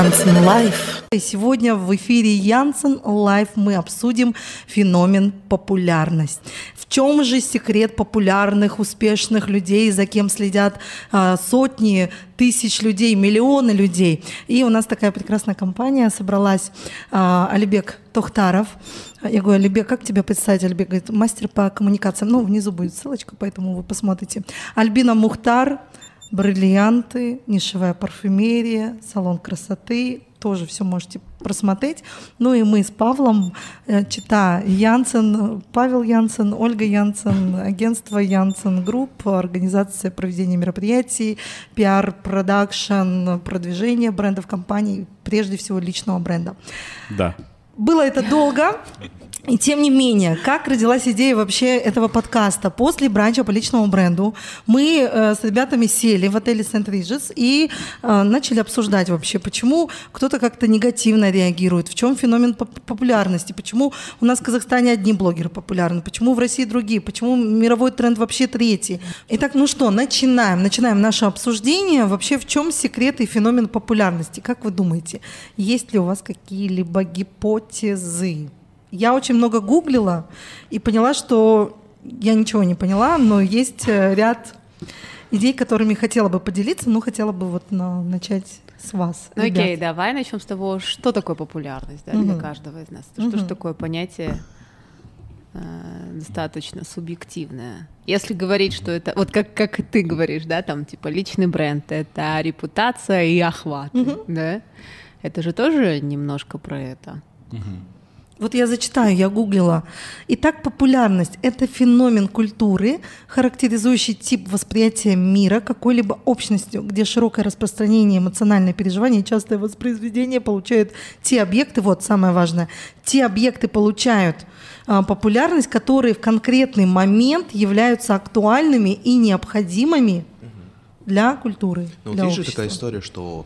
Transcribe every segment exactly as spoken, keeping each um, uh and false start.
Janssen Life. Сегодня в эфире Janssen Life мы обсудим феномен популярность. В чем же секрет популярных, успешных людей, за кем следят а, сотни, тысяч людей, миллионы людей? И у нас такая прекрасная компания собралась. А, Алибек Тохтаров. Я говорю: Алибек, как тебя представить? Алибек говорит: мастер по коммуникациям. Ну, внизу будет ссылочка, поэтому вы посмотрите. Альбина Мухтар, бриллианты, нишевая парфюмерия, салон красоты. Тоже все можете просмотреть. Ну и мы с Павлом, чита Janssen, Павел Janssen, Ольга Janssen, агентство Janssen Group, организация проведения мероприятий, пиар, продакшн, продвижение брендов компаний, прежде всего личного бренда. Да. Было это долго, и тем не менее, как родилась идея вообще этого подкаста? После бранча по личному бренду мы э, с ребятами сели в отеле Сент Риджес и э, начали обсуждать вообще, почему кто-то как-то негативно реагирует, в чем феномен поп- популярности, почему у нас в Казахстане одни блогеры популярны, почему в России другие, почему мировой тренд вообще третий. Итак, ну что, начинаем, начинаем наше обсуждение. Вообще, в чем секрет и феномен популярности? Как вы думаете, есть ли у вас какие-либо гипотезы? Я очень много гуглила и поняла, что я ничего не поняла, но есть ряд идей, которыми хотела бы поделиться, но хотела бы вот на, начать с вас. Ну окей, давай начнем с того, что такое популярность, да, для Мгм. каждого из нас. Мгм. Что же такое понятие э, достаточно субъективное? Если говорить, что это, вот как, как и ты говоришь, да, там типа личный бренд, это репутация и охват, Мгм. да? Это же тоже немножко про это. Вот я зачитаю, я гуглила. Итак, популярность – это феномен культуры, характеризующий тип восприятия мира какой-либо общностью, где широкое распространение, эмоциональное переживание и частое воспроизведение получают те объекты, вот самое важное, те объекты получают а, популярность, которые в конкретный момент являются актуальными и необходимыми для культуры, Ну, для вот есть же общества. такая история, что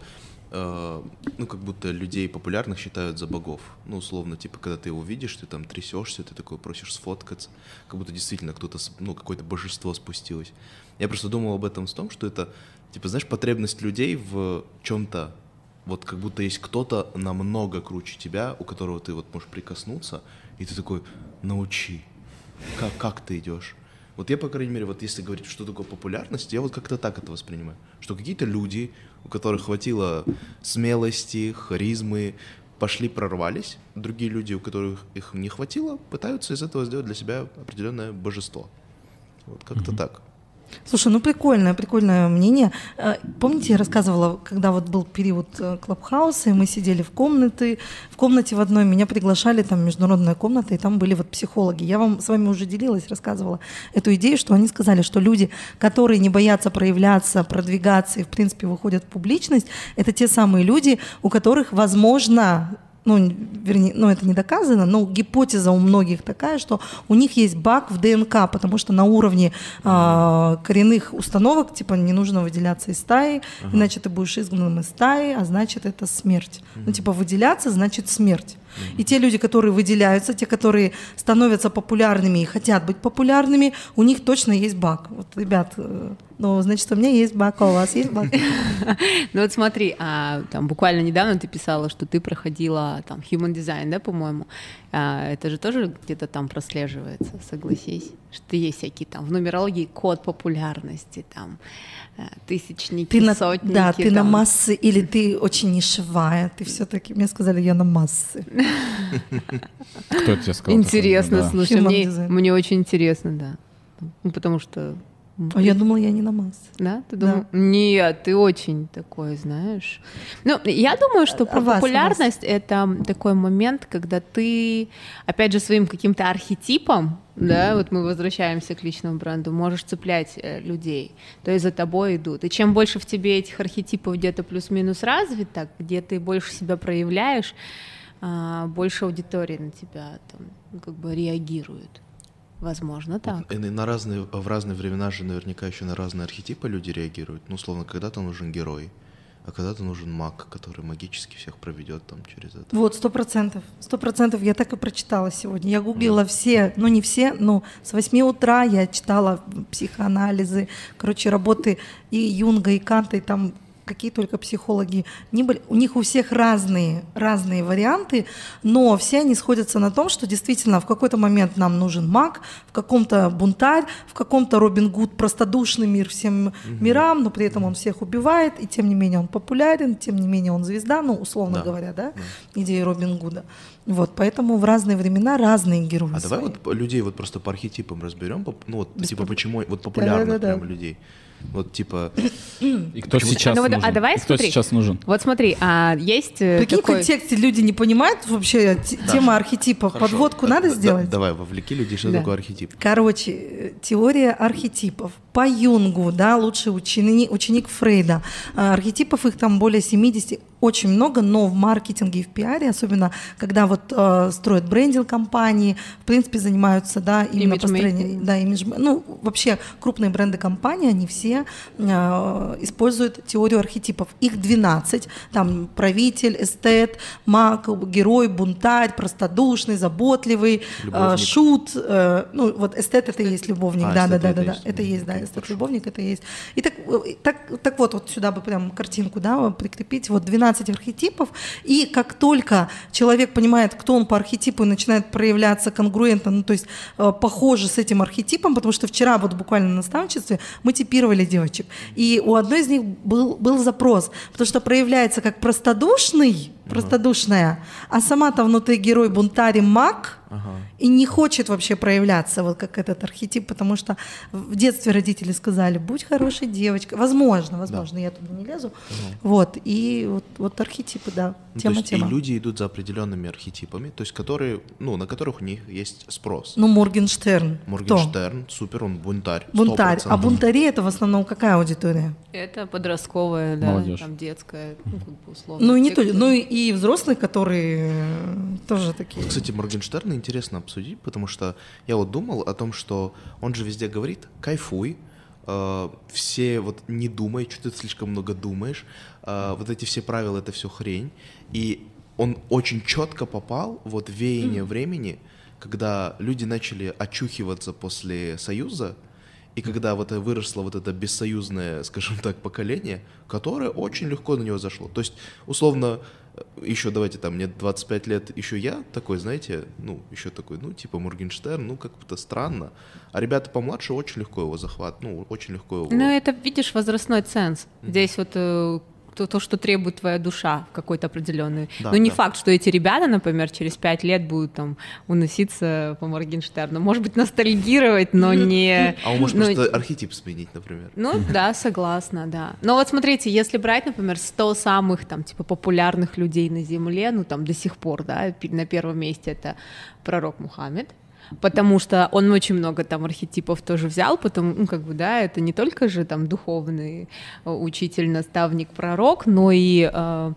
э, ну, как будто людей популярных считают за богов. Ну, условно, типа, когда ты его видишь, ты там трясешься, ты такой просишь сфоткаться, как будто действительно кто-то, с- ну, какое-то божество спустилось. Я просто думал об этом с том, что это, типа, знаешь, потребность людей в чем-то, вот как будто есть кто-то намного круче тебя, у которого ты вот можешь прикоснуться, и ты такой: научи, как, как ты идешь. Вот я, по крайней мере, вот если говорить, что такое популярность, я вот как-то так это воспринимаю. Что какие-то люди, у которых хватило смелости, харизмы, пошли, прорвались. Другие люди, у которых их не хватило, пытаются из этого сделать для себя определенное божество. Вот как-то так. Слушай, ну прикольное, прикольное мнение. Э, Помните, я рассказывала, когда вот был период э, Клабхауса, и мы сидели в комнате, в комнате в одной, меня приглашали, там международная комната, и там были вот психологи. Я вам с вами уже делилась, рассказывала эту идею, что они сказали, что люди, которые не боятся проявляться, продвигаться и, в принципе, выходят в публичность, это те самые люди, у которых, возможно, ну, вернее, ну, это не доказано, но гипотеза у многих такая, что у них есть баг в ДНК, потому что на уровне а, коренных установок, типа, не нужно выделяться из стаи, Ага. иначе ты будешь изгнанным из стаи, а значит, это смерть. Ну, типа, выделяться значит смерть. И те люди, которые выделяются, те, которые становятся популярными и хотят быть популярными, у них точно есть баг. Вот, ребят, э, ну, значит, у меня есть баг, а у вас есть баг? Ну вот смотри, а, там буквально недавно ты писала, что ты проходила там human design, да, по-моему. А, это же тоже где-то там прослеживается, согласись, что есть всякие там в нумерологии код популярности, там э, тысячники, Ты на, сотники. да, ты на там. массы, или ты очень нишевая, ты все-таки, мне сказали, я на массы. Кто тебе сказал? Интересно, такое? Да. слушай, Human мне, design. мне очень интересно, да. Ну, потому что... А я думала, я не на массы. Да, ты Да. думал? Нет, ты очень такой, знаешь. Ну, я думаю, что А про вас, а популярность это такой момент, когда ты, опять же, своим каким-то архетипом, да, вот мы возвращаемся к личному бренду, можешь цеплять э, людей, то есть за тобой идут. И чем больше в тебе этих архетипов где-то плюс-минус развито, где ты больше себя проявляешь, а, больше аудитории на тебя там, ну, как бы реагирует. Возможно, так. И на разные, в разные времена же наверняка еще на разные архетипы люди реагируют. Ну, условно, когда-то нужен герой, а когда-то нужен маг, который магически всех проведет там через это. Вот, сто процентов. Сто процентов я так и прочитала сегодня. Я гуглила все, ну не все, но с восьми утра я читала психоанализы, короче, работы и Юнга, и Канта, и там какие только психологи не были, у них у всех разные, разные варианты, но все они сходятся на том, что действительно в какой-то момент нам нужен маг, в каком-то бунтарь, в каком-то Робин Гуд, простодушный мир всем угу. мирам, но при этом он всех убивает, и тем не менее он популярен, тем не менее он звезда, ну, условно да. говоря, да, да. идея Робин Гуда. Вот, поэтому в разные времена разные герои. А свои. давай вот людей вот просто по архетипам разберем, ну вот Без типа почему вот популярных да, да, да, прям да. людей. Вот типа. И кто сейчас а, ну, нужен? А давай И кто смотри. сейчас нужен? Вот смотри, а есть. Прикинь, такой... в контексте люди не понимают вообще да. тема архетипа. Хорошо. Подводку надо да, сделать? Да, давай, вовлеки людей, что да. такое архетип. Короче, теория архетипов. По Юнгу, да, лучший ученик, ученик Фрейда. Архетипов их там более семидесяти, очень много, но в маркетинге и в пиаре, особенно когда вот э, строят брендинг компании, в принципе, занимаются, да, именно построением, да, имидж, ну, вообще крупные бренды компании, они все э, используют теорию архетипов. Их двенадцать, там правитель, эстет, маг, герой, бунтарь, простодушный, заботливый, э, шут, э, ну, вот эстет это и есть любовник, а, да, да, да, да, да, это есть, да, эстет, любовник это есть. И так, так, так вот, вот сюда бы прям картинку, да, прикрепить, вот двенадцать архетипов, и как только человек понимает, кто он по архетипу, и начинает проявляться конгруентно, ну, то есть э, похоже с этим архетипом, потому что вчера вот буквально на наставничестве мы типировали девочек, и у одной из них был, был запрос, потому что проявляется как простодушный, простодушная, а сама-то внутри герой бунтарь маг, ага. и не хочет вообще проявляться вот как этот архетип, потому что в детстве родители сказали, будь хорошей девочкой, возможно, возможно, да. я туда не лезу, ага. вот, и вот, вот архетипы, да, ну, тема, то есть тема. И люди идут за определенными архетипами, то есть которые, ну, на которых у них есть спрос. Ну, Моргенштерн. Моргенштерн, кто? Супер, он бунтарь. Бунтарь, а бунтари это в основном какая аудитория? Это подростковая, да, молодежь. Там детская, ну, как бы условно. Ну и не Те, то, кто... ну и взрослые, которые тоже такие. Кстати, Моргенштерна интересно обсудить, потому что я вот думал о том, что он же везде говорит, кайфуй, э, все вот не думай, что ты слишком много думаешь, э, вот эти все правила, это все хрень, и он очень четко попал вот в веяние mm. времени, когда люди начали очухиваться после Союза, и когда вот выросло вот это бессоюзное, скажем так, поколение, которое очень легко на него зашло. То есть, условно, еще давайте там, мне двадцать пять лет, еще я такой, знаете, ну, еще такой, ну, типа Моргенштерн, ну, как-то странно. А ребята помладше очень легко его захват, ну, очень легко его... Ну, это, видишь, возрастной ценз. Mm-hmm. Здесь вот... То, то, что требует твоя душа в какой-то определенный. Да, но не да. факт, что эти ребята, например, через пять лет будут там уноситься по Моргенштерну. Может быть, ностальгировать, но не... А он может но... просто архетип сменить, например. Ну да, согласна, да. Но вот смотрите, если брать, например, сто самых там типа популярных людей на Земле, ну там до сих пор, да, на первом месте это пророк Мухаммед, потому что он очень много там архетипов тоже взял, потому, ну, как бы, да, это не только же там духовный учитель, наставник, пророк, но и э,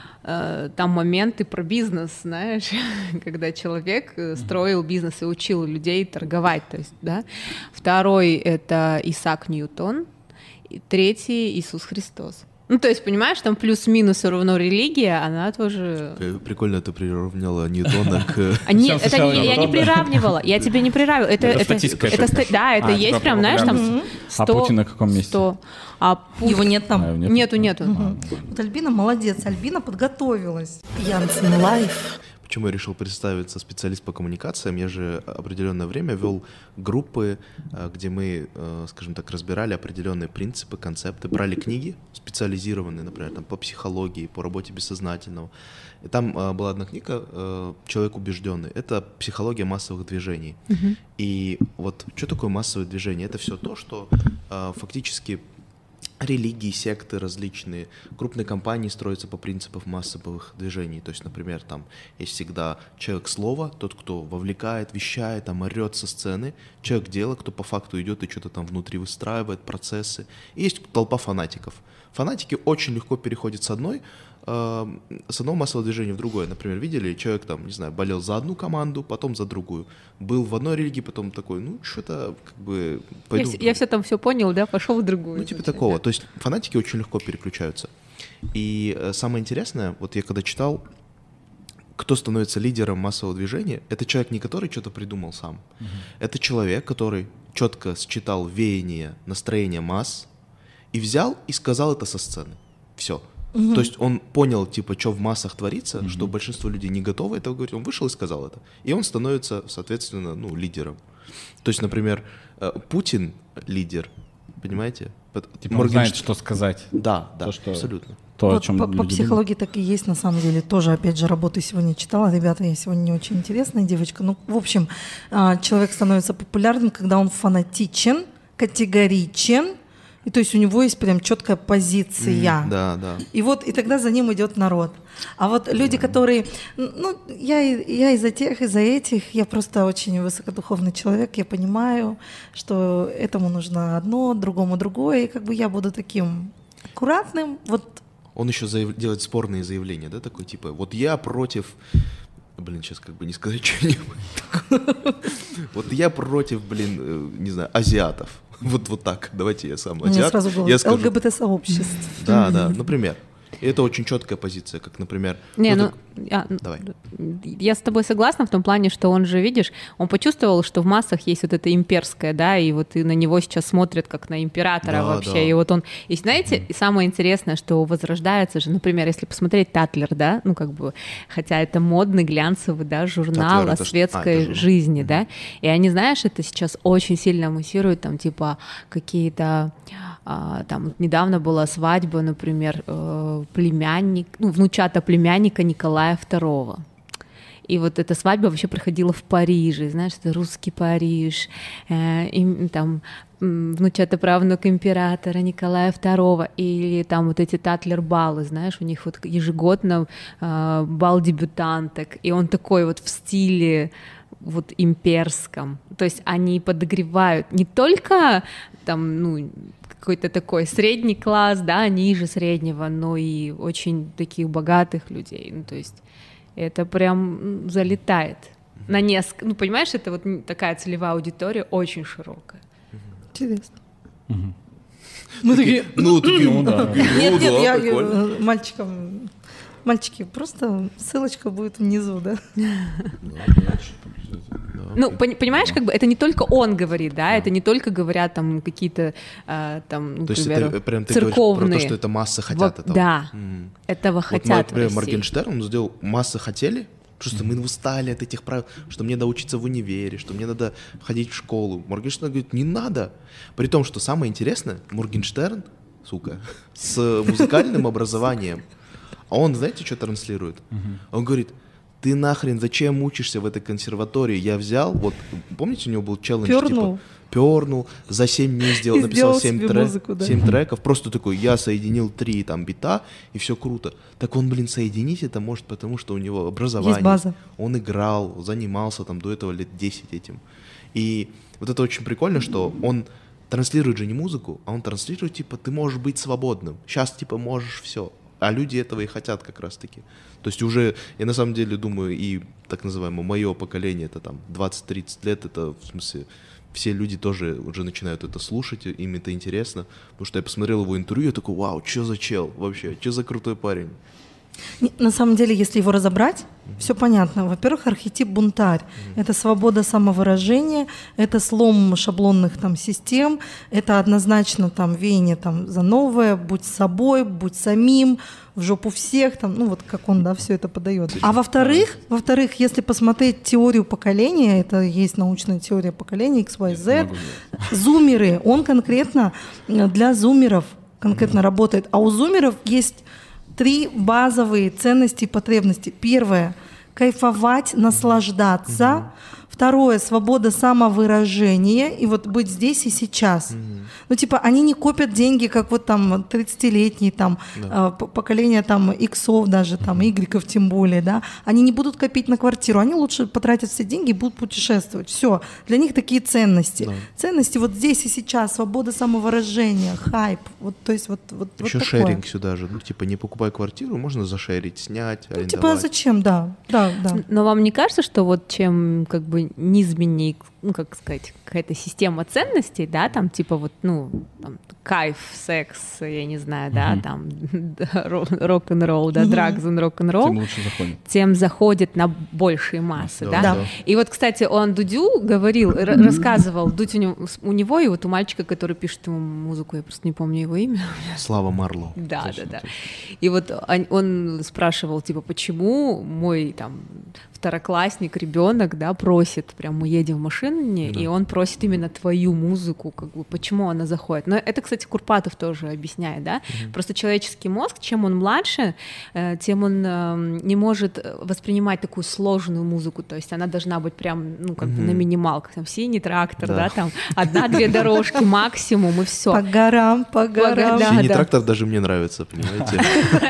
э, там моменты про бизнес, знаешь, когда человек строил бизнес и учил людей торговать, то есть, да. Второй — это Исаак Ньютон, и третий — Иисус Христос. Ну, то есть, понимаешь, там плюс-минус все равно религия, она тоже... Прикольно ты приравняла Ньютона к... А нет, это не, я не приравнивала, я тебе не приравнивала. Это, это, статистика. Это, это, да, это а, есть прям, знаешь, там сто... А Путин на каком месте? сто. А Пу... Его нет там? А, нету, нету. нету. Угу. Вот Альбина молодец, Альбина подготовилась. Янсен Лайф. Почему я решил представиться специалист по коммуникациям? Я же определенное время вел группы, где мы, скажем так, разбирали определенные принципы, концепты, брали книги специализированные, например, там, по психологии, по работе бессознательного. И там была одна книга «Человек убежденный». Это психология массовых движений. Uh-huh. И вот что такое массовое движение? Это все то, что фактически религии, секты различные, крупные компании строятся по принципам массовых движений. То есть, например, там есть всегда человек слова, тот, кто вовлекает, вещает, там орет со сцены, человек дела, кто по факту идет и что-то там внутри выстраивает процессы. И есть толпа фанатиков. Фанатики очень легко переходят с одной с одного массового движения в другое. Например, видели, человек там, не знаю, болел за одну команду, потом за другую. Был в одной религии, потом такой, ну, что-то как бы... Пойду я, я все там все понял, да, пошел в другую. Ну, типа значит, такого. Да. То есть фанатики очень легко переключаются. И э, самое интересное, вот я когда читал, кто становится лидером массового движения, это человек, не который что-то придумал сам. Угу. Это человек, который четко считал веяние, настроение масс и взял и сказал это со сцены. Все. Mm-hmm. То есть он понял, типа, что в массах творится, mm-hmm. что большинство людей не готовы этого говорить. Он вышел и сказал это. И он становится, соответственно, ну, лидером. То есть, например, Путин лидер, понимаете? Типа он знает, что сказать. Да, да, то, что... абсолютно. То, вот о чем по, по психологии думают. так и есть, на самом деле. Тоже, опять же, работы сегодня читала. Ребята, я сегодня не очень интересная девочка. Ну, в общем, человек становится популярным, когда он фанатичен, категоричен, и то есть у него есть прям четкая позиция. Mm, да, да. И вот, и тогда за ним идет народ. А вот люди, которые, ну, я, я из-за тех, из-за этих, я просто очень высокодуховный человек, я понимаю, что этому нужно одно, другому другое, и как бы я буду таким аккуратным, вот. Он еще заяв... делает спорные заявления, да, такой типа, вот я против, блин, сейчас как бы не сказать что-нибудь, вот я против, блин, не знаю, азиатов. Вот, вот так. Давайте я сам азиат. Мне сразу было ЛГБТ-сообщество. Да, да, например. И это очень четкая позиция, как, например... Не, ну, ну, так... я, Давай. я с тобой согласна в том плане, что он же, видишь, он почувствовал, что в массах есть вот это имперское, да, и вот и на него сейчас смотрят как на императора да, вообще, да. и вот он... И знаете, mm. и самое интересное, что возрождается же, например, если посмотреть «Татлер», да, ну как бы, хотя это модный, глянцевый, да, журнал Татлер, о это светской а, жизни, mm. да, и они, знаешь, это сейчас очень сильно муссируют, там, типа, какие-то... А, там недавно была свадьба, например, э, племянник, ну, внучата племянника Николая второго. И вот эта свадьба вообще проходила в Париже, знаешь, это русский Париж, э, и, там внучата правнук императора Николая второго, или там вот эти татлер-балы, знаешь, у них вот ежегодно э, бал дебютанток, и он такой вот в стиле вот имперском, то есть они подогревают не только там, ну, какой-то такой средний класс, да, ниже среднего, но и очень таких богатых людей, ну, то есть это прям залетает на несколько, ну, понимаешь, это вот такая целевая аудитория очень широкая. Интересно. Угу. Мы такие... Ну, такие, ну, да. Нет, нет, я мальчикам... Мальчики, просто ссылочка будет внизу, да? Ну, понимаешь, как бы это не только он говорит, да, это не только говорят там какие-то э, там, ну, то есть например, это прям ты церковные. говоришь про то, что это массы хотят Во- этого. Да, М. этого Вот, хотят например, в России. Моргенштерн, он сделал массы хотели, просто мы устали от этих правил, что мне надо учиться в универе, что мне надо ходить в школу. Моргенштерн говорит, не надо. При том, что самое интересное, Моргенштерн, сука, с музыкальным образованием, а он, знаете, что транслирует? Он говорит, ты нахрен зачем учишься в этой консерватории? Я взял, вот, помните, у него был челлендж, Пёрнул. типа, пернул, за семь дней сделал, И написал сделал семь себе трек, музыку, да. семь треков, просто такой, я соединил три там бита, и все круто. Так он, блин, соединить это может, потому что у него образование. Есть база. Он играл, занимался там до этого лет десять этим. И вот это очень прикольно, что он транслирует же не музыку, а он транслирует, типа, ты можешь быть свободным. Сейчас, типа, можешь все. А люди этого и хотят как раз-таки. То есть уже, я на самом деле думаю, и так называемое мое поколение, это там двадцать-тридцать лет, это в смысле, все люди тоже уже начинают это слушать, им это интересно. Потому что я посмотрел его интервью, я такой, вау, что за чел вообще, что за крутой парень. На самом деле, если его разобрать, mm-hmm. все понятно. Во-первых, архетип бунтарь. Mm-hmm. Это свобода самовыражения, это слом шаблонных там систем, это однозначно там веяние там за новое, будь собой, будь самим, в жопу всех, там, ну вот как он, да, все это подает. А во-вторых, во-вторых, если посмотреть теорию поколения, это есть научная теория поколения икс уай зет, зумеры, он конкретно для зумеров конкретно mm-hmm. работает, а у зумеров есть три базовые ценности и потребности. Первое — кайфовать, наслаждаться. Mm-hmm. Второе — свобода самовыражения и вот быть здесь и сейчас. Mm-hmm. Ну, типа, они не копят деньги, как вот там тридцатилетние там, yeah. э, поколение там иксов даже, там, mm-hmm. игреков тем более, да. Они не будут копить на квартиру, они лучше потратят все деньги и будут путешествовать. Все. Для них такие ценности. Yeah. Ценности вот здесь и сейчас, свобода самовыражения, хайп. Вот, то есть вот, вот, еще вот шеринг такое. Сюда же. Ну, типа, не покупай квартиру, можно зашерить, снять, ну, арендовать. типа, зачем, да. да, да. Но вам не кажется, что вот чем как бы низменнее, ну, как сказать, какая-то система ценностей, да, там, типа, вот, ну, там, кайф, секс, я не знаю, да, mm-hmm. там, рок-н-ролл, да, драгс и рок-н-ролл, тем лучше заходит. Тем заходит на большие массы, да. да? да. И вот, кстати, он Дудю говорил, р- рассказывал, Дудь у него, у него и вот у мальчика, который пишет ему музыку, я просто не помню его имя. Слава Марлоу. Да, точно, да, да. точно. И вот он, он спрашивал, типа, почему мой там второклассник, ребенок, да, просит, прям мы едем в машине, да. и он просит именно твою музыку, как бы, почему она заходит. Но это, кстати, Курпатов тоже объясняет, да, mm-hmm. просто человеческий мозг, чем он младше, тем он не может воспринимать такую сложную музыку, то есть она должна быть прям, ну, как mm-hmm. бы на минималках, там, синий трактор, да, да там, одна-две дорожки максимум, и все. По горам, по горам. Синий трактор даже мне нравится, понимаете?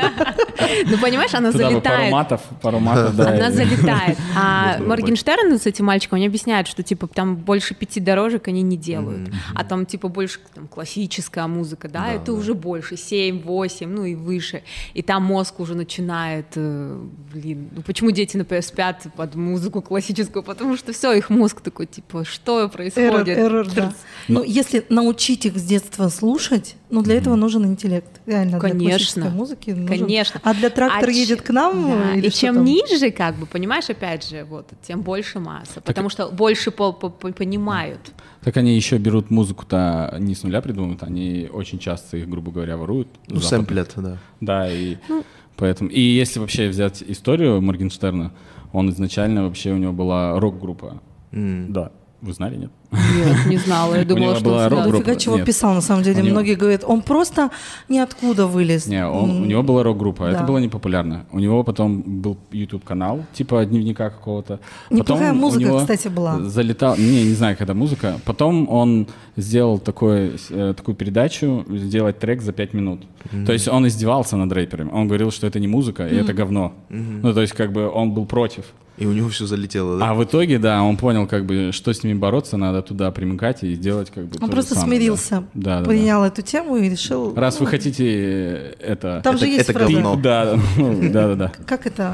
Ну, понимаешь, она залетает. Пару матов, да. Она залетает. А Моргенштерн с этим мальчиком, они объясняют, что, типа, там больше пяти дорожек они не делают, а там, типа, больше там, классическая музыка, да, это уже больше, семь, восемь, ну и выше. И там мозг уже начинает, блин, ну почему дети, например, спят под музыку классическую? Потому что все, их мозг такой, типа, что происходит? Error, error, да. Ну, если научить их с детства слушать, ну, для этого нужен интеллект. Реально, конечно, для классической музыки нужен. Конечно. А для трактора а едет ч... к нам? Да. Или и чем там? ниже, как бы, понимаешь, опять же, вот, тем больше масса, так потому что больше по -по -по понимают. Так они еще берут музыку-то не с нуля придумывают, они очень часто их, грубо говоря, воруют. Ну, сэмплят, да. Да, и ну, поэтому... И если вообще взять историю Моргенштерна, он изначально вообще, у него была рок-группа. Mm. Да. Вы знали, нет? Нет, не знала. Я думала, что была он дофига чего писал, на самом деле. У него... Многие говорят, он просто ниоткуда вылез. Не, он, mm. у него была рок-группа, да. это было непопулярно. У него потом был YouTube-канал, типа дневника какого-то. Неплохая потом музыка, у него кстати, была. Залетал, не, не знаю, когда музыка. Потом он сделал такой, э, такую передачу, сделать трек за пять минут. Mm-hmm. То есть он издевался над рэперами. Он говорил, что это не музыка, mm-hmm. и это говно. Mm-hmm. Ну, то есть как бы он был против. И у него все залетело, да? А в итоге, да, он понял, как бы, что с ними бороться, надо туда примыкать и делать как бы. Он просто самое, смирился, да. Да, принял да. эту тему и решил. Раз ну, вы хотите это. Там это, же есть это фраза. говно. Да, ну, да, да, да. Как это?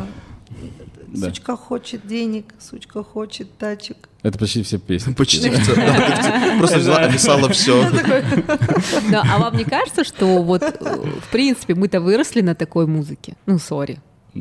Да. Сучка хочет денег, сучка хочет тачек. Это почти все песни. Почти все. Просто взяла, написала все. А вам не кажется, что вот в принципе мы-то выросли на такой музыке? Ну, сори.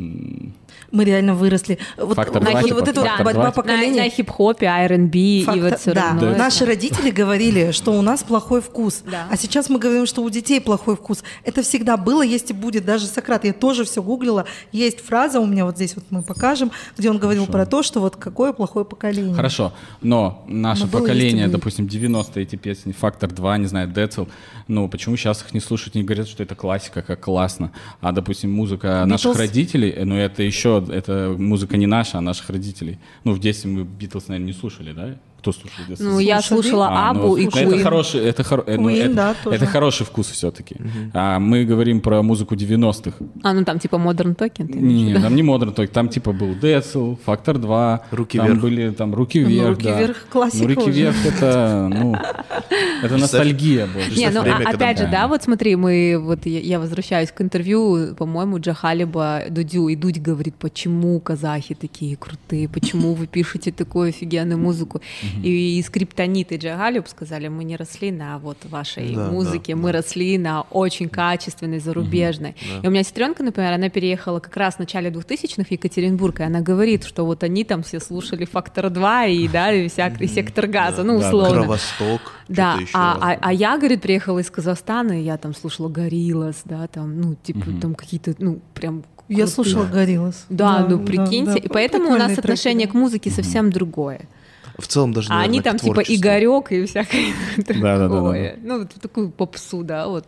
Мы реально выросли. Вот, Фактор на, два, вот типа, эта фактор борьба два. поколений. На, на хип-хопе, ар энд би Фактор, и вот все да. равно. Да. это... Наши родители говорили, что у нас плохой вкус. Да. А сейчас мы говорим, что у детей плохой вкус. Это всегда было, есть и будет. Даже Сократ, я тоже все гуглила. Есть фраза у меня вот здесь, вот мы покажем, где он говорил Хорошо. про то, что вот какое плохое поколение. Хорошо, но наше Но было, поколение, есть и допустим, девяностые эти песни, Фактор два, не знаю, Децл, ну почему сейчас их не слушают, не говорят, что это классика, как классно. А, допустим, музыка Beatles. наших родителей, ну это еще, это музыка не наша, а наших родителей. Ну в детстве мы Битлз, наверное, не слушали, да? Кто слушал в детстве? Ну, я слушала А, Абу ну, и это Queen. хороший, это, хоро... ну, Queen, это, да, тоже. это хороший вкус все-таки. Uh-huh. А мы говорим про музыку девяностых. А, ну там типа Modern Talking? ты Не, имеешь в не, виду? там не Modern Talking, там типа был Децл, Фактор два, Руки там вверх. были там Руки вверх, Руки да. вверх классика Ну, Руки уже. вверх это, ну, это ностальгия больше. Не, ну время, а- когда- опять же, да, вот смотри, мы вот я, я возвращаюсь к интервью, по-моему, Джахалиба Дудю, и Дудь говорит, почему казахи такие крутые, почему вы пишете такую офигенную музыку. И, и Скриптонит и Джахалиб сказали, мы не росли на вот вашей Да, музыке, да, мы да. росли на очень качественной, зарубежной. И у меня сестренка, например, она переехала как раз в начале двухтысячных в Екатеринбург, и она говорит, что вот они там все слушали Фактор два и, да, и, всяк, и Сектор газа, ну, Да, условно. Кровосток. Да, что-то еще а, разное. а, а я, говорит, приехала из Казахстана, и я там слушала Гориллас, да, там, ну, типа, Мгм. там какие-то, ну, прям... Я крутые. слушала Гориллас. Да, ну, прикиньте, да. и поэтому у нас Прикольные треки, отношение да. к музыке совсем другое. В целом даже, А наверное, они к там, типа, творчеству. Игорек и всякое Да-да-да-да-да. такое. Ну, вот такую попсу, да, вот.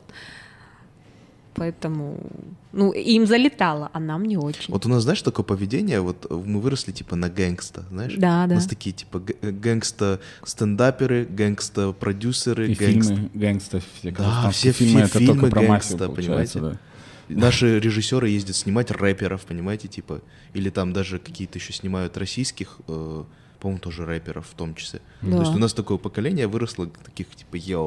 Поэтому, ну, им залетало, а нам не очень. Вот у нас, знаешь, такое поведение, вот мы выросли типа на гэнгста, знаешь? Да, У да. нас такие типа г- гэнгста-стендаперы, гэнгста-продюсеры, И гэнгста... фильмы гэнгста, все Да, казахстанские все фильмы, фи- это фильмы только про гэнгста, мафию, получается, понимаете? да. Наши режиссеры ездят снимать рэперов, понимаете, типа, или там даже какие-то еще снимают российских, э, по-моему, тоже рэперов в том числе. Да. То есть у нас такое поколение выросло таких типа йоу.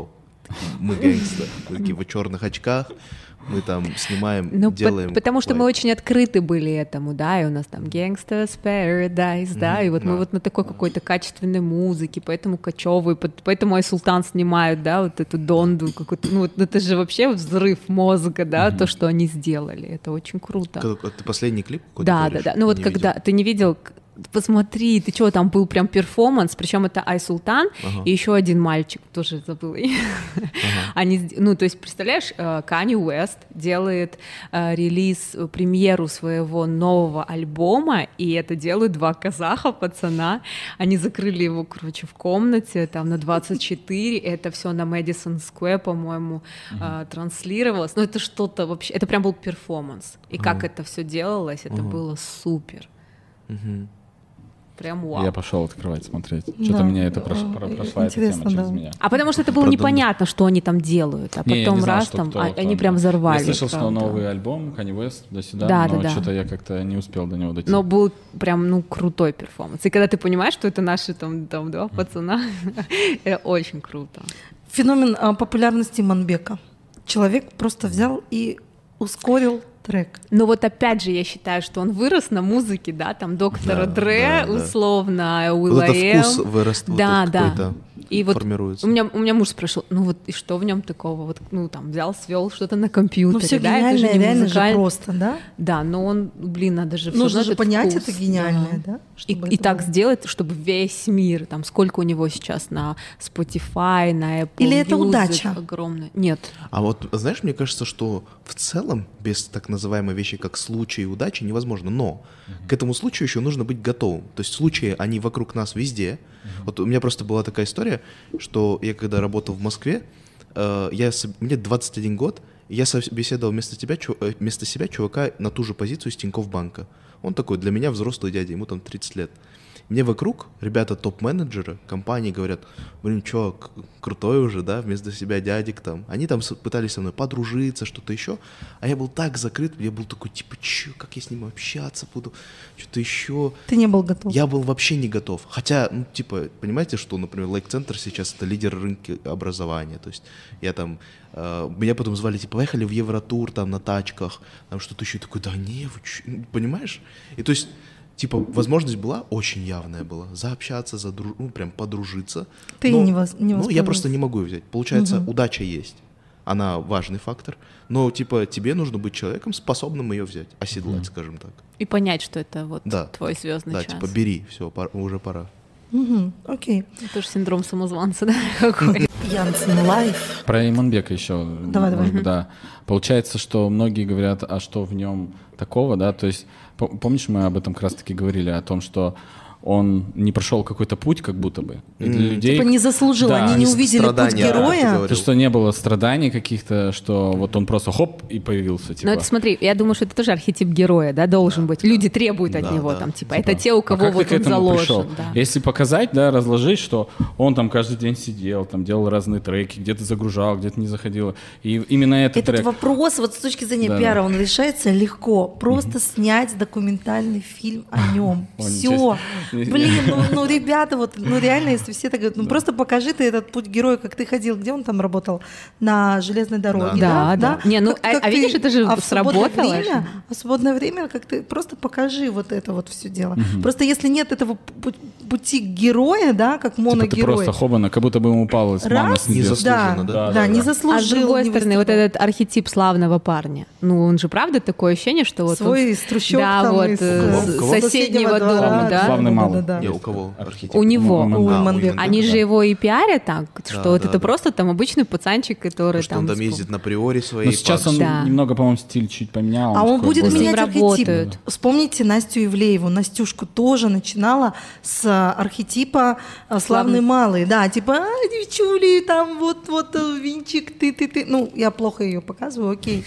Мы гэнгста. Мы такие в черных очках. Мы там снимаем, ну, делаем... по- потому что лайк. мы очень открыты были этому, да, и у нас там Gangsta's Paradise, mm-hmm, да, и вот да. мы вот на такой какой-то качественной музыке, поэтому кочевый, поэтому Айсултан снимают, да, вот эту Донду, какую-то, ну, вот это же вообще взрыв мозга, да, mm-hmm. то, что они сделали, это очень круто. Ты последний клип какой-то Да, говоришь? да, да, ну вот не когда, видел. ты не видел... Посмотри, ты что, там был прям перформанс, причем это Айсултан ага. и еще один мальчик, тоже забыл. Ага. Они, ну, то есть, представляешь, Канье Уэст делает э, релиз, премьеру своего нового альбома, и это делают два казаха, пацана. Они закрыли его, короче, в комнате, там, на двадцать четыре, это все на Мэдисон Сквер, по-моему, ага. э, транслировалось. Ну, это что-то вообще, это прям был перформанс. И ага. как это все делалось, это ага. было супер. Угу. Прям вау. Я пошел открывать, смотреть. Да. Что-то меня это прош... прошла эта тема да. через меня. А потому что это было Про непонятно, что они там делают, а не, потом не знал, раз что там, кто, а, кто они он. прям взорвали. Я слышал, правда. что новый альбом Kanye West до-сюда, да, но да, да. что-то я как-то не успел до него дойти. Но был прям, ну, крутой перформанс. И когда ты понимаешь, что это наши там, там два пацана, это очень круто. Феномен а, популярности Манбека. Человек просто взял и ускорил трек. Но вот опять же я считаю, что он вырос на музыке, да, там доктора Да, Дре, да, да. условно, Уилл Вот это Эм. вкус вырос, Да, вот да. какой-то И вот формируется. у меня, у меня муж спрашивал, ну вот и что в нем такого? Вот, ну там взял, свел что-то на компьютере. Ну все да, это гениальное, же не реально музыкаль- же просто, да? Да, но он, блин, надо же... всё Нужно равно же этот понять вкус. это гениальное, да? И, Чтобы и это так было. сделать, чтобы весь мир, там сколько у него сейчас на Spotify, на Apple Или это Music удача? огромное. Нет. А вот, знаешь, мне кажется, что в целом без так называемой вещи, как случай и удачи, невозможно. Но mm-hmm. к этому случаю еще нужно быть готовым. То есть случаи, они вокруг нас везде. Mm-hmm. Вот у меня просто была такая история, что я когда работал в Москве, э, я, мне двадцать один год, я собеседовал вместо, тебя, вместо себя чувака на ту же позицию из Тинькофф банка. Он такой, для меня взрослый дядя, ему там тридцать лет. Мне вокруг ребята топ-менеджеры компании говорят, блин, чё, к- крутой уже, да, вместо себя дядик там. Они там с- пытались со мной подружиться, что-то еще. А я был так закрыт, я был такой, типа, чё, как я с ним общаться буду, что-то еще. Ты не был готов. Я был вообще не готов. Хотя, ну, типа, понимаете, что, например, Лайк-центр сейчас это лидер рынка образования. То есть я там, э, меня потом звали, типа, поехали в Евротур там на тачках, там что-то еще. Такой, да не, вы чё?» понимаешь? И то есть, типа, возможность была, очень явная была, заобщаться, задру... ну, прям подружиться. Ты но, не вос- не Ну, я воспользовался. просто не могу ее взять. Получается, Мгм. удача есть. Она важный фактор. Но, типа, тебе нужно быть человеком, способным ее взять, оседлать, скажем так. И понять, что это вот Да. твой звездный Да, час. типа, бери, все, уже пора. Мгм, окей. Это же синдром самозванца, да, какой. Янсен Лайф. Про Иманбека еще. Давай, давай. может быть, да. Получается, что многие говорят, а что в нем такого, да? То есть, по- помнишь, мы об этом как раз-таки говорили, о том, что он не прошел какой-то путь, как будто бы. И для М. людей... Типа не заслужил, Да. они не Не увидели путь страдания, да, ты героя. говоришь. То, что не было страданий каких-то, что вот он просто хоп и появился, типа. Ну это смотри, я думаю, что это тоже архетип героя, да, должен быть. Люди требуют от Да, него, да. там, типа, Типа, это те, у а кого как ты вот к он этому заложен. пришел? Да. Если показать, да, разложить, что он там каждый день сидел, там делал разные треки, где-то загружал, где-то не заходило. И именно этот, Этот трек... вопрос вот с точки зрения Да, пиара, да. он решается легко. Просто снять документальный фильм о нем. О, Все. ничего себе. Блин, ну, ну, ребята, вот, ну реально, если все так говорят, ну просто покажи ты этот путь героя, как ты ходил, где он там работал? На железной дороге, Да, да? да. Не, ну, а- а видишь, это же а в свободное сработало же. время, а в свободное время, как ты просто покажи вот это вот все дело. Просто если нет этого пу- пути героя, да, как Типа ты моногерой, просто хобана, как будто бы ему упала с мама раз, с небес. Незаслуженно, да, да? да, Да, не да. заслужил. А с другой не стороны, вот выступил. этот архетип славного парня, ну он же правда такое ощущение, что вот Свой он, из трущоб да, там, вот из, э, э, с кого? соседнего двора, дома, да, Славный малый. да, да, Не, да. у кого архетип? у него. У У А, у Иманбека. Иманбека, Они да. же его и пиарят так, что Да, вот да, это да. просто там обычный пацанчик, который Что там... он там сколько- ездит на приоре своей. Но сейчас он Да. немного, по-моему, стиль чуть поменял. А он такой будет более- менять менять архетип. работают. Вспомните Настю Ивлееву. Настюшку тоже начинала с а, архетипа а, славный малый. Да, типа, а, девчули, там вот, вот э, винчик, ты, ты, ты. Ну, я плохо ее показываю, окей.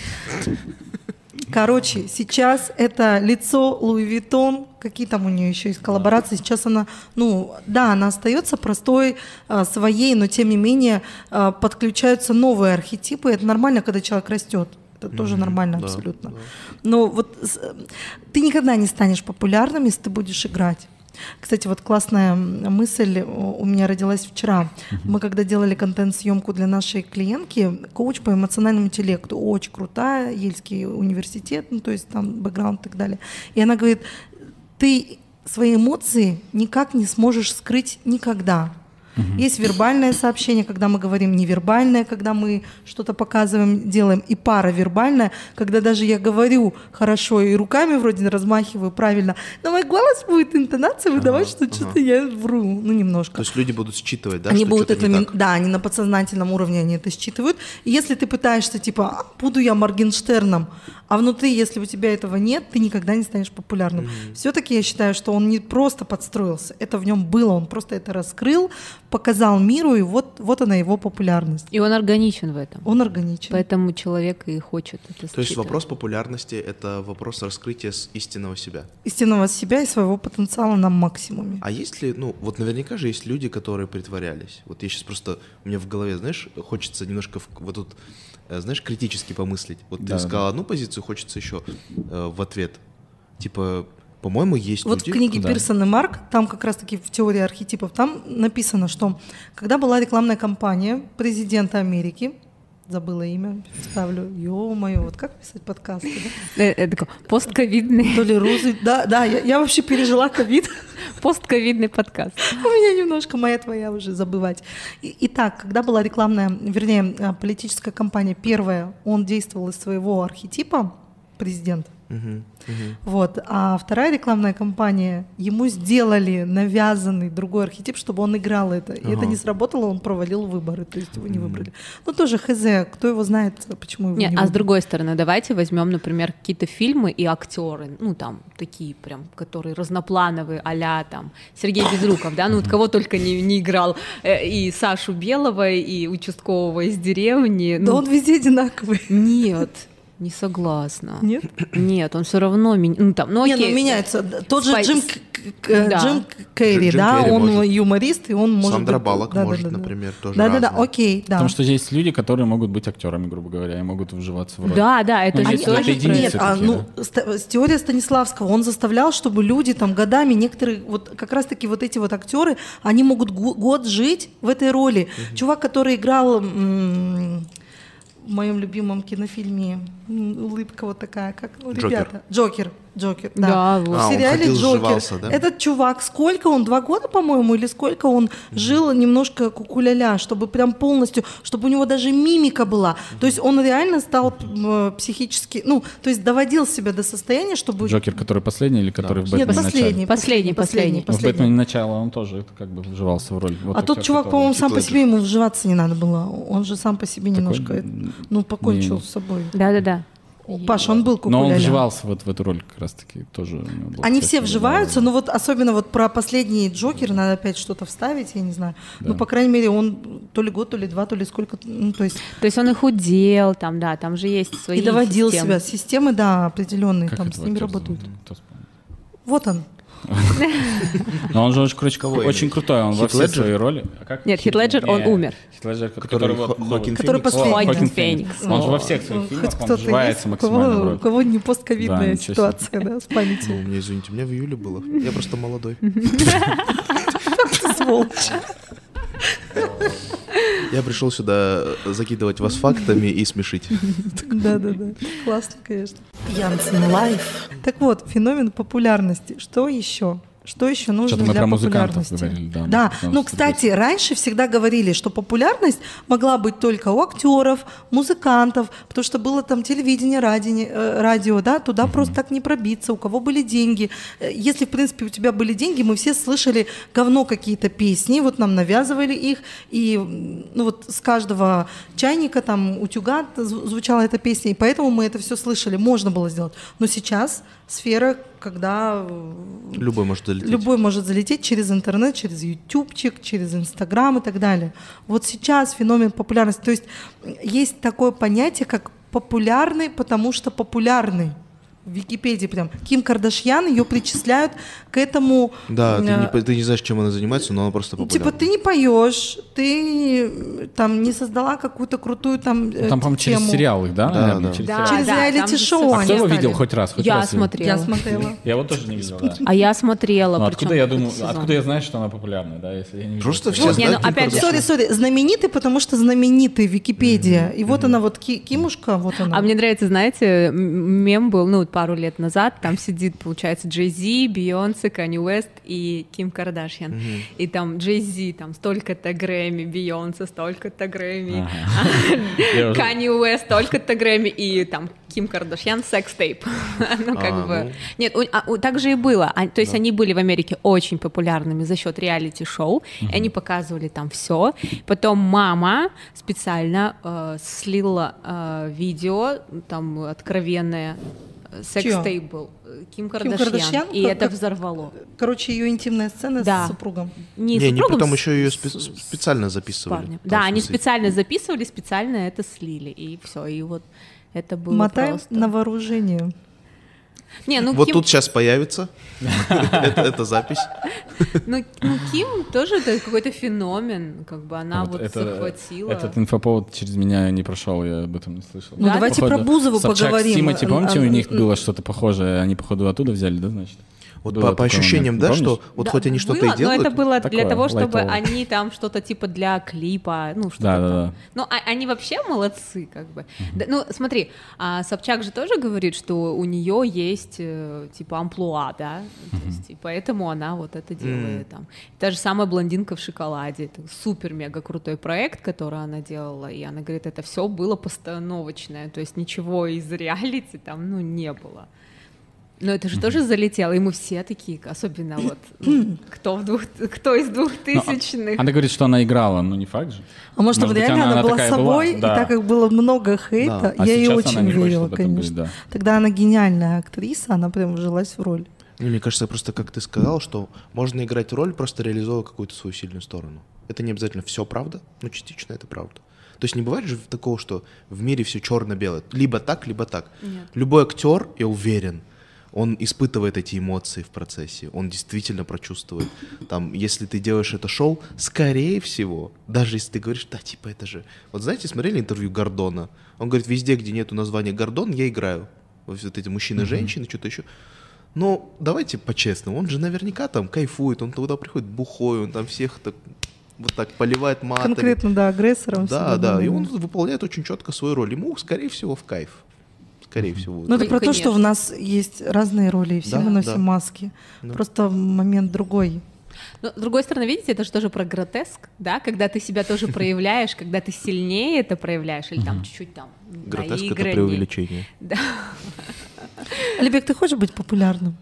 Короче, сейчас это лицо Луи Виттон, какие там у нее еще есть коллаборации. Сейчас она, ну, да, она остается простой, а, своей, но тем не менее а, подключаются новые архетипы. Это нормально, когда человек растет. Это тоже нормально да, абсолютно. да. Но вот с- ты никогда не станешь популярным, если ты будешь играть. Кстати, вот классная мысль у меня родилась вчера. Мы когда делали контент-съемку для нашей клиентки, коуч по эмоциональному интеллекту, очень крутая, Ельский университет, ну то есть там бэкграунд и так далее. И она говорит, ты свои эмоции никак не сможешь скрыть никогда. Угу. Есть вербальное сообщение, когда мы говорим, невербальное, когда мы что-то показываем, делаем, и паравербальное, когда даже я говорю хорошо и руками вроде размахиваю правильно, но мой голос будет интонация выдавать, ага, что ага. что-то я вру, ну немножко. То есть люди будут считывать, да, они что будут это это, не так? Да, они на подсознательном уровне они это считывают. И если ты пытаешься, типа, буду я Моргенштерном, а внутри, если у тебя этого нет, ты никогда не станешь популярным. Mm-hmm. Все-таки я считаю, что он не просто подстроился, это в нем было, он просто это раскрыл, показал миру, и вот, вот она его популярность. И он органичен в этом. Он органичен. Поэтому человек и хочет это считывать. То есть вопрос популярности — это вопрос раскрытия истинного себя. Истинного себя и своего потенциала на максимуме. А есть ли, ну, вот наверняка же есть люди, которые притворялись. Вот я сейчас просто, у меня в голове, знаешь, хочется немножко в, вот тут, знаешь, критически помыслить. Вот да, ты сказала да. одну позицию, хочется еще э, в ответ. Типа, по-моему, есть вот люди... в книге да. Пирсон и Марк, там как раз-таки в теории архетипов, там написано, что когда была рекламная кампания президента Америки, забыла имя, ставлю, ё-моё, вот как писать подкасты, да? Это такой постковидный. То ли Рузвельт, да, да, я, я вообще пережила ковид. Постковидный подкаст. У меня немножко моя твоя уже забывать. И, итак, когда была рекламная, вернее, политическая кампания первая, он действовал из своего архетипа, президент. Uh-huh, uh-huh. Вот. А вторая рекламная кампания, ему сделали навязанный другой архетип, чтобы он играл это. И uh-huh. это не сработало, он провалил выборы, то есть его не выбрали. Uh-huh. Ну тоже хз, кто его знает, почему его Нет, не а выбрали. с другой стороны, давайте возьмем, например, какие-то фильмы и актеры, ну там такие прям, которые разноплановые, а-ля там Сергей Безруков, да, ну вот кого только не, не играл, и Сашу Белого, и участкового из деревни. Да ну, он везде одинаковый. Нет. Не согласна. Нет? Нет, он все равно меня... Ну, там, ну, Нет, окей. ну меняется. Тот же Спай... Джим, да. Джим Керри, Джим да, Керри он может. юморист, и он может Сандра быть... Баллок да, может, да, да, например, тоже Да-да-да, разные. окей, да. Потому что есть люди, которые могут быть актерами, грубо говоря, и могут вживаться в роль. Да, да, это ну, же есть тоже... это единицы Нет, а, такие, ну, да. ст- с- теория Станиславского, он заставлял, чтобы люди там годами, некоторые, вот как раз-таки вот эти вот актеры, они могут г- год жить в этой роли. Uh-huh. Чувак, который играл... М- в моем любимом кинофильме улыбка вот такая, как ну, Джокер. ребята. Джокер. Джокер, да. Да, вот. А, в сериале он ходил, Джокер. сживался, да? Этот чувак, сколько он, два года, по-моему, или сколько он mm-hmm. жил немножко кукуляля, чтобы прям полностью, чтобы у него даже мимика была. Mm-hmm. То есть он реально стал э, психически, ну, то есть доводил себя до состояния, чтобы... Джокер, который последний или который Да. в Бэтмене Нет, последний, Последний, последний. начале? В Бэтмене начало он тоже как бы вживался в роль. Вот а тот актер, чувак, который- по-моему, сам по Хит себе ему вживаться не надо было. Он же сам по себе Такой, немножко, это, ну, покончил не- с собой. Да-да-да. Паша, он был Но он кукуляля. вживался вот в эту роль как раз-таки тоже. у него была Они все часть, вживаются, да. но вот особенно вот про последний Джокер надо опять что-то вставить, я не знаю. Да. Ну, по крайней мере, он то ли год, то ли два, то ли сколько, ну, то есть... То есть он и худел, там, да, там же есть свои И доводил системы. себя. Системы, да, определенные, Как там с этого ними актера работают. зовут? Кто вспомнит? Вот он. Но он же очень, короче, Кого очень имеешь? крутой, он во Хит все Леджер? свои роли. А как? Нет, Хит Леджер, он Не, умер. Хит Леджер, Который который вот Хо- новый. Хоакин Который Феникс? последний. Хоакин Феникс. Феникс. Он же во всех Ну, своих фильмах, хоть он кто-то вживается есть, у максимально в кого, роль. у кого не постковидная Да, ничего себе. ситуация, да, с Ну, памятью. у меня, извините, у меня в июле было. Я просто молодой. Сволочь. Я пришел сюда закидывать вас фактами и смешить. Да-да-да, классно, конечно. Янсен Лайф. Так вот, феномен популярности. Что еще? Что еще нужно Что-то мы для про музыкантов популярности? говорили, да, Да, музыкантов ну, кстати, раньше всегда говорили, что популярность могла быть только у актеров, музыкантов, потому что было там телевидение, радио, э, радио да, туда uh-huh. просто так не пробиться, у кого были деньги. Э, Если, в принципе, у тебя были деньги, мы все слышали говно какие-то песни, вот нам навязывали их, и м, ну вот с каждого чайника, там, утюга зв- звучала эта песня, и поэтому мы это все слышали, можно было сделать. Но сейчас сфера, когда... э, Любой может залететь. Любой может залететь через интернет, через ютубчик, через инстаграм и так далее. Вот сейчас феномен популярности. То есть есть такое понятие, как популярный, потому что популярный. в Википедии прям, Ким Кардашьян, ее причисляют к этому... Да, ты э, не, ты не знаешь, чем она занимается, но она просто популярна. Типа ты не поешь, ты там не создала какую-то крутую там э, Там, по-моему, через тему. сериал их, да? Да, наверное, да. через Да, сериал. Через да, реалити-шоу там А они кто его стали. видел хоть раз? Хоть Я раз? смотрела. Я смотрела. Я вот тоже не видел, да. А я смотрела. Ну, причем откуда я какой-то думаю, сезон. откуда я знаю, что она популярная, да, если я не видел? Просто этого? все Не, знают ну, Ким опять же, Кардашьян. Сори, сори, знаменитый, потому что знаменитый Википедия. И вот она вот Ки- Кимушка, вот она. А мне нравится, знаете, м- мем был, ну, пару лет назад, там сидит, получается, Джей Зи, Бейонсе, Канье Уэст и Ким Кардашьян. И там Джей Зи, там столько-то Грэмми, Бейонсе, столько-то Грэмми, Я уже- Канье Уэст, столько-то Грэмми, и там Ким Кардашьян секс-тейп. Ну, как А, бы... ну. Нет, у- а, у- так же и было. А, То есть они были в Америке очень популярными за счет реалити-шоу, и они показывали там все. Потом мама специально э, слила э, видео, там откровенное, э, секс-тейп был, э, Ким Кардашьян, Кардашьян? и Как- это как- взорвало. Короче, ее интимная сцена Да. с супругом. Не, с Не, они супругом, потом с- еще ее с- спе- с специально записывали. парнем. Там, Да, в они смысле, специально записывали, специально это слили, и все, и вот это было Мотаем просто... на вооружение. Не, ну Вот Ким, тут сейчас появится эта эта запись. ну, ну, Ким тоже это какой-то феномен, как бы она вот, это- захватила. Этот инфоповод через меня не прошел, я об этом не слышал. Ну, Да, давайте Походу, про Бузову Собчак поговорим. с Тимати, помните, А, у них а, было что-то похожее, они, походу, оттуда взяли, да, значит? Вот Было по, по такой ощущениям, момент, да, не что помнишь? вот Да, хоть они что-то было, и делают. но это было для такое, того, чтобы лайтовое. они там что-то типа для клипа, ну что-то Да, там. да, да. Ну, а- они вообще молодцы, как бы. Да, ну, смотри, а Собчак же тоже говорит, что у нее есть э, типа амплуа, да, то есть, и поэтому она вот это делает там. Та же самая блондинка в шоколаде, это супер-мега крутой проект, который она делала, и она говорит, это все было постановочное, то есть ничего из реалити там, ну, не было. Но это же тоже залетело, и мы все такие, особенно вот, ну, кто, в двух, кто из двухтысячных. Она говорит, что она играла, но не факт же. А может, Может быть, реально она- она, она была такая собой, была, и да. так как было много хейта, Да. А я ей сейчас очень она не хочет верила, об этом конечно. говорить, да. Тогда она гениальная актриса, она прям вжилась в роль. Не, мне кажется, просто как ты сказал, что можно играть роль, просто реализовывая какую-то свою сильную сторону. Это не обязательно все правда, но частично это правда. То есть не бывает же такого, что в мире все черно-белое. Либо так, либо так. Нет. Любой актер, я уверен, он испытывает эти эмоции в процессе, он действительно прочувствует. Там, если ты делаешь это шоу, скорее всего, даже если ты говоришь, да, типа это же... Вот знаете, смотрели интервью Гордона? Он говорит, везде, где нету названия Гордон, я играю. Вот эти мужчины, женщины, что-то еще. Но давайте по-честному, он же наверняка там кайфует, он туда приходит бухой, он там всех так, вот так поливает матами. Конкретно, да, агрессором. Да, всегда, да, и он выполняет очень четко свою роль. Ему, скорее всего, в кайф. Скорее всего. Ну, это про то, Конечно. что в нас есть разные роли, и все Да, мы носим да. маски. Да. Просто момент другой. Но, с другой стороны, видите, это же тоже про гротеск, да, когда ты себя тоже проявляешь, когда ты сильнее это проявляешь, или там чуть-чуть там Гротеск — это наиграннее. преувеличение. Да. Алибек, ты хочешь быть популярным?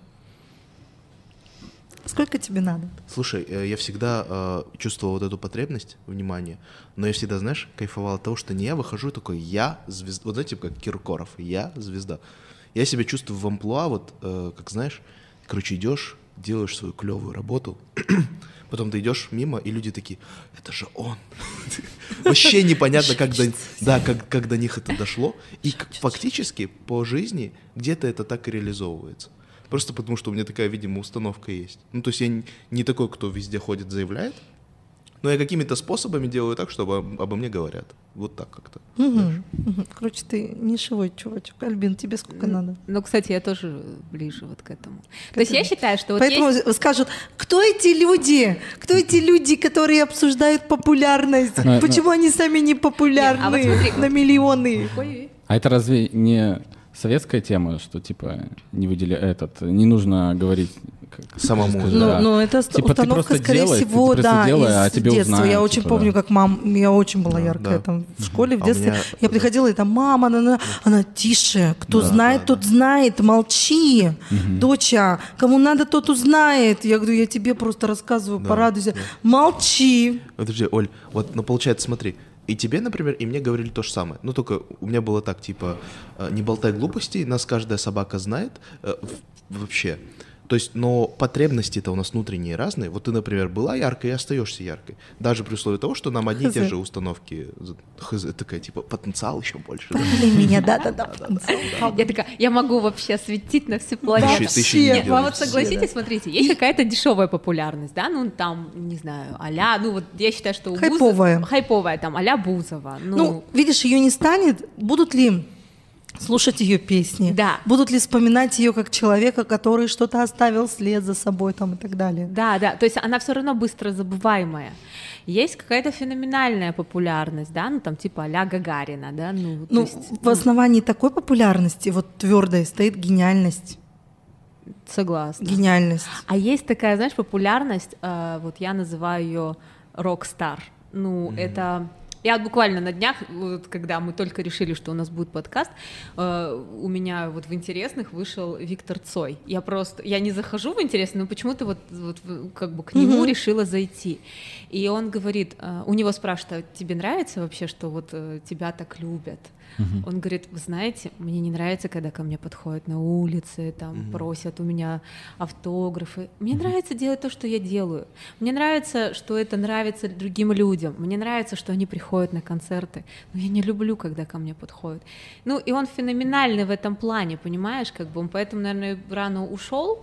Сколько тебе надо? Слушай, э, я всегда э, чувствовал вот эту потребность внимания, но я всегда, знаешь, кайфовал от того, что не я выхожу такой, я звезда. Вот знаете, как Киркоров, я звезда. Я себя чувствую в амплуа, вот, э, как знаешь, короче, идешь, делаешь свою клевую работу, потом ты идешь мимо, и люди такие, это же он. Вообще непонятно, как до, да, как, как до них это дошло. И к- фактически по жизни где-то это так и реализовывается. Просто потому, что у меня такая, видимо, установка есть. Ну, то есть я не, не такой, кто везде ходит, заявляет, но я какими-то способами делаю так, чтобы об- обо мне говорят. Вот так как-то. Мгм, мгм. Короче, ты нишевой чувачок. Альбин, тебе сколько надо? Ну, кстати, я тоже ближе вот к этому. То есть я считаю, что вот Поэтому есть... скажут, кто эти люди? Кто эти люди, которые обсуждают популярность? Ну, Почему они сами не популярны Не, а вот смотри. на миллионы? Ой, А это разве не советская тема, что типа не выдели этот, не нужно говорить как, Самому. скажи, Ну, да. ну, это ст- Типа ты установка, просто скорее делай, ты всего, просто да, делай, а из тебе детства. узнают, Я очень типа, помню, да. как мам, я очень была яркая да. там в школе, в А у детстве. меня- Я приходила, и там мама, она, она, она тише, кто Да, знает, да, тот знает, молчи, доча, кому надо, тот узнает. Я говорю, я тебе просто рассказываю, Да, порадуйся. да. Молчи. Подожди, Оль, вот, ну, получается, смотри, и тебе, например, и мне говорили то же самое. Ну, только у меня было так, типа, э, не болтай глупостей, нас каждая собака знает. Э, в- Вообще, То есть, но потребности-то у нас внутренние разные. Вот ты, например, была яркой и остаешься яркой. Даже при условии того, что нам одни и те же установки. Хз, такая, типа, потенциал еще больше. Для меня, да-да-да. Я такая, я могу вообще светить на всю планету. Вообще. Вы вот согласитесь, смотрите, есть какая-то дешевая популярность, да, ну там, не знаю, а-ля, ну вот я считаю, что у Хайповая. Бузова, хайповая, там, а-ля Бузова. Ну, Ну, видишь, ее не станет. Будут ли слушать ее песни? Да. Будут ли вспоминать ее как человека, который что-то оставил след за собой там и так далее? да, да, то есть она все равно быстро забываемая. Есть какая-то феноменальная популярность, да, ну там типа а-ля Гагарина, да, ну, то Ну, есть, в основании такой популярности вот твердой стоит гениальность. согласна. Гениальность. А есть такая, знаешь, популярность, э, вот я называю ее рок-стар. Ну, mm-hmm. это... Я буквально на днях, вот, когда мы только решили, что у нас будет подкаст, э, у меня вот в интересных вышел Виктор Цой. Я просто, я не захожу в интересный, но почему-то вот, вот как бы к нему mm-hmm. решила зайти. И он говорит, э, у него спрашивают, а тебе нравится вообще, что вот э, тебя так любят? Uh-huh. Он говорит, вы знаете, мне не нравится, когда ко мне подходят на улице, там uh-huh. просят у меня автографы. Мне uh-huh. нравится делать то, что я делаю. Мне нравится, что это нравится другим людям. Мне нравится, что они приходят на концерты. Но я не люблю, когда ко мне подходят. Ну, и он феноменальный в этом плане, понимаешь, как бы он поэтому, наверное, рано ушел.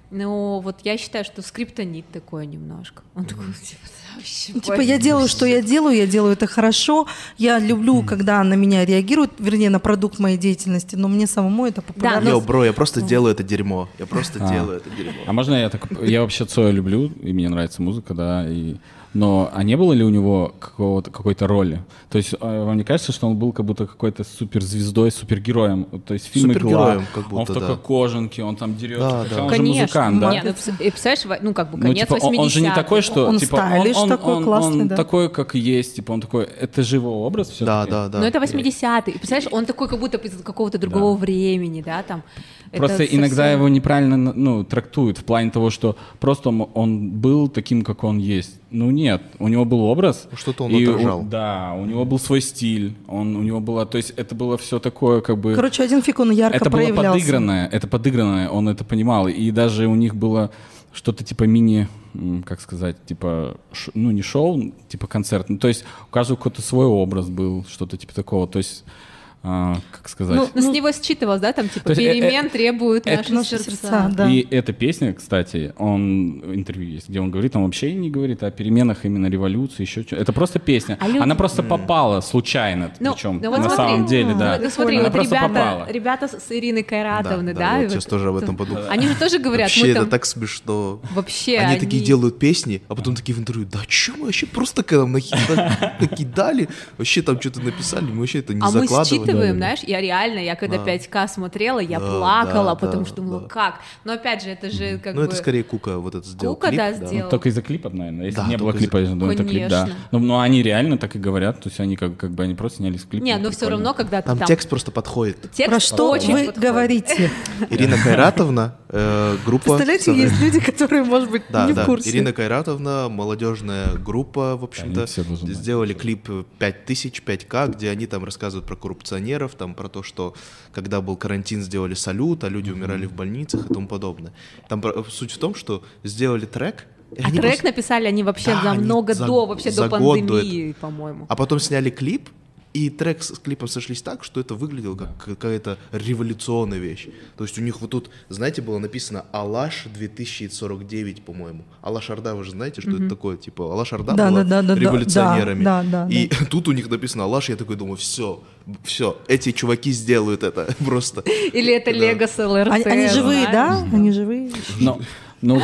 Но вот я считаю, что скриптонит такой немножко. Он такой, типа, вообще... Ну, типа, я делаю, что я делаю, я делаю это хорошо. Я люблю, когда на меня реагируют, вернее, на продукт моей деятельности, но мне самому это популярно. Йо, бро, я просто делаю это дерьмо. Я просто А. делаю это дерьмо. А можно я так... Я вообще Цоя люблю, и мне нравится музыка, да, и... Но а не было ли у него какого-то, какой-то роли? То есть вам не кажется, что он был как будто какой-то суперзвездой, супергероем? То есть фильм «Игла», как будто, он в такой да. кожанке, он там дерется. Да, хотя да. он Конечно. же музыкант, да? Нет, ну, и представляешь, ну как бы Ну, конец типа, он, он же не такой, что... Он типа, стайлиш он, он, такой он, классный, он да. такой, как есть, типа, он такой... Это же его образ все-таки? Да, да, да. Но это восьмидесятые. Представляешь, он такой, как будто из какого-то другого Да. времени, да, там. Просто Это иногда совсем- его неправильно ну, трактуют в плане того, что просто он- он был таким, как он есть. Ну нет, у него был образ. Что-то он и у- отражал. Да, у него был свой стиль. Он, у него было, то есть это было все такое как бы... Короче, один фиг он ярко это было проявлялся. подыгранное, это подыгранное, он это понимал. И даже у них было что-то типа мини, м, как сказать, типа, ш- ну не шоу, типа концерт. Ну, то есть у каждого какой-то свой образ был, что-то типа такого. То есть, а, как сказать... Ну, ну, с него считывалось, да, там, типа, То есть, э, перемен э, требуют это наши, Наши сердца. сердца, да. И эта песня, кстати, он интервью есть, где он говорит, он вообще не говорит о переменах именно революции, еще что. Это просто песня. А люди- Она просто попала случайно, Ну, причем ну вот на смотри, самом деле, да. Ну, смотри, Она вот просто ребята, попала. ребята с Ириной Кайратовной, Да, да, да, и вот сейчас тоже об этом подумал. Они же тоже говорят, Вообще мы это там так смешно. вообще Они такие делают песни, а потом такие в интервью, да что мы вообще просто когда нам нахи- накидали, вообще там что-то написали, мы вообще это не А мы закладывали. считываем, знаешь, я реально, я когда Да. пять ка смотрела, я Да, плакала, да, потому да, что думала, да. как? Но опять же, это же как Ну бы... это скорее Кука вот это сделал Кука, клип, да, да. сделал. Только из-за клипа, наверное. Если Да, бы не было только из-за клипа, я думаю, это клип, да. Конечно. Но, но они реально так и говорят, то есть они как, как бы они просто снялись клип. Не, ну, но все прикольно. равно, когда ты Там там... текст просто подходит. Текст Про что очень вы подходит. говорите? Ирина Кайратовна, э, группа... Представляете, есть люди, которые, может быть, Да, не да. в курсе. Ирина Кайратовна, молодежная группа, в общем-то, Они все должны знать. сделали клип пять тысяч, пять ка, где они там рассказывают про коррупционеров, там про то, что когда был карантин, сделали салют, а люди умирали в больницах и тому подобное. Там про- суть в том, что сделали трек, и А они трек просто- написали они вообще Да, намного они за- до, вообще за до год до пандемии, по-моему. а потом сняли клип, и трек с клипом сошлись так, что это выглядело как какая-то революционная вещь. То есть у них вот тут, знаете, было написано «Алаш две тысячи сорок девять», по-моему. Алаш Орда, вы же знаете, что это такое? Типа Алаш Орда Да, была да, да, да, революционерами. да, да, да, и тут у них написано «Алаш», я такой думаю, все, все, эти чуваки сделают это просто. Или это Да. Лего с ЛРТ. Они, они живые, знаешь? да? Они живые. Но, ну,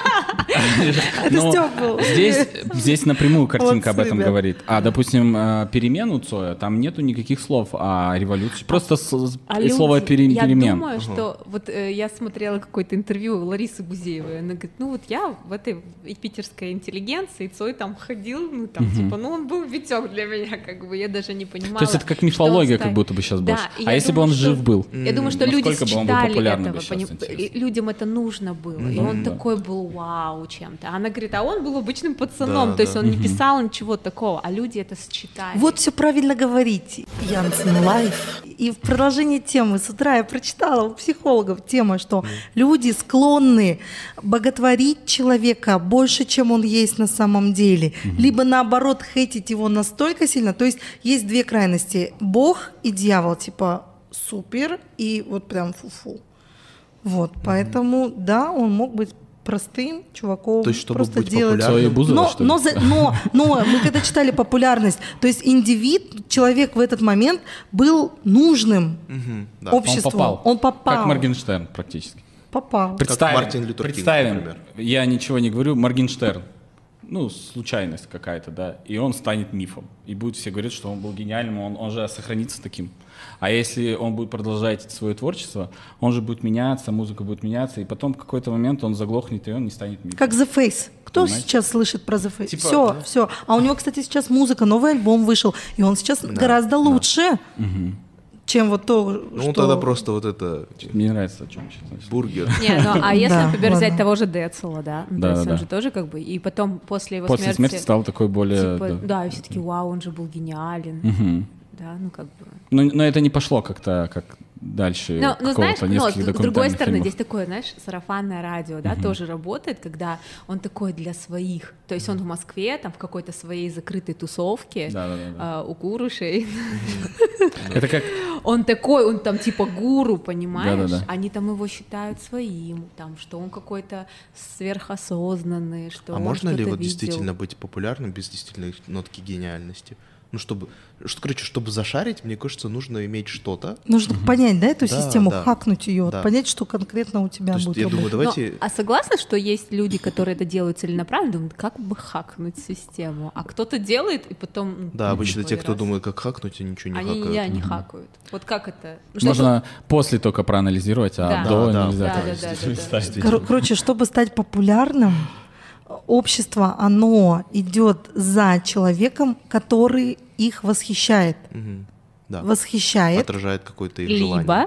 но Стёп был. здесь, здесь напрямую картинка об Молодцы, этом ребят. говорит. А, допустим, э, перемену Цоя, там нету никаких слов о революции. Просто с- с- А и слово люди- пере- я перемен. думаю, что вот э, я смотрела какое-то интервью Ларисы Гузеевой, она говорит, ну вот я в этой питерской интеллигенции, Цой там ходил, ну там типа, ну он был Витек для меня, как бы я даже не понимала. То есть это как что он мифология, ставит. как будто бы сейчас Да, больше. и А я если бы думаю, он что- жив был? Я думаю, что люди Насколько бы он был считали популярным этого, бы сейчас, поним- интересно? и людям это нужно было, и Ну, он да. такой был вау, чем-то. Она говорит, а он был обычным пацаном, Да, то есть да. он не писал ничего такого, а люди это сочетали. Вот все правильно говорите. Янсен Лайф. И в продолжении темы с утра я прочитала у психологов тему, что люди склонны боготворить человека больше, чем он есть на самом деле. Либо наоборот хейтить его настолько сильно. То есть есть две крайности. Бог и дьявол, типа супер и вот прям фу-фу. Вот, поэтому, да, он мог быть простым чуваком, То есть, чтобы просто быть делать... популярным? Своей Бузова, но, что ли? но, за- но, но мы когда читали популярность, то есть индивид, человек в этот момент был нужным Мгм, да. Он обществу. попал. Он попал. Как Моргенштерн практически. Попал. Представим, Мартин Лютер Кинг, представим, например. я ничего не говорю, Моргенштерн, ну, случайность какая-то, да, и он станет мифом. И будут все говорить, что он был гениальным, он, он же сохранится таким. А если он будет продолжать свое творчество, он же будет меняться, музыка будет меняться, и потом в какой-то момент он заглохнет, и он не станет мифом. Как The Face. Кто Понимаете? сейчас слышит про The Face? Типа, все, да. все. А у него, кстати, сейчас музыка, новый альбом вышел, и он сейчас гораздо да. лучше, чем вот то, Ну, что... тогда просто вот это Мне не нравится, о чем сейчас. бургер. Не, ну а если, Да, например, взять ладно. того же Децела, да, ну, Да, то есть да, он да. же тоже как бы, и потом после его После смерти стал такой более... типа, да. да, и все таки вау, он же был гениален, Мгм. да, ну как бы. Но, но это не пошло как-то как дальше Ну, ну знаешь, какого-то ну, нескольких с, с другой документальных стороны, фильмов. здесь такое, знаешь, сарафанное радио, да, тоже работает, когда он такой для своих. То есть он в Москве, там, в какой-то своей закрытой тусовке, Да-да-да-да. а, у курушей. Это как... Он такой, он там типа гуру, понимаешь? Да-да-да. Они там его считают своим, там, что он какой-то сверхосознанный, что А он можно ли что-то вот видел. действительно быть популярным без действительно нотки гениальности? Ну, чтобы, что, короче, чтобы зашарить, мне кажется, нужно иметь что-то. Нужно понять, да, эту Да, систему, да. хакнуть ее, Да. понять, что конкретно у тебя То есть будет я думаю, работать. давайте... Но, а согласна, что есть люди, которые это делают целенаправленно, думают, как бы хакнуть систему, а кто-то делает и потом... м, Да, обычно те, раз. кто думает, как хакнуть, и ничего не они хакают. не, не хакают. Вот как это? Что Можно после только проанализировать, а Да. до Да, да. нельзя. Да, так да, да, да, да. ставить. Кор- Короче, чтобы стать популярным, общество, оно идет за человеком, который их восхищает. Мгм. Да. Восхищает. Отражает какое-то их желание. Либо,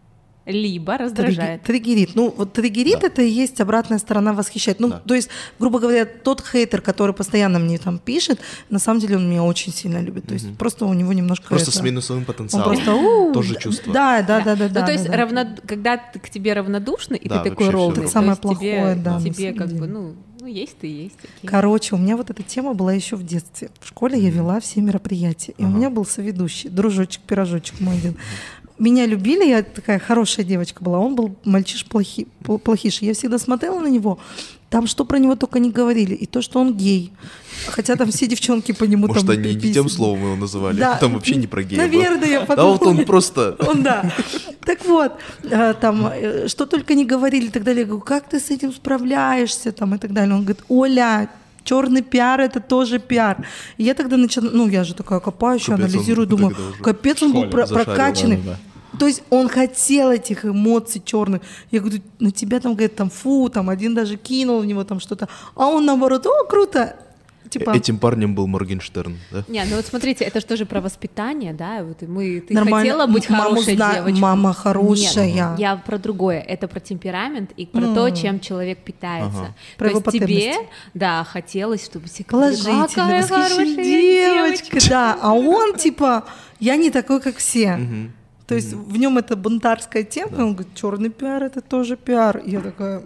либо Триги- раздражает. Триггерит. Ну, вот триггерит Да. это и есть обратная сторона восхищать. Ну, Да. то есть, грубо говоря, тот хейтер, который постоянно мне там пишет, на самом деле он меня очень сильно любит. То есть просто у него немножко Просто это- с минусовым Он потенциалом. просто «У, Тоже да, чувство. Да, да, да, да. Ну, да, то есть, да, да. равно- когда ты- к тебе равнодушны, и Да, ты такой вообще всё ровный, равно. то Самое есть тебе, плохое, да, на тебе самом как бы, деле. ну, ну, есть ты есть. окей. Короче, у меня вот эта тема была еще в детстве. В школе я вела все мероприятия. И у меня был соведущий, дружочек-пирожочек мой один. Меня любили, я такая хорошая девочка была. Он был мальчиш плохи, пл- плохиший. Я всегда смотрела на него. Там что про него только не говорили. И то, что он гей. Хотя там все девчонки по нему Может, там они не пиписили. тем словом его называли. Да. Там вообще не про гея было. Наверное, я Да подумала. вот он просто... Он, да. Так вот, э, там, э, что только не говорили и так далее. Я говорю, как ты с этим справляешься? Там, и так далее. Он говорит, Оля, черный пиар — это тоже пиар. И я тогда начала, ну, я же такая копающая, Капец, он анализирую, думаю, тогда уже капец, он в был школе про- зашарил, прокачанный. да-да-да. То есть он хотел этих эмоций черных. Я говорю, на тебя там, говорит, там, фу, там, один даже кинул в него там что-то. А он наоборот, о, круто. Типа, Этим парнем был Моргенштерн, да? Не, ну вот смотрите, это же тоже про воспитание, да, вот и мы, ты нормально. хотела быть Маму хорошей зна- девочкой. Мама хорошая. Нет, я про другое, это про темперамент и про то, чем человек питается. Ага. Про То его есть тебе, потребности. да, хотелось, чтобы все говорили, Положительно, «Какая восхищенная хорошая девочка, да. А он типа, я не такой, как все. Мгм. То есть в нем это бунтарская тема, и он говорит, черный пиар — это тоже пиар. И я такая,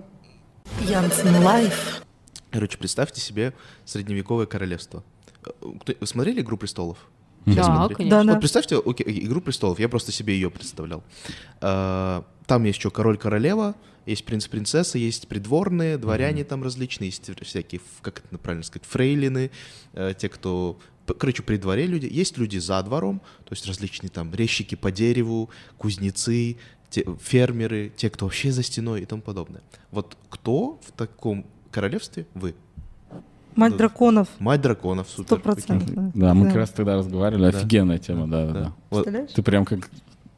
Янсен Лайф. Короче, представьте себе средневековое королевство. Э, кто- Вы смотрели «Игру престолов»? Да, Все смотрели? конечно. Да, да. Вот представьте, окей, «Игру престолов», я просто себе ее представлял. А, Там есть еще король-королева, есть принц-принцесса, есть придворные, дворяне там различные, есть всякие, ф- как это правильно сказать, фрейлины, э, те, кто, п- короче, при дворе люди. Есть люди за двором, то есть различные там резчики по дереву, кузнецы, те- фермеры, те, кто вообще за стеной и тому подобное. Вот кто в таком королевстве вы? Мать Да. драконов. Мать драконов, Сто супер. процентов. Да, мы как раз тогда разговаривали, Да. офигенная тема, да, да, Да. да. Вот. Представляешь? Ты прям как...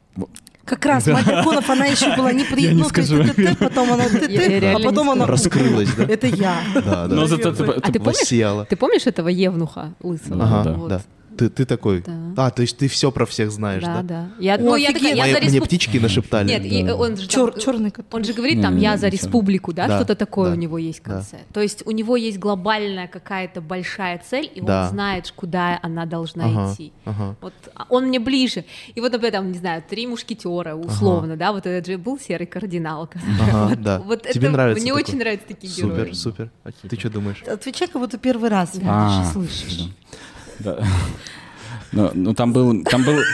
Как раз мать драконов, она еще была не при... Я не ну, то есть скажу. это ты, потом она ты, Я- я ты, а реально потом не она... Раскрылась, да? Это я. Да, да. Но зато ты, А ты помнишь, Воссияла. ты помнишь этого евнуха лысого? Ага, Вот. да. Ты, ты такой, Да. а, то есть ты все про всех знаешь, Да, да? да. Я, О, ну, я офигеть. такая, я Мои- за Мне респуб- птички нашептали. Нет, и он же Чёр- там- чёрный кот. Он же говорит, Не, там, не, я не, за не республику, да, Да, что-то такое да, у него есть в да. конце. То есть у него есть глобальная какая-то большая цель, и Да. он знает, куда она должна Ага, идти. ага. Вот а он мне ближе. И вот, например, там, не знаю, три мушкетера, условно, да, вот этот же был серый кардинал. Ага, Вот- да. Вот Тебе это нравится мне такой? очень нравятся такие Супер, герои. супер. Ты что думаешь? Отвечай, как будто первый раз видишь А, и слышишь. Да. Ну, ну, там был, там был...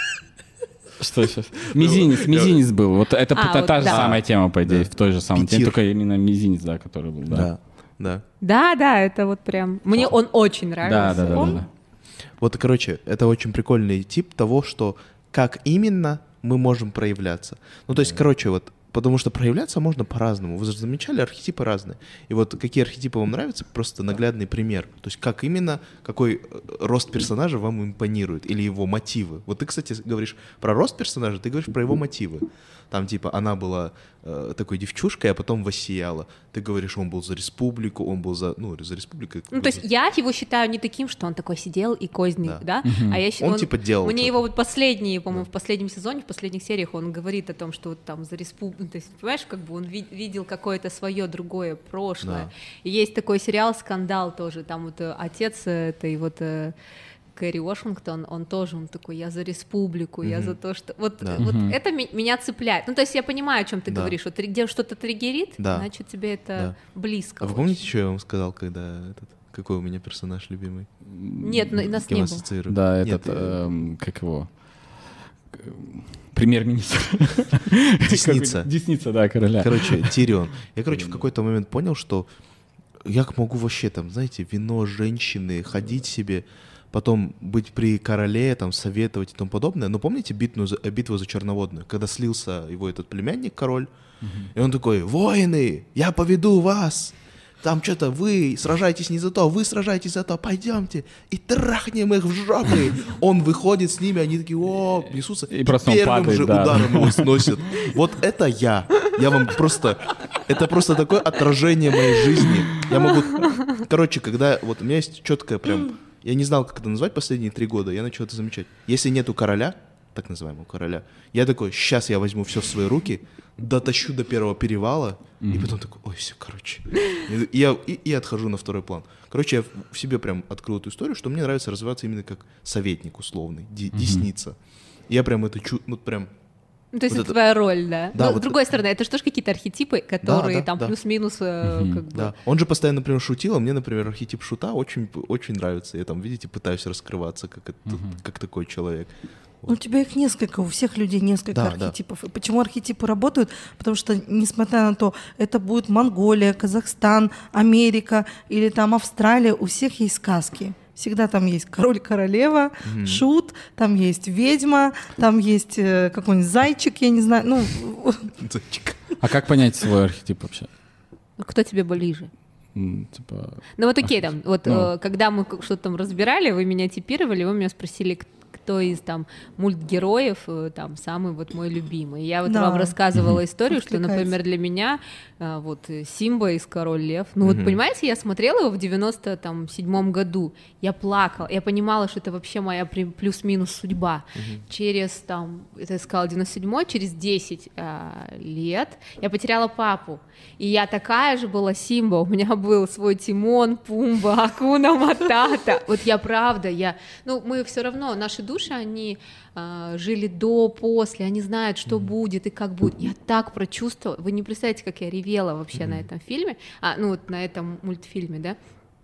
Что сейчас? Мизинец, мизинец был. Вот это А, та, вот та же да. самая тема, по идее, Да. в той же самой теме, Петир. только именно мизинец, да, который был, да. Да, да. Да, да, это вот прям... Мне он очень Да, нравился. да, да, да, Он- да. Вот, короче, это очень прикольный тип того, что как именно мы можем проявляться. Ну, то есть, короче, вот, потому что проявляться можно по-разному. Вы же замечали, архетипы разные. И вот какие архетипы вам нравятся, просто наглядный пример. То есть, как именно, какой э, рост персонажа вам импонирует, или его мотивы. Вот ты, кстати, говоришь про рост персонажа, ты говоришь про его мотивы. Там, типа, она была э, такой девчушкой, а потом воссияла. Ты говоришь, он был за республику, он был за, ну, за республику. Ну, то есть я его считаю не таким, что он такой сидел и козник, Да. да, а я считаю, Он типа делал Мне что-то. его вот последние, по-моему, в последнем сезоне, в последних сериях он говорит о том, что вот там за республику, то есть, понимаешь, как бы он ви- видел какое-то свое другое прошлое. Да. И есть такой сериал «Скандал» тоже, там вот э, отец э, этой вот... э, Кэрри Уошингтон, он тоже, он такой, я за республику, я за то, что... Вот, Да. вот это ми- меня цепляет. Ну, то есть я понимаю, о чем ты Да. говоришь. Вот три- где что-то триггерит, Да. значит, тебе это близко. А вы очень. помните, что я вам сказал, когда этот... Какой у меня персонаж любимый? Нет, ну, и нас С кем не было. ассоциирую? Да, Нет, этот, э, эм, как его? К- Премьер-министр. Десница. Как- Десница, да, короля. Короче, Тирион. Я, короче, в какой-то момент понял, что я могу вообще там, знаете, вино, женщины, ходить себе, потом быть при короле, там, советовать и тому подобное. Но помните битву за, битву за Черноводную, когда слился его этот племянник, король, и он такой: воины, я поведу вас. Там что-то вы сражаетесь не за то, вы сражаетесь за то, пойдемте и трахнем их в жопы. Он выходит с ними, они такие: о, несутся. И просто он первым падает, же да. ударом его сносят. Вот это я. Я вам просто... Это просто такое отражение моей жизни. Я могу... Короче, когда... Вот у меня есть четкое прям... Я не знал, как это назвать последние три года, я начал это замечать. Если нету короля, так называемого короля, я такой: сейчас я возьму все в свои руки, дотащу до первого перевала, и потом такой: ой, все, короче. И я и, и отхожу на второй план. Короче, я в, в себе прям открыл эту историю, что мне нравится развиваться именно как советник условный, де- десница. И я прям это чу... Ну, прям... Ну, то есть Вот это это- твоя роль, да? Да, Но вот с другой стороны, это же тоже какие-то архетипы, которые да, там да. плюс-минус э, как бы... Да. Он же постоянно, например, шутил, а мне, например, архетип шута очень, очень нравится. Я там, видите, пытаюсь раскрываться как, это- как такой человек. Ну, у тебя их несколько, у всех людей несколько Да, да. архетипов. И почему архетипы работают? Потому что, несмотря на то, это будет Монголия, Казахстан, Америка или там Австралия, у всех есть сказки. Всегда там есть король-королева, шут, там есть ведьма, там есть э, какой-нибудь зайчик, я не знаю. Ну, Зайчик. А как понять свой архетип вообще? Ну, кто тебе ближе? М, Типа... Ну вот окей, там, вот Ну. э, когда мы к- что-то там разбирали, вы меня типировали, вы меня спросили, к- кто из там мультгероев э, там самый вот мой любимый. Я вот Да. вам рассказывала историю, что, Откликается. например, для меня э, вот э, Симба из «Король Лев», ну вот Мгм. понимаете, я смотрела его в девяносто седьмом году, я плакала, я понимала, что это вообще моя при- плюс-минус судьба. Через там, это я сказала девяносто седьмой, через десять э, лет я потеряла папу, и я такая же была Симба, у меня был свой Тимон, Пумба, Акуна Матата. Вот я правда, я, ну мы все равно, наши души, они э, жили до, после, они знают, что будет и как будет. Я так прочувствовала, вы не представляете, как я ревела вообще на этом фильме, а, ну вот на этом мультфильме, да.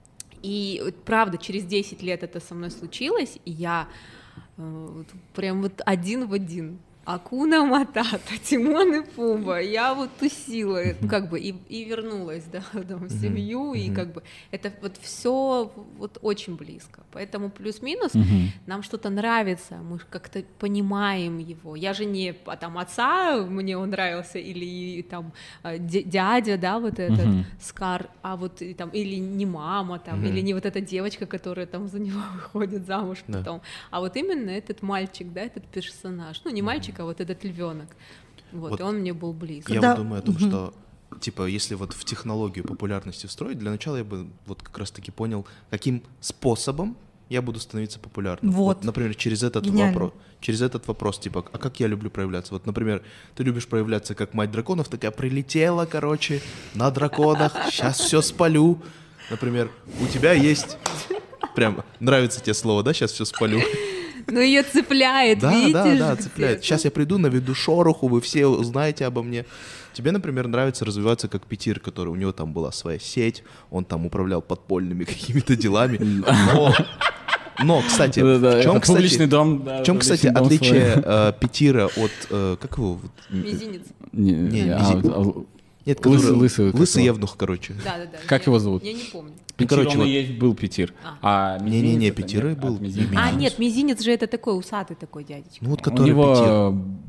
И вот, правда, через десять лет это со мной случилось, и я э, вот прям вот один в один. Акуна Матата, Тимон и Пумба. Я вот тусила, ну, как бы, и, и вернулась, да, там, в семью, и как бы это вот все вот очень близко. Поэтому плюс-минус нам что-то нравится, мы ж как-то понимаем его. Я же не а, там отца, мне он нравился, или там э, дя- дядя, да, вот этот Мгм. Скар, а вот и, там, или не мама, там, или не вот эта девочка, которая там за него выходит замуж Да. потом, а вот именно этот мальчик, да, этот персонаж, ну не мальчик, а вот этот львенок, вот, Вот и он мне был близок. Я Когда- вот думаю о том, что, типа, если вот в технологию популярности встроить, для начала я бы вот как раз-таки понял, каким способом я буду становиться популярным. Вот. Например, через этот Гениально. вопрос, через этот вопрос, типа, а как я люблю проявляться? Вот, например, ты любишь проявляться как мать драконов, такая прилетела, короче, на драконах, сейчас все спалю. Например, у тебя есть, прям нравится тебе слово, да? Сейчас все спалю. Ну ее цепляет, Да, видишь? да, да, цепляет. Сейчас я приду, наведу шороху, вы все узнаете обо мне. Тебе, например, нравится развиваться как Петир, который у него там была своя сеть, он там управлял подпольными какими-то делами. Но, но кстати, в чем, кстати, публичный дом, да, в чем, кстати, публичный дом отличие свой. э, Петира от, э, как его? вот, Мизинец. Не, Не, а, мизи- вот, а, Нет, Лысый- который- лысый вот лысый такой. евнух, короче. Да, да, да. Как Я- его зовут? Я не помню. Петир, короче, он вот- и есть был Петир. А, Не-не-не, мизинец это Петир и нет, был. от мизинца. А, нет, мизинец же это такой усатый такой дядечка. Ну вот У который него Петир.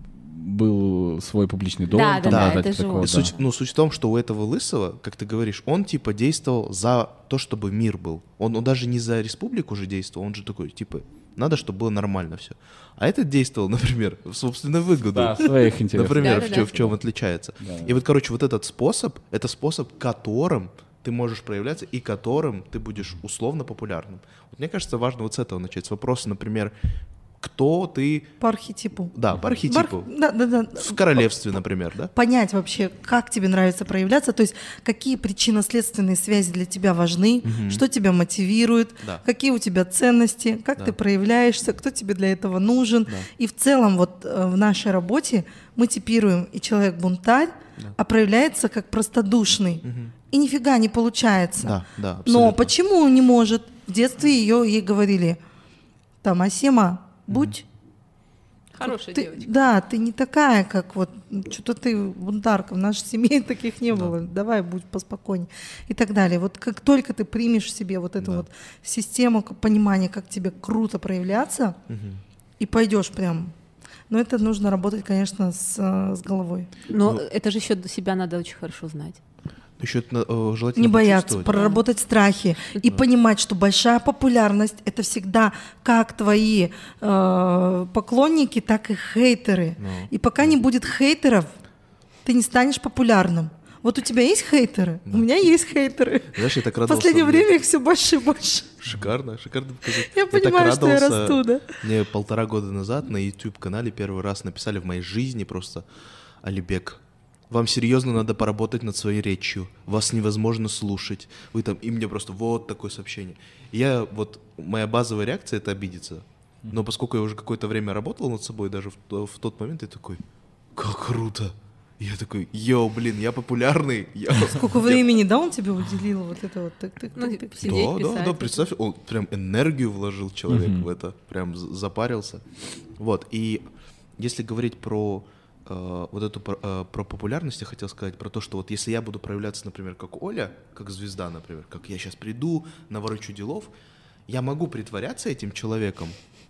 был свой публичный дом. Да, там, да, да, это же такого, он. И да. суть, ну, суть в том, что у этого лысого, как ты говоришь, он типа действовал за то, чтобы мир был. Он, он даже не за республику же действовал, он же такой, типа, надо, чтобы было нормально все. А этот действовал, например, в собственную выгоду. Да, своих интересов. Например, Да, в, да, чем, да. в чем отличается. Да. И вот, короче, вот этот способ, это способ, которым ты можешь проявляться и которым ты будешь условно популярным. Вот мне кажется, важно вот с этого начать, с вопроса, например, кто ты, По архетипу. да, по Бар- архетипу, Да, да, да. в королевстве, например, да? Понять вообще, как тебе нравится проявляться, то есть какие причинно-следственные связи для тебя важны, что тебя мотивирует, Да. какие у тебя ценности, как Да. ты проявляешься, кто тебе для этого нужен. Да. И в целом вот э, в нашей работе мы типируем и человек-бунтарь, а проявляется как простодушный. И нифига не получается. Да, да, Но абсолютно. почему он не может? В детстве ее ей говорили, там, Асема, будь Хорошая ты, девочка. да, ты не такая, как вот, что-то ты бунтарка, в нашей семье таких не было, давай будь поспокойнее и так далее. Вот как только ты примешь в себе вот эту Да. вот систему к- понимания, как тебе круто проявляться, и пойдешь прям. Но это нужно работать, конечно, с, э, с головой. Но Ну, это же еще себя надо очень хорошо знать. Еще это э, желательно Не бояться, почувствовать. проработать страхи и понимать, что большая популярность — это всегда как твои э, поклонники, так и хейтеры. Ну. И пока не будет хейтеров, ты не станешь популярным. Вот у тебя есть хейтеры? У меня есть хейтеры. Знаешь, я так В радовался. последнее мне- время их все больше и больше. Шикарно, шикарно показать. Я так понимаю, что я радовался. расту, да. Мне полтора года назад на YouTube-канале первый раз написали в моей жизни просто: Алибек, вам серьезно надо поработать над своей речью. Вас невозможно слушать. Вы там... И мне просто вот такое сообщение. И я вот... Моя базовая реакция — это обидеться. Но поскольку я уже какое-то время работал над собой, даже в, то- в тот момент я такой: как круто! Я такой: йоу, блин, я популярный. Я... Сколько времени, да, он тебе уделил вот это вот? тык- тык- Ну, тык- тык. сидеть, Да, да, писать. да, представь, он прям энергию вложил человек Мгм. в это, прям з- запарился. Вот, и если говорить про э, вот эту про, э, про популярность, я хотел сказать про то, что вот если я буду проявляться, например, как Оля, как звезда, например, как я сейчас приду, наворочу делов, я могу притворяться этим человеком,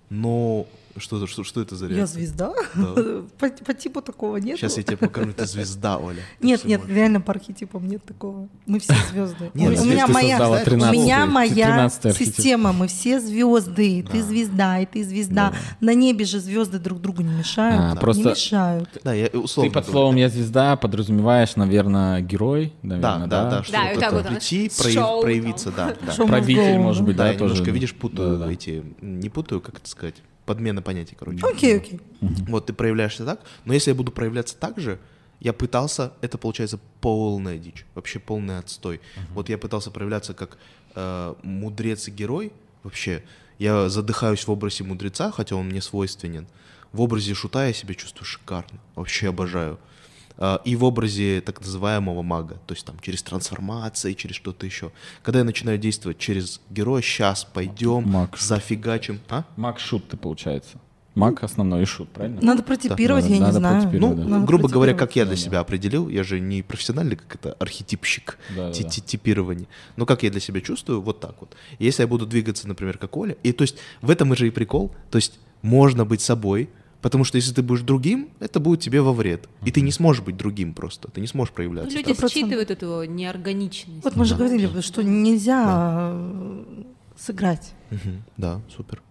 но что, что, что это за Я реакция? звезда? Да. По, по типу такого нет. Сейчас я тебе покажу, ты звезда, Оля. Ты Нет, всё нет, можешь. реально по архетипам нет такого. Мы все звезды. Нет, у ну, меня ты моя, создала у тринадцатый, меня моя тринадцатый архетип. система, мы все звезды. И Ты звезда, и ты звезда. На небе же звезды друг другу не мешают. А, Не просто- мешают. Да, я условно Ты под говорю. словом «я звезда» подразумеваешь, наверное, герой, наверное, Да, да, да, что Да, и вот так это вот она прийти, с прояв- шоу проявиться, да, да. Шоу Правитель, мозгов, может быть, Да, да, я немножко, тоже. видишь, путаю Да, да. эти, не путаю, как это сказать, подмена понятий, короче. Окей, окей. Вот ты проявляешься так, но если я буду проявляться так же, я пытался, это получается полная дичь, вообще полный отстой. Вот я пытался проявляться как э, мудрец и герой, вообще, я задыхаюсь в образе мудреца, хотя он мне свойственен. В образе шута я себя чувствую шикарно, вообще обожаю. А, И в образе так называемого мага, то есть там через трансформации, через что-то еще. Когда я начинаю действовать через героя, сейчас пойдем, Маг. зафигачим. А? Маг шут ты, получается. Маг основной и шут, правильно? Надо протипировать, Да, я не надо знаю. протипировать, Ну, да. Надо грубо говоря, протипировать. как я для Да, себя определил, я же не профессиональный, как это, архетипщик, Да, да, ти- да. ти- типирование. Но как я для себя чувствую, вот так вот. И если я буду двигаться, например, как Оля, и то есть в этом же и прикол, то есть можно быть собой, потому что если ты будешь другим, это будет тебе во вред. И ты не сможешь быть другим просто, ты не сможешь проявляться. Люди Сто процентов. считывают эту неорганичность. Вот мы же Да. говорили, что нельзя э, сыграть. Мгм. Да, супер.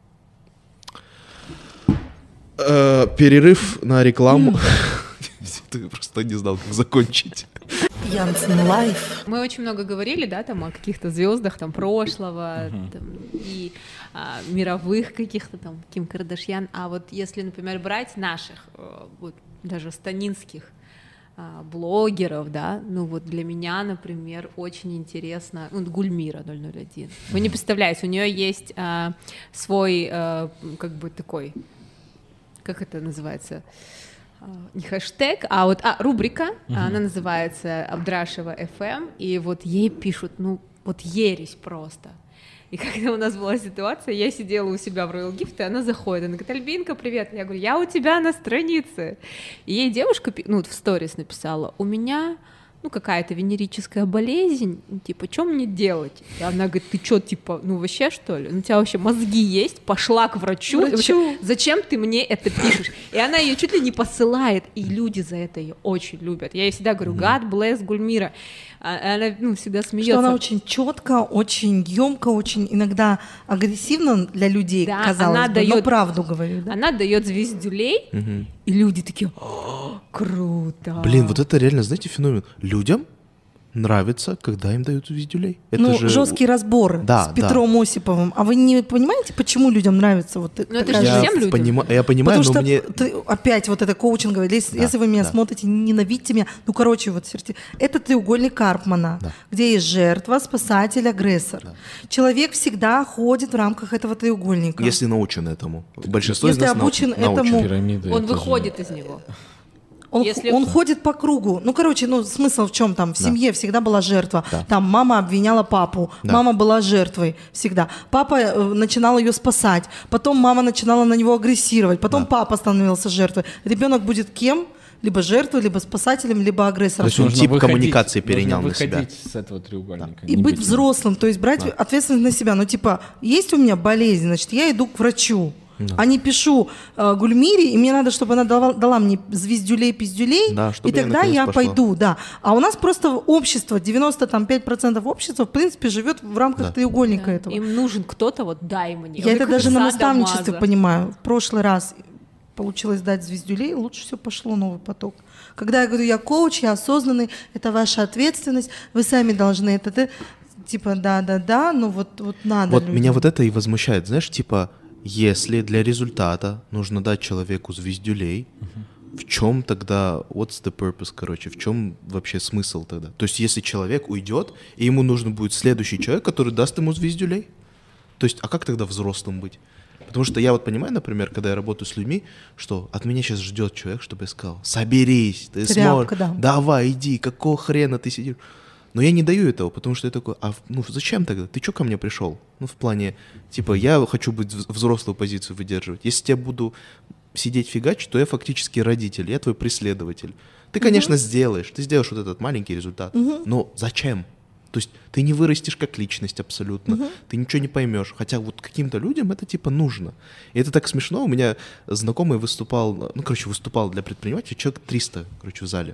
Перерыв на рекламу. Ты просто не знал, как закончить. Янсен Лайф. Мы очень много говорили, да, там о каких-то звездах там прошлого uh-huh. там, и а, мировых каких-то там Ким Кардашьян. А вот если, например, брать наших, вот даже станинских а, блогеров, да, ну вот для меня, например, очень интересно, ну, Гульмира ноль ноль один. Вы не представляете, у нее есть а, свой, а, как бы такой, как это называется? Не хэштег, а вот а, рубрика, uh-huh. она называется Абдрашева эф эм, и вот ей пишут, ну, вот ересь просто. И когда у нас была ситуация, я сидела у себя в Royal Gift, и она заходит, она говорит: Альбинка, привет. Я говорю: я у тебя на странице. И ей девушка, ну, в сторис написала: у меня, ну, какая-то венерическая болезнь, типа, что мне делать? И она говорит: ты что, типа, ну, вообще, что ли? Ну, у тебя вообще мозги есть? Пошла к врачу. Врачу. Вообще, зачем ты мне это пишешь? И она ее чуть ли не посылает, и люди за это ее очень любят. Я ей всегда говорю: God bless Гульмира. А она, ну, всегда смеется. Что она очень четко, очень емко, очень иногда агрессивно для людей, да, казалось она бы, дает, но правду говорю. Да? Она дает звездюлей, угу. и люди такие: круто. Блин, вот это реально, знаете, феномен. Людям нравится, когда им дают звездюлей. Это ну, же... жесткий разбор да, с Петром да. Осиповым. А вы не понимаете, почему людям нравится вот ну, это же я всем людям. Понима... Я понимаю, Потому но что мне... ты, опять вот это коучинговое, если, да, если вы меня да. смотрите, ненавидьте меня. Ну, короче, вот это треугольник Карпмана, да. где есть жертва, спасатель, агрессор. Да. Человек всегда ходит в рамках этого треугольника. Если научен этому. Большинство если из нас обучен научен. этому, Пирамида, он выходит же... из него. Он, Если... он ходит по кругу. Ну, короче, ну, смысл в чем там? В да. семье всегда была жертва. Да. Там мама обвиняла папу, да. мама была жертвой всегда. Папа э, начинал ее спасать, потом мама начинала на него агрессировать, потом да. папа становился жертвой. Ребенок будет кем? Либо жертвой, либо спасателем, либо агрессором. То есть он тип выходить, коммуникации перенял на себя. Выходить с этого треугольника. Да. И быть, быть взрослым, то есть брать да. ответственность на себя. Ну, типа, есть у меня болезнь, значит, я иду к врачу. Да. А не пишу э, Гульмире, и мне надо, чтобы она дала, дала мне звездюлей-пиздюлей, да, и тогда я, я пойду. Да. А у нас просто общество, девяносто пять процентов общества, в принципе, живет в рамках да. треугольника да. этого. Им нужен кто-то, вот дай мне. Я это даже на наставничестве понимаю. В прошлый раз получилось дать звездюлей, лучше все пошло, новый поток. Когда я говорю, я коуч, я осознанный, это ваша ответственность, вы сами должны это... это типа, да-да-да, но вот, вот надо. Вот людям. Меня вот это и возмущает, знаешь, типа... Если для результата нужно дать человеку звездюлей, uh-huh. в чем тогда, what's the purpose, короче, в чем вообще смысл тогда? То есть если человек уйдет, и ему нужен будет следующий человек, который даст ему звездюлей, то есть, а как тогда взрослым быть? Потому что я вот понимаю, например, когда я работаю с людьми, что от меня сейчас ждет человек, чтобы я сказал: соберись, ты сможешь, да. давай, иди, какого хрена ты сидишь? Но я не даю этого, потому что я такой: а ну зачем тогда? Ты что ко мне пришел? Ну, в плане, типа, я хочу быть взрослую позицию выдерживать. Если я буду сидеть фигачить, то я фактически родитель, я твой преследователь. Ты, конечно, угу. сделаешь, ты сделаешь вот этот маленький результат, угу. но зачем? То есть ты не вырастешь как личность абсолютно, угу. ты ничего не поймешь. Хотя вот каким-то людям это типа нужно. И это так смешно. У меня знакомый выступал, ну, короче, выступал для предпринимателей, человек триста, короче, в зале.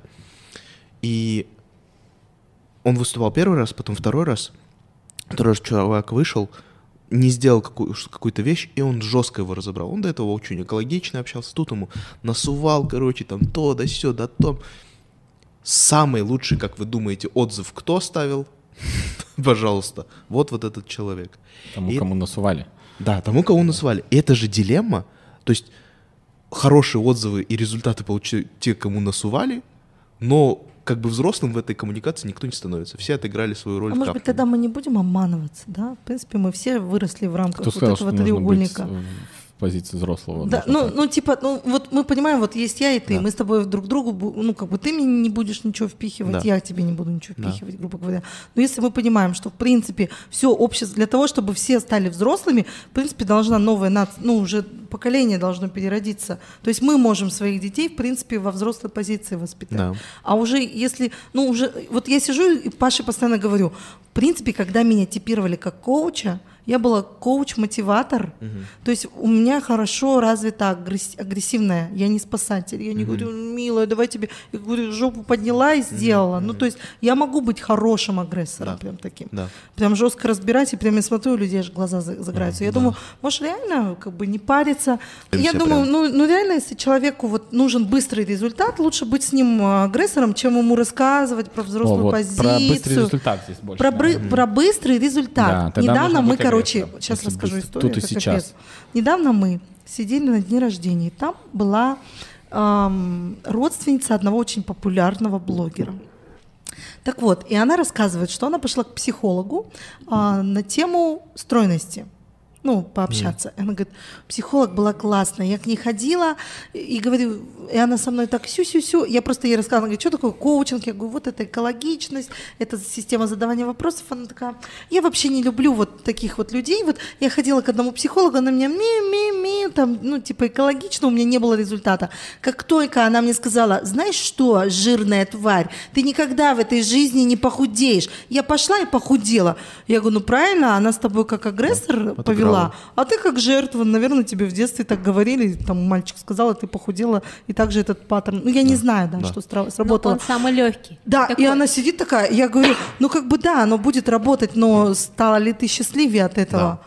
И он выступал первый раз, потом второй раз. Второй раз чувак вышел, не сделал какую- какую-то вещь, и он жестко его разобрал. Он до этого очень экологично общался, тут ему насувал, короче, там то, да сё, да то. Самый лучший, как вы думаете, отзыв кто ставил? Пожалуйста, вот вот этот человек. Тому, и... кому насували. Да, тому, кому насували. И это же дилемма. То есть хорошие отзывы и результаты получили те, кому насували, но как бы взрослым в этой коммуникации никто не становится. Все отыграли свою роль. А может быть, тогда мы не будем обманываться, да? В принципе, мы все выросли в рамках Кто вот сказал, этого что треугольника. Нужно быть в позиции взрослого. Да, ну, ну, типа, ну, вот мы понимаем, вот есть я и ты, да. мы с тобой друг другу, ну, как бы ты мне не будешь ничего впихивать, да. я тебе не буду ничего впихивать, да. грубо говоря. Но если мы понимаем, что, в принципе, все общество, для того, чтобы все стали взрослыми, в принципе, должна новая нация, ну, уже поколение должно переродиться. То есть мы можем своих детей, в принципе, во взрослой позиции воспитать. Да. А уже если, ну, уже, вот я сижу и Паше постоянно говорю, в принципе, когда меня типировали как коуча, Я была коуч-мотиватор, угу. то есть у меня хорошо развита агрессивная, я не спасатель, я не угу. говорю, милая, давай тебе, я говорю, жопу подняла и сделала. Угу. Ну, то есть я могу быть хорошим агрессором, да. прям таким. Да. Прям жестко разбирать, и прям я смотрю, у людей аж глаза загораются. Я да. думаю, может, реально как бы не париться. И я думаю, ну, ну реально, если человеку вот нужен быстрый результат, лучше быть с ним агрессором, чем ему рассказывать про взрослую О, вот позицию. Про быстрый результат здесь больше. Про, бры, mm. про быстрый результат. Да, недавно мы, короче, сейчас расскажу историю. Тут и сейчас. Недавно мы сидели на дне рождения, и там была эм, родственница одного очень популярного блогера. Так вот, и она рассказывает, что она пошла к психологу э, на тему стройности. Ну, пообщаться. Mm. Она говорит, психолог была классная. Я к ней ходила и говорю, и она со мной так сю-сю-сю. Я просто ей рассказала, она говорит, что такое коучинг? Я говорю, вот это экологичность, это система задавания вопросов. Она такая, я вообще не люблю вот таких вот людей. Вот я ходила к одному психологу, она меня ми-ми-ми, там, ну, типа экологично, у меня не было результата. Как только она мне сказала, знаешь что, жирная тварь, ты никогда в этой жизни не похудеешь. Я пошла и похудела. Я говорю, ну правильно, она с тобой как агрессор да, повела. А ты как жертва, наверное, тебе в детстве так говорили, там мальчик сказал, а ты похудела, и также этот паттерн, ну я да. не знаю, да, да. что сработало. Но он самый легкий. Да, такой. И она сидит такая, я говорю, ну как бы да, оно будет работать, но стала ли ты счастливее от этого? Да.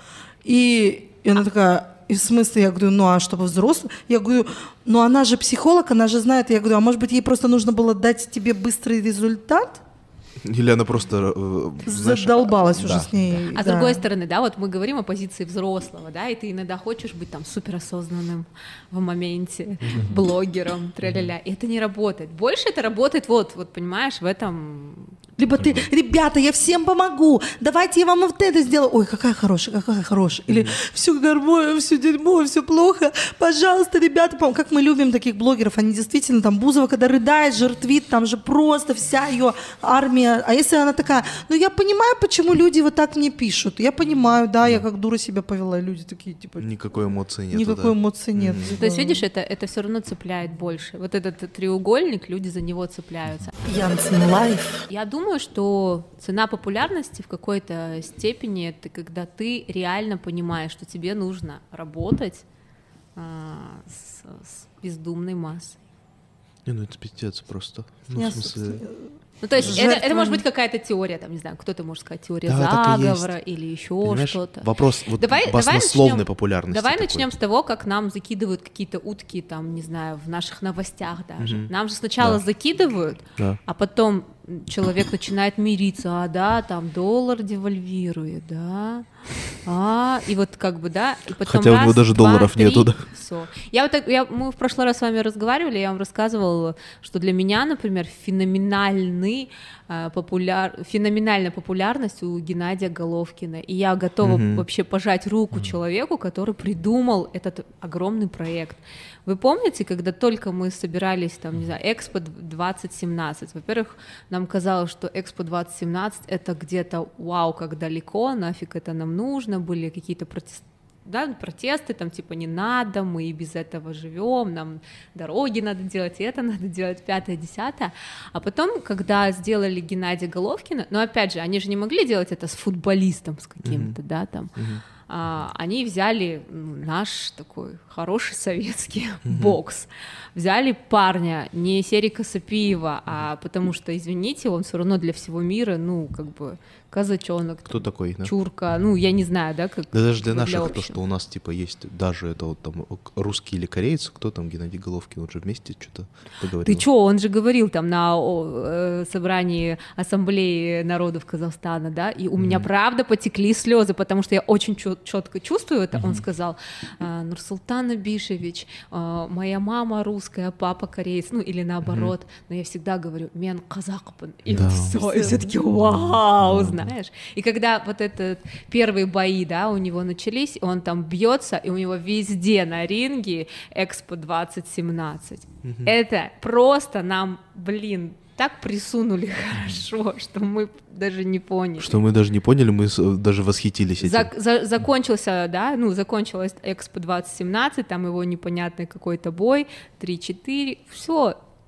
И, и она такая, и в смысле, я говорю, ну а чтобы взрослый? Я говорю, ну она же психолог, она же знает. Я говорю, а может быть ей просто нужно было дать тебе быстрый результат? Или она просто э, знаешь, задолбалась да. уже с ней. А да. с другой стороны, да, вот мы говорим о позиции взрослого, да, и ты иногда хочешь быть там суперосознанным в моменте, mm-hmm. блогером, тра-ля-ля, и это не работает. Больше это работает вот, вот понимаешь, в этом. Либо ты, ребята, я всем помогу, давайте я вам вот это сделаю. Ой, какая хорошая, какая хорошая. Или все гармония, все дерьмо, все плохо. Пожалуйста, ребята, как мы любим таких блогеров, они действительно там Бузова, когда рыдает, жертвит, там же просто вся ее армия. А если она такая, ну я понимаю, почему люди вот так мне пишут. Я понимаю, да, я как дура себя повела. И люди такие, типа... Никакой эмоции нет. Никакой да? эмоции нет. Mm-hmm. То есть, видишь, это, это все равно цепляет больше. Вот этот треугольник, люди за него цепляются. Янсен Лайф. Я думаю, что цена популярности в какой-то степени это когда ты реально понимаешь, что тебе нужно работать а, с, с бездумной массой. Не, ну это пиздец просто. Ну, Я, в смысле... Ну, то есть это, это может быть какая-то теория, там, не знаю, кто-то может сказать теория да, заговора или еще что-то. Вопрос вот давай, баснословной давай популярности. Давай такой. начнем с того, как нам закидывают какие-то утки, там, не знаю, в наших новостях даже. Угу. Нам же сначала да. закидывают, да. а потом человек начинает мириться, а да, там доллар девальвирует, да, а, и вот как бы, да, и потом хотя раз, у него даже два, долларов три, нету, да. Все. Я вот так, я, мы в прошлый раз с вами разговаривали, я вам рассказывала, что для меня, например, феноменальный э, популяр, феноменальная популярность у Геннадия Головкина, и я готова mm-hmm. вообще пожать руку mm-hmm. человеку, который придумал этот огромный проект. Вы помните, когда только мы собирались, там, не знаю, Экспо двадцать семнадцать, во-первых, нам казалось, что Экспо двадцать семнадцать это где-то, вау, как далеко, нафиг это нам нужно, были какие-то протесты, да, протесты, там, типа, не надо, мы и без этого живем, нам дороги надо делать, и это надо делать, пятое, десятое. А потом, когда сделали Геннадия Головкина, но, опять же, они же не могли делать это с футболистом, с каким-то, mm-hmm. да, там, mm-hmm. а, они взяли наш такой хороший советский mm-hmm. бокс, взяли парня, не Серика Сапиева, а потому что, извините, он все равно для всего мира, ну, как бы, казачонок. Кто такой, да? Чурка, ну, я не знаю, да, как... Да даже для наших, для то, что у нас, типа, есть даже это вот там русский или кореец, кто там, Геннадий Головкин, он же вместе что-то поговорил. Ты чё, он же говорил там на о, э, собрании Ассамблеи народов Казахстана, да, и у mm-hmm. меня правда потекли слезы, потому что я очень четко чувствую это, mm-hmm. он сказал, Нурсултан Абишевич, моя мама русская, папа кореец, ну, или наоборот, mm-hmm. но я всегда говорю, мен казахпын, и да. все, и все таки вау, знаешь. Знаешь, и когда вот этот первые бои, да, у него начались, он там бьется, и у него везде на ринге Экспо двадцать семнадцать. Mm-hmm. Это просто нам, блин, так присунули хорошо, что мы даже не поняли. Что мы даже не поняли, мы даже восхитились этим. За, за, закончился, да, ну, закончилась Экспо двадцать семнадцать, там его непонятный какой-то бой, три-четыре, все.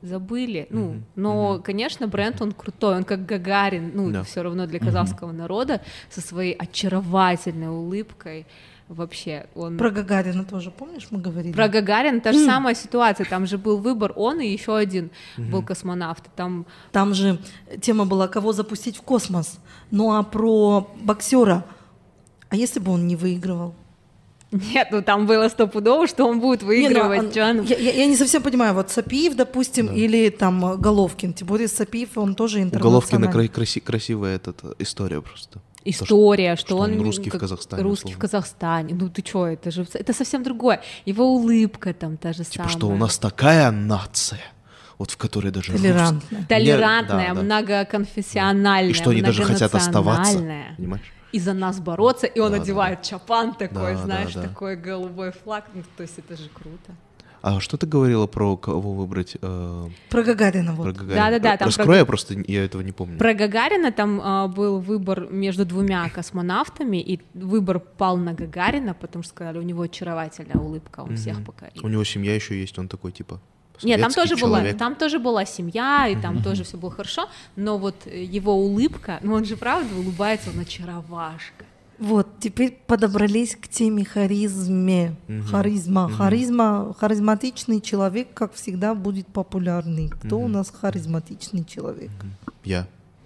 забыли. Ну, Мгм. но, Мгм. конечно, бренд, он крутой, он как Гагарин, ну, Да. все равно для казахского народа, со своей очаровательной улыбкой. Вообще, он... Про Гагарина тоже, помнишь, мы говорили? Про Гагарина та же самая ситуация, там же был выбор, он и еще один был космонавт, там... Там же тема была, кого запустить в космос. Ну а про боксера, а если бы он не выигрывал? Нет, ну там было стопудово, что он будет выигрывать. Не, ну, чё он- я, я- я не совсем понимаю, вот Сапиев, допустим, или там э, Головкин, тем более Сапиев, он тоже У Головкина интернациональный. кра- краси- красивая эта история просто. История, что что, он он русский в как Казахстане, русский условно. в Казахстане. Ну ты чё, это же это совсем другое. Его улыбка там та же Типа, самая. что у нас такая нация, вот в которой даже рус- Толерантная. толерантная, Не- да, да. многоконфессиональная, И что они даже хотят оставаться, многонациональная. понимаешь? И за нас бороться, и он Да, да, одевает чапан такой, Да, знаешь, да, да. такой голубой флаг. Ну, то есть это же круто. А что ты говорила про кого выбрать? э, Про Гагарина вот. про Гагарина? Да-да-да, там Раскрой, про- я просто я этого не помню. Про Гагарина там а, был выбор между двумя космонавтами, и выбор пал на Гагарина, потому что сказали, у него очаровательная улыбка, он всех покорил. У него семья еще есть, он такой типа. Нет, там советский тоже, была, человек. там тоже была семья, и там тоже все было хорошо, но вот э, его улыбка, ну он же правда улыбается, он очаровашка. Вот, теперь подобрались к теме харизме. Харизма. Харизма, харизматичный человек, как всегда, будет популярный. Кто у нас харизматичный человек? Я.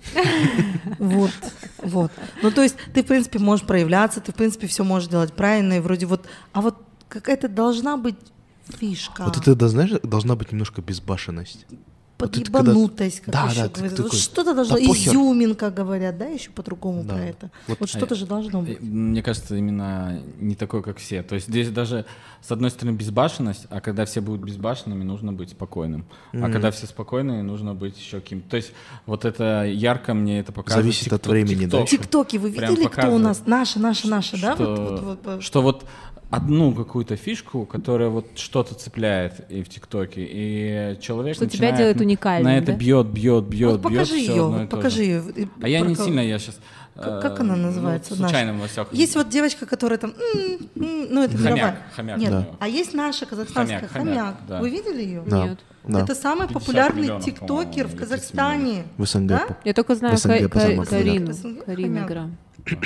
Вот, вот. Ну, то есть ты, в принципе, можешь проявляться, ты, в принципе, все можешь делать правильно, и вроде вот... А вот какая-то должна быть фишка. Вот это, да, знаешь, должна быть немножко безбашенность. вот это когда- Подъебанутость, как Да, еще да, ты говорят. Вот такой, что-то должно... да похер. Изюминка, говорят, да, еще по-другому Да. про это. Вот- Вот, что-то же должно быть. Э, Мне кажется, именно не такой, как все. То есть здесь даже, с одной стороны, безбашенность, а когда все будут безбашенными, нужно быть спокойным. А когда все спокойные, нужно быть еще каким-то. То есть вот это ярко мне это показывает. Зависит от TikTok- времени, да, TikTok. еще? Тиктоки, вы Прям видели, кто у показывает, нас? Наши, наши, наши, да? что, Вот, вот, вот, вот. что вот одну какую-то фишку, которая вот что-то цепляет и в ТикТоке, и человек Что тебя начинает делает уникальным, на это да? бьет, бьет, бьет, Вот покажи бьет, всё ее, одно и вот то покажи же. ее. А я Про не кого? сильно, я сейчас... Как, как она называется? Ну, наша? случайно во всяком. Есть вот девочка, которая там, м, м, ну это Хомяк, мировая. хомяк Нет, у него. а есть наша казахстанская Хомяк, хомяк. хомяк, да. Вы видели ее? Да. Нет. Да. Это самый пятьдесят популярный миллионов, тиктокер по-моему, в или тридцать Казахстане. В СНГ. Да? Я только знаю В СНГ Ка- по Ка- самому Карину, СНГ Карина хомяк. Грам.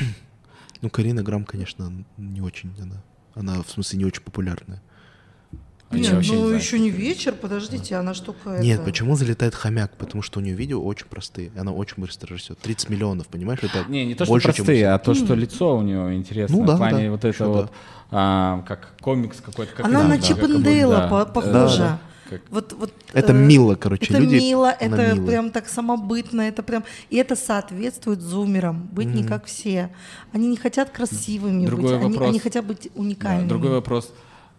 Ну, Карина Грам, конечно, не очень она. Она, в смысле, не очень популярная. А я Нет, вообще не ну знаю, еще не вечер, подождите, она ж только Нет, это- почему залетает хомяк? Потому что у нее видео очень простые, и она очень быстро растет. тридцать миллионов, понимаешь? Это Не, не то, что больше, чем у простые, всех. а то, что лицо у него интересное. Ну да, в плане да, вот это ещё вот, да. а, как комикс какой-то. Как Она да, на да, Чип как и будто, Дейла да. по- Э, похожа. да. Как- Вот, вот, Это э, мило, короче, это люди мило, она это милая. прям так самобытно, это прям... И это соответствует зумерам, быть не как все. Они не хотят красивыми Другой быть, они, вопрос. они хотят быть Да, уникальными. другой вопрос,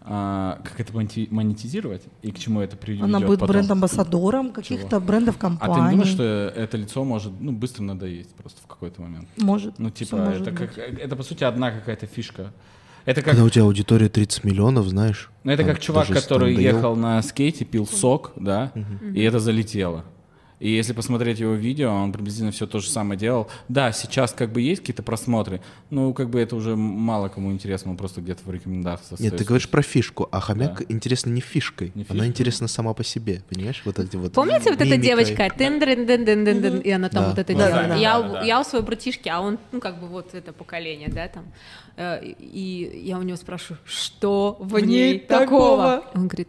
а, как это монти- монетизировать и к чему это приведет Она будет потом. бренд-амбассадором каких-то брендов А компаний. ты не думаешь, что это лицо может ну, быстро надоесть просто в какой-то момент? Может, Ну, всё типа, может это, быть. как, это по сути одна какая-то фишка. Это как, Когда у тебя аудитория тридцать миллионов, знаешь. ну, это там как чувак, даже если который надоел. ехал на скейте, пил сок, да, и это залетело. И если посмотреть его видео, он приблизительно все то же самое делал. Да, сейчас как бы есть какие-то просмотры, ну, как бы это уже мало кому интересно, он просто где-то в рекомендациях. Нет, ты остается. говоришь про фишку, а хомяк Да. интересна не фишкой. Не Она фишкой. интересна сама по себе, понимаешь? Вот эти вот Помните вот эта мимикой. девочка? Тын-дын-дын-дын-дын, и она там Да. вот это Да, делает. да, да. Я, Да, у- да. я у своего братишки, а он, ну, как бы вот это поколение, да, там. Э, И я у него спрашиваю, что в, ней ней такого? такого? Он говорит,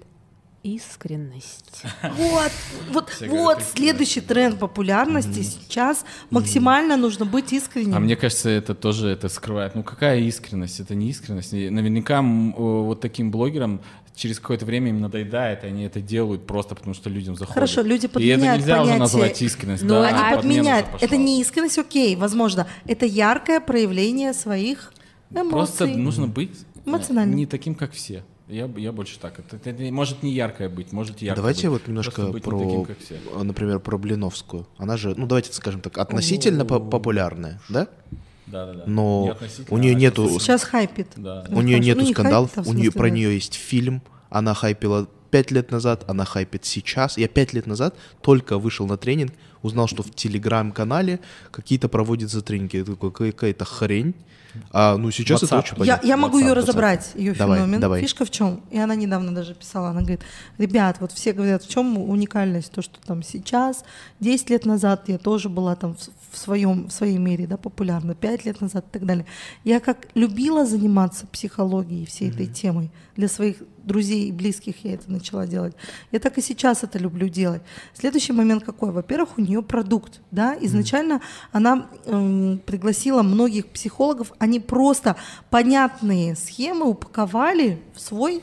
искренность. Вот, вот, Все вот говорят, следующий тренд популярности сейчас. Максимально нужно быть искренним. А мне кажется, это тоже это скрывает. Ну какая искренность? Это не искренность. И наверняка м, о, вот таким блогерам через какое-то время им надоедает, и они это делают просто потому, что людям заходит. Хорошо, люди И это подменяют нельзя уже понятие- назвать искренность. Ну, да, Они а- подмена подменяют. уже пошла. Это не искренность, окей, возможно. Это яркое проявление своих эмоций. Просто нужно быть э, Эмоционально. не таким, как все. Я, б- я больше так. Это, это может не яркое быть, может яркое Давайте быть. вот немножко Просто быть про, не таким, как все. а, например, про Блиновскую. Она же, ну давайте скажем так, относительно по- популярная, да? Да, да, да. Но Не относительно, у нее а нету, Сейчас хайпит. Да. Ну, у нее хорошо. нету Ну, не скандалов, хайпит, а в у нее смысле, про да. нее есть фильм, она хайпила пять лет назад, она хайпит сейчас. Я пять лет назад только вышел на тренинг, узнал, что в телеграм-канале какие-то проводятся тренинги. Я такой, какая-то хрень. А, ну, сейчас это WhatsApp. очень Я, понятно. я могу ее WhatsApp, разобрать, WhatsApp. ее Давай, феномен. давай. Фишка в чем? И она недавно даже писала, она говорит, ребят, вот все говорят, в чем уникальность, то, что там сейчас, десять лет назад я тоже была там в, своем, в своей мере, да, популярна, пять лет назад и так далее. Я как любила заниматься психологией, всей mm-hmm. этой темой, для своих друзей и близких я это начала делать. Я так и сейчас это люблю делать. Следующий момент какой? Во-первых, у нее продукт, да, изначально mm-hmm. она эм, пригласила многих психологов, они просто понятные схемы упаковали в свой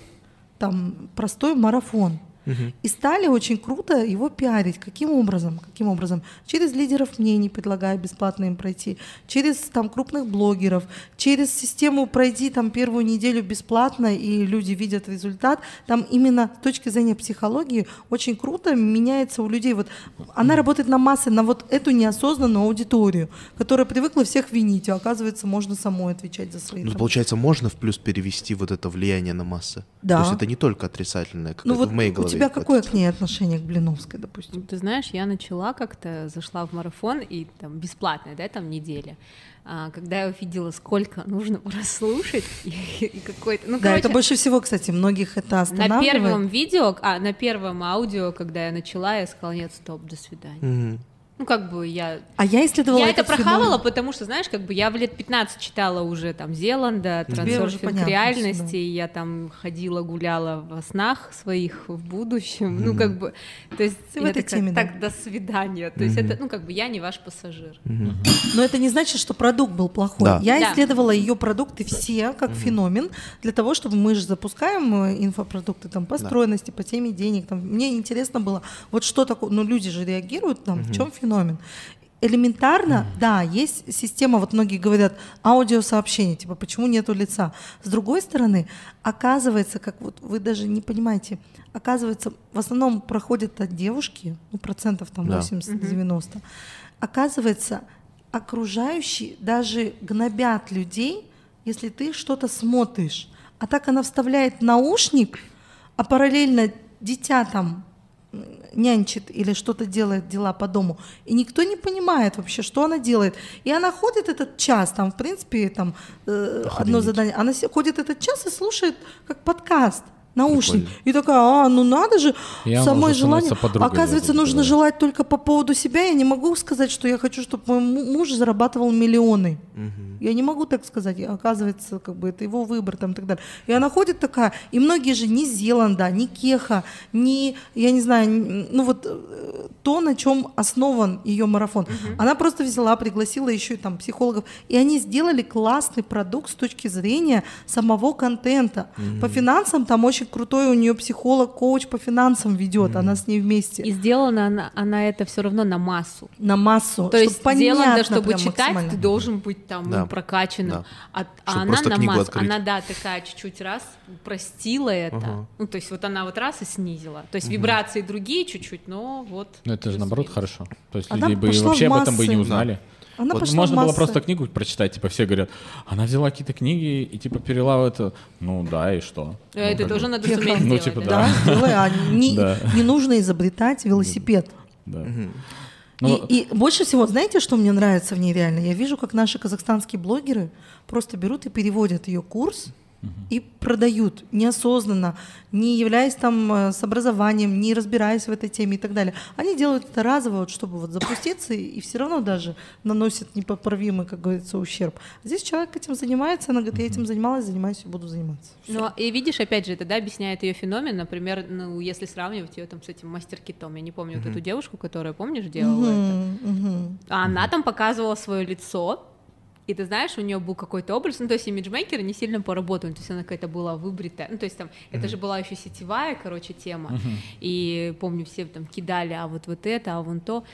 там простой марафон. Uh-huh. И стали очень круто его пиарить. Каким образом? Каким образом? Через лидеров мнений, предлагая бесплатно им пройти, через там крупных блогеров, через систему пройти там первую неделю бесплатно, и люди видят результат. Там именно с точки зрения психологии очень круто меняется у людей. Вот она работает на массы, на вот эту неосознанную аудиторию, которая привыкла всех винить, а оказывается, можно самой отвечать за свои. Ну, там... получается, можно в плюс перевести вот это влияние на массы. Да. То есть это не только отрицательное, как ну, это вот в моей голове. У тебя какое к ней отношение, к Блиновской, допустим? Ты знаешь, я начала как-то, зашла в марафон, и там бесплатная, да, там неделя. А, когда я увидела, сколько нужно прослушать, и, и какой-то... Ну, да, короче, это больше всего, кстати, многих это останавливает. На первом видео, а, на первом аудио, когда я начала, я сказала, нет, стоп, до свидания. Mm-hmm. Ну, как бы я... А я исследовала Я это этот прохавала, феномен. потому что, знаешь, как бы я в лет пятнадцать читала уже там Зеланда, трансерфинг понятно, реальности, да. и я там ходила, гуляла во снах своих в будущем, mm-hmm. ну, как бы, то есть Ты я в этой такая, теме, да. так, до свидания, то есть Mm-hmm. это, ну, как бы я не ваш пассажир. Mm-hmm. Но это не значит, что продукт был плохой. Да. Я Да. исследовала ее продукты все как Мгм. феномен для того, чтобы мы же запускаем э, инфопродукты там по стройности, по теме денег. Там. Мне интересно было, вот что такое, ну люди же реагируют, там, в чем феномен. Элементарно, да, есть система, вот многие говорят, аудиосообщение, типа, почему нету лица. С другой стороны, оказывается, как вот вы даже не понимаете, оказывается, в основном проходят от девушки, ну, процентов там Да. восемьдесят-девяносто, оказывается, окружающие даже гнобят людей, если ты что-то смотришь. А так она вставляет наушник, а параллельно дитя там нянчит или что-то делает, дела по дому, и никто не понимает вообще, что она делает. И она ходит этот час, там, в принципе, там, э, одно задание, она се- ходит этот час и слушает как подкаст, наушник. Прикольно. И такая, а, ну надо же, И она самое уже желание. становится подругой Оказывается, вот этой, нужно да. желать только по поводу себя. Я не могу сказать, что я хочу, чтобы мой му- муж зарабатывал миллионы. Мгм. Я не могу так сказать. И оказывается, как бы это его выбор там, и так далее. И она ходит такая, и многие же ни Зеланда, ни Кеха, ни, я не знаю, н- ну вот э, то, на чем основан ее марафон. Она просто взяла, пригласила еще и там психологов, и они сделали классный продукт с точки зрения самого контента. По финансам там очень крутой у нее психолог, коуч по финансам ведет, она с ней вместе. И сделана она, она это все равно на массу. На массу. То есть чтоб Зеланда, понятно чтобы прям читать, максимально. ты должен быть там Да. ну, прокачанным. Да. А, а Чтоб она просто на книгу массу, открыть. она, да, такая чуть-чуть раз простила это. Ага. Ну, то есть вот она вот раз и снизила. То есть вибрации другие чуть-чуть, но вот... Ну это же наоборот хорошо. То есть Она люди бы пошла вообще в об этом бы и не массы. узнали. Она Вот пошла можно в было массы. просто книгу прочитать, типа все говорят, она взяла какие-то книги и типа перела в это, ну да, и что? Э, Ну, Это как тоже бы, надо Пеха. суметь Ну, сделать. типа, да. Да, сделай, а не, Да. не нужно изобретать велосипед. да. Мгм. Ну, и, и больше всего, знаете, что мне нравится в ней реально? Я вижу, как наши казахстанские блогеры просто берут и переводят ее курс и продают неосознанно, не являясь там э, с образованием, не разбираясь в этой теме и так далее. Они делают это разово, вот, чтобы вот запуститься, и, и все равно даже наносят непоправимый, как говорится, ущерб. Здесь человек этим занимается, она говорит, я этим занималась, занимаюсь и буду заниматься. Всё. Ну, и видишь, опять же, это да, объясняет ее феномен. Например, ну, если сравнивать ее там с этим мастер-китом. Я не помню вот эту девушку, которая, помнишь, делала это. Мгм, мгм. А она там показывала свое лицо, и ты знаешь, у нее был какой-то образ, ну, то есть имиджмейкеры не сильно поработали, то есть она какая-то была выбритая, ну, то есть там, это же была еще сетевая, короче, тема, и помню, все там кидали, а вот вот это, а вон то,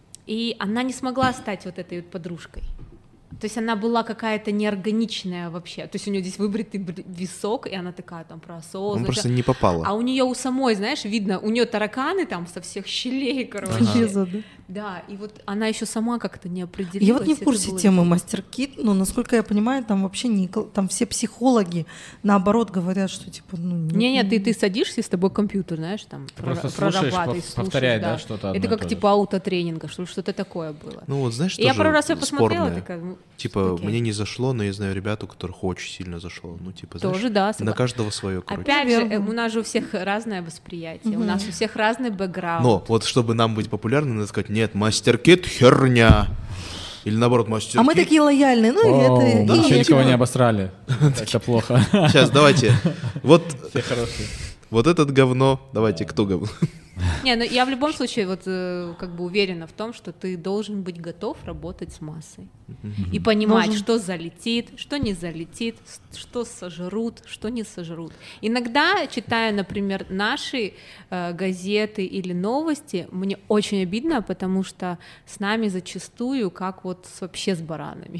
и она не смогла стать вот этой вот подружкой. То есть она была какая-то неорганичная вообще. То есть у нее здесь выбритый бр- висок, и она такая там про Он осознанность. просто не попала. А у нее у самой, знаешь, видно, у нее тараканы там со всех щелей, короче. Лезут, да? Да, и вот она еще сама как-то не определилась. Я вот не в это курсе было темы видно. мастер-кит, но, насколько я понимаю, там вообще не, кол- там все психологи наоборот говорят, что типа, ну... Не-не, ты, ты садишься, и с тобой компьютер, знаешь, там, Ты просто про- слушаешь, прорабатываешь, пов- слушаешь, повторяй, да. да, что-то одно Это и как то же. типа аутотренинга, что что-то такое было. Ну вот знаешь, И я тоже пару раз я посмотрела, спорное. такая, ну, Типа, Окей. мне не зашло, но я знаю ребят, у которых очень сильно зашло. Ну, типа, знаешь, Тоже, да. на согла- каждого свое, короче. Опять же, Наверно. э, у нас же у всех разное восприятие, у нас у всех разный бэкграунд. Но вот чтобы нам быть популярными, надо сказать, нет, мастер-кит херня. Или наоборот, мастер-кит. А мы такие лояльные, ну и Оу, это... мы и- еще никого типа- не обосрали. Это плохо. Сейчас, давайте. Вот, Все хорошие. вот этот говно. Давайте, кто говно? Не, ну я в любом случае вот э, как бы уверена в том, что ты должен быть готов работать с массой и понимать, Должен. что залетит, что не залетит, с- что сожрут, что не сожрут. Иногда, читая, например, наши э, газеты или новости, мне очень обидно, потому что с нами зачастую как вот с- вообще с баранами.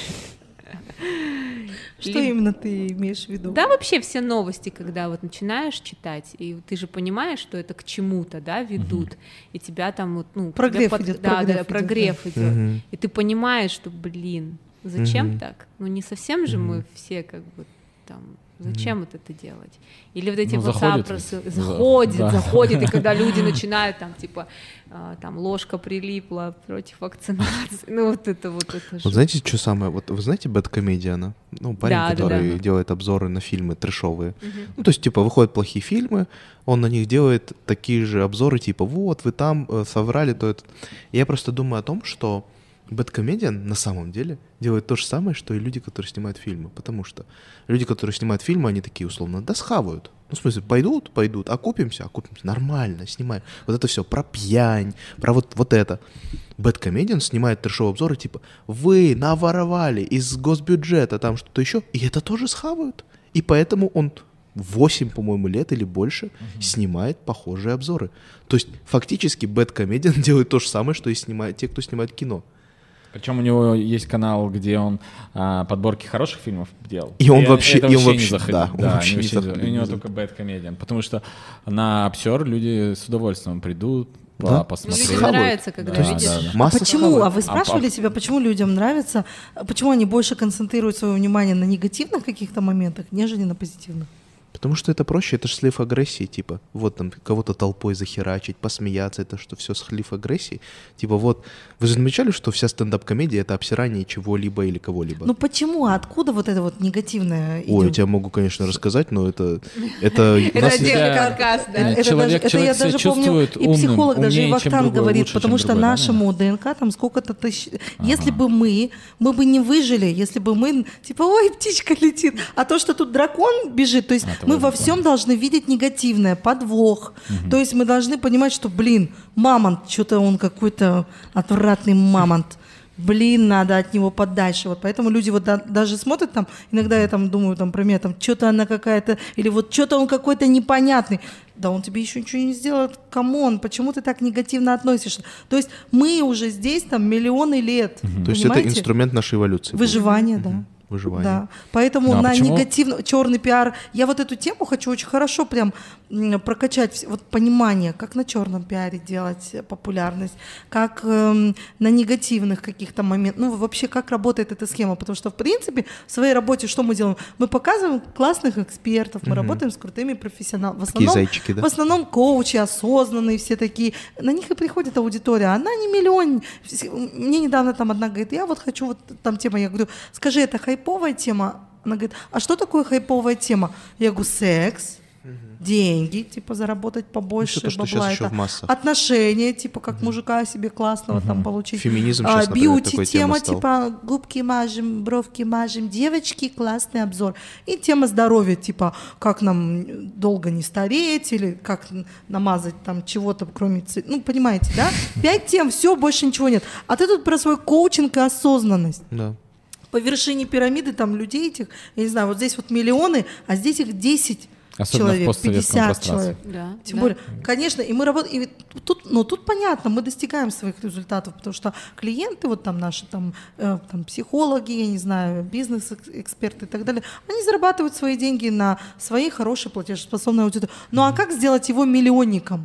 Что Либо- именно ты имеешь в виду? Да, вообще все новости, когда вот начинаешь читать, и ты же понимаешь, что это к чему-то, да, ведут, и тебя там вот, ну, Прогрев тебя идет, да, прогрев да, идет, прогрев идет, Мгм. и ты понимаешь, что, блин, зачем Мгм. так? Ну не совсем же мы все как бы там. Зачем вот это делать? Или вот эти Ну, WhatsApp заходит просыл- ведь. заходит, Да. заходит, и когда люди начинают там типа а, там ложка прилипла против вакцинации, ну вот это вот это же. Вот знаете, что самое? Вот вы знаете Бэткомедиана? Ну, парень, Да, да, который да. делает обзоры на фильмы трэшовые. Мгм. Ну, то есть, типа, выходят плохие фильмы, он на них делает такие же обзоры, типа, вот, вы там э, соврали, то это. И я просто думаю о том, что Бэткомедиан на самом деле делает то же самое, что и люди, которые снимают фильмы. Потому что люди, которые снимают фильмы, они такие, условно, да схавают. Ну, в смысле, пойдут, пойдут, окупимся, окупимся, нормально, снимаем. Вот это все про пьянь, про вот, вот это. Бэткомедиан снимает трэшовые обзоры, типа, вы наворовали из госбюджета там что-то еще, и это тоже схавают. И поэтому он восемь, по-моему, лет или больше снимает похожие обзоры. То есть фактически Бэткомедиан делает то же самое, что и снимает те, кто снимает кино. Причем у него есть канал, где он а, подборки хороших фильмов делал. И он вообще- это и он не вообще- заходил. да, он Да, вообще они не вообще заходил, У него не только bad comedian. Потому что на обзор люди с удовольствием придут, по- Да. Ну, посмотреть. людям Схавают. нравится, когда Да, видишь. да, да. Масса Почему? схавает. А вы А спрашивали пап- себя, почему людям нравится, почему они больше концентрируют свое внимание на негативных каких-то моментах, нежели на позитивных? Потому что это проще, это же слив агрессии, типа, вот там кого-то толпой захерачить, посмеяться, это что, все слив агрессии? Типа вот, вы же замечали, что вся стендап-комедия — это обсирание чего-либо или кого-либо? Ну почему? А откуда вот это вот негативное Ой, я идет? тебе могу, конечно, рассказать, но это... Это, у Это нас- отдельный Да. каркас, да. Или Это человек- даже, это человек я себя даже помню, чувствует и умным, психолог даже умнее, и чем Вахтанг другой, говорит, лучше, потому чем что другой, да, нашему ДНК там сколько-то тысяч... Если бы мы, мы бы не выжили, если бы мы, типа, ой, птичка летит, а то, что тут дракон бежит, то есть А, мы твой во дракон. всем должны видеть негативное, подвох. То есть мы должны понимать, что, блин, мамонт, что-то он какой-то отвратный мамонт. Блин, надо от него подальше. Вот поэтому люди вот да- даже смотрят там, иногда я там думаю там про меня, там что-то она какая-то, или вот что-то он какой-то непонятный. Да он тебе еще ничего не сделает, камон, почему ты так негативно относишься? То есть мы уже здесь там миллионы лет, То есть это понимаете? инструмент нашей эволюции. Выживание, да. Выживание. Да, поэтому Ну, а на почему- негативный черный пиар. Я вот эту тему хочу очень хорошо прям м, прокачать вс- вот понимание, как на черном пиаре делать э, популярность, как эм, на негативных каких-то моментах, ну вообще как работает эта схема, потому что в принципе в своей работе что мы делаем? Мы показываем классных экспертов, мы работаем с крутыми профессионалами. В Такие основном, зайчики, да? в основном коучи осознанные все такие, на них и приходит аудитория, она не миллион. Мне недавно там одна говорит, я вот хочу вот там тема, я говорю, скажи, это хайповая тема? Она говорит, а что такое хайповая тема? Я говорю, секс, деньги, типа заработать побольше, Ну, что-то, что бабла, щас ещё это в массах. отношения, типа как мужика себе классного там получить. Феминизм А, щас, например, бьюти такой тема, темой стал. типа губки мажем, бровки мажем, девочки, классный обзор. И тема здоровья, типа как нам долго не стареть или как намазать там чего-то, кроме ци- ну понимаете, да? Пять тем, все, больше ничего нет. А ты тут про свой коучинг и осознанность. Да. По вершине пирамиды там людей этих, я не знаю, вот здесь вот миллионы, а здесь их десять Особенно в человек, постсоветском пятьдесят пространстве. человек. Да, Тем да. более, конечно, и мы работаем, и ведь тут, ну тут понятно, мы достигаем своих результатов, потому что клиенты, вот там наши там, э, там психологи, я не знаю, бизнес-эксперты и так далее, они зарабатывают свои деньги на своей хорошей платежеспособной аудитории. Ну а как сделать его миллионником?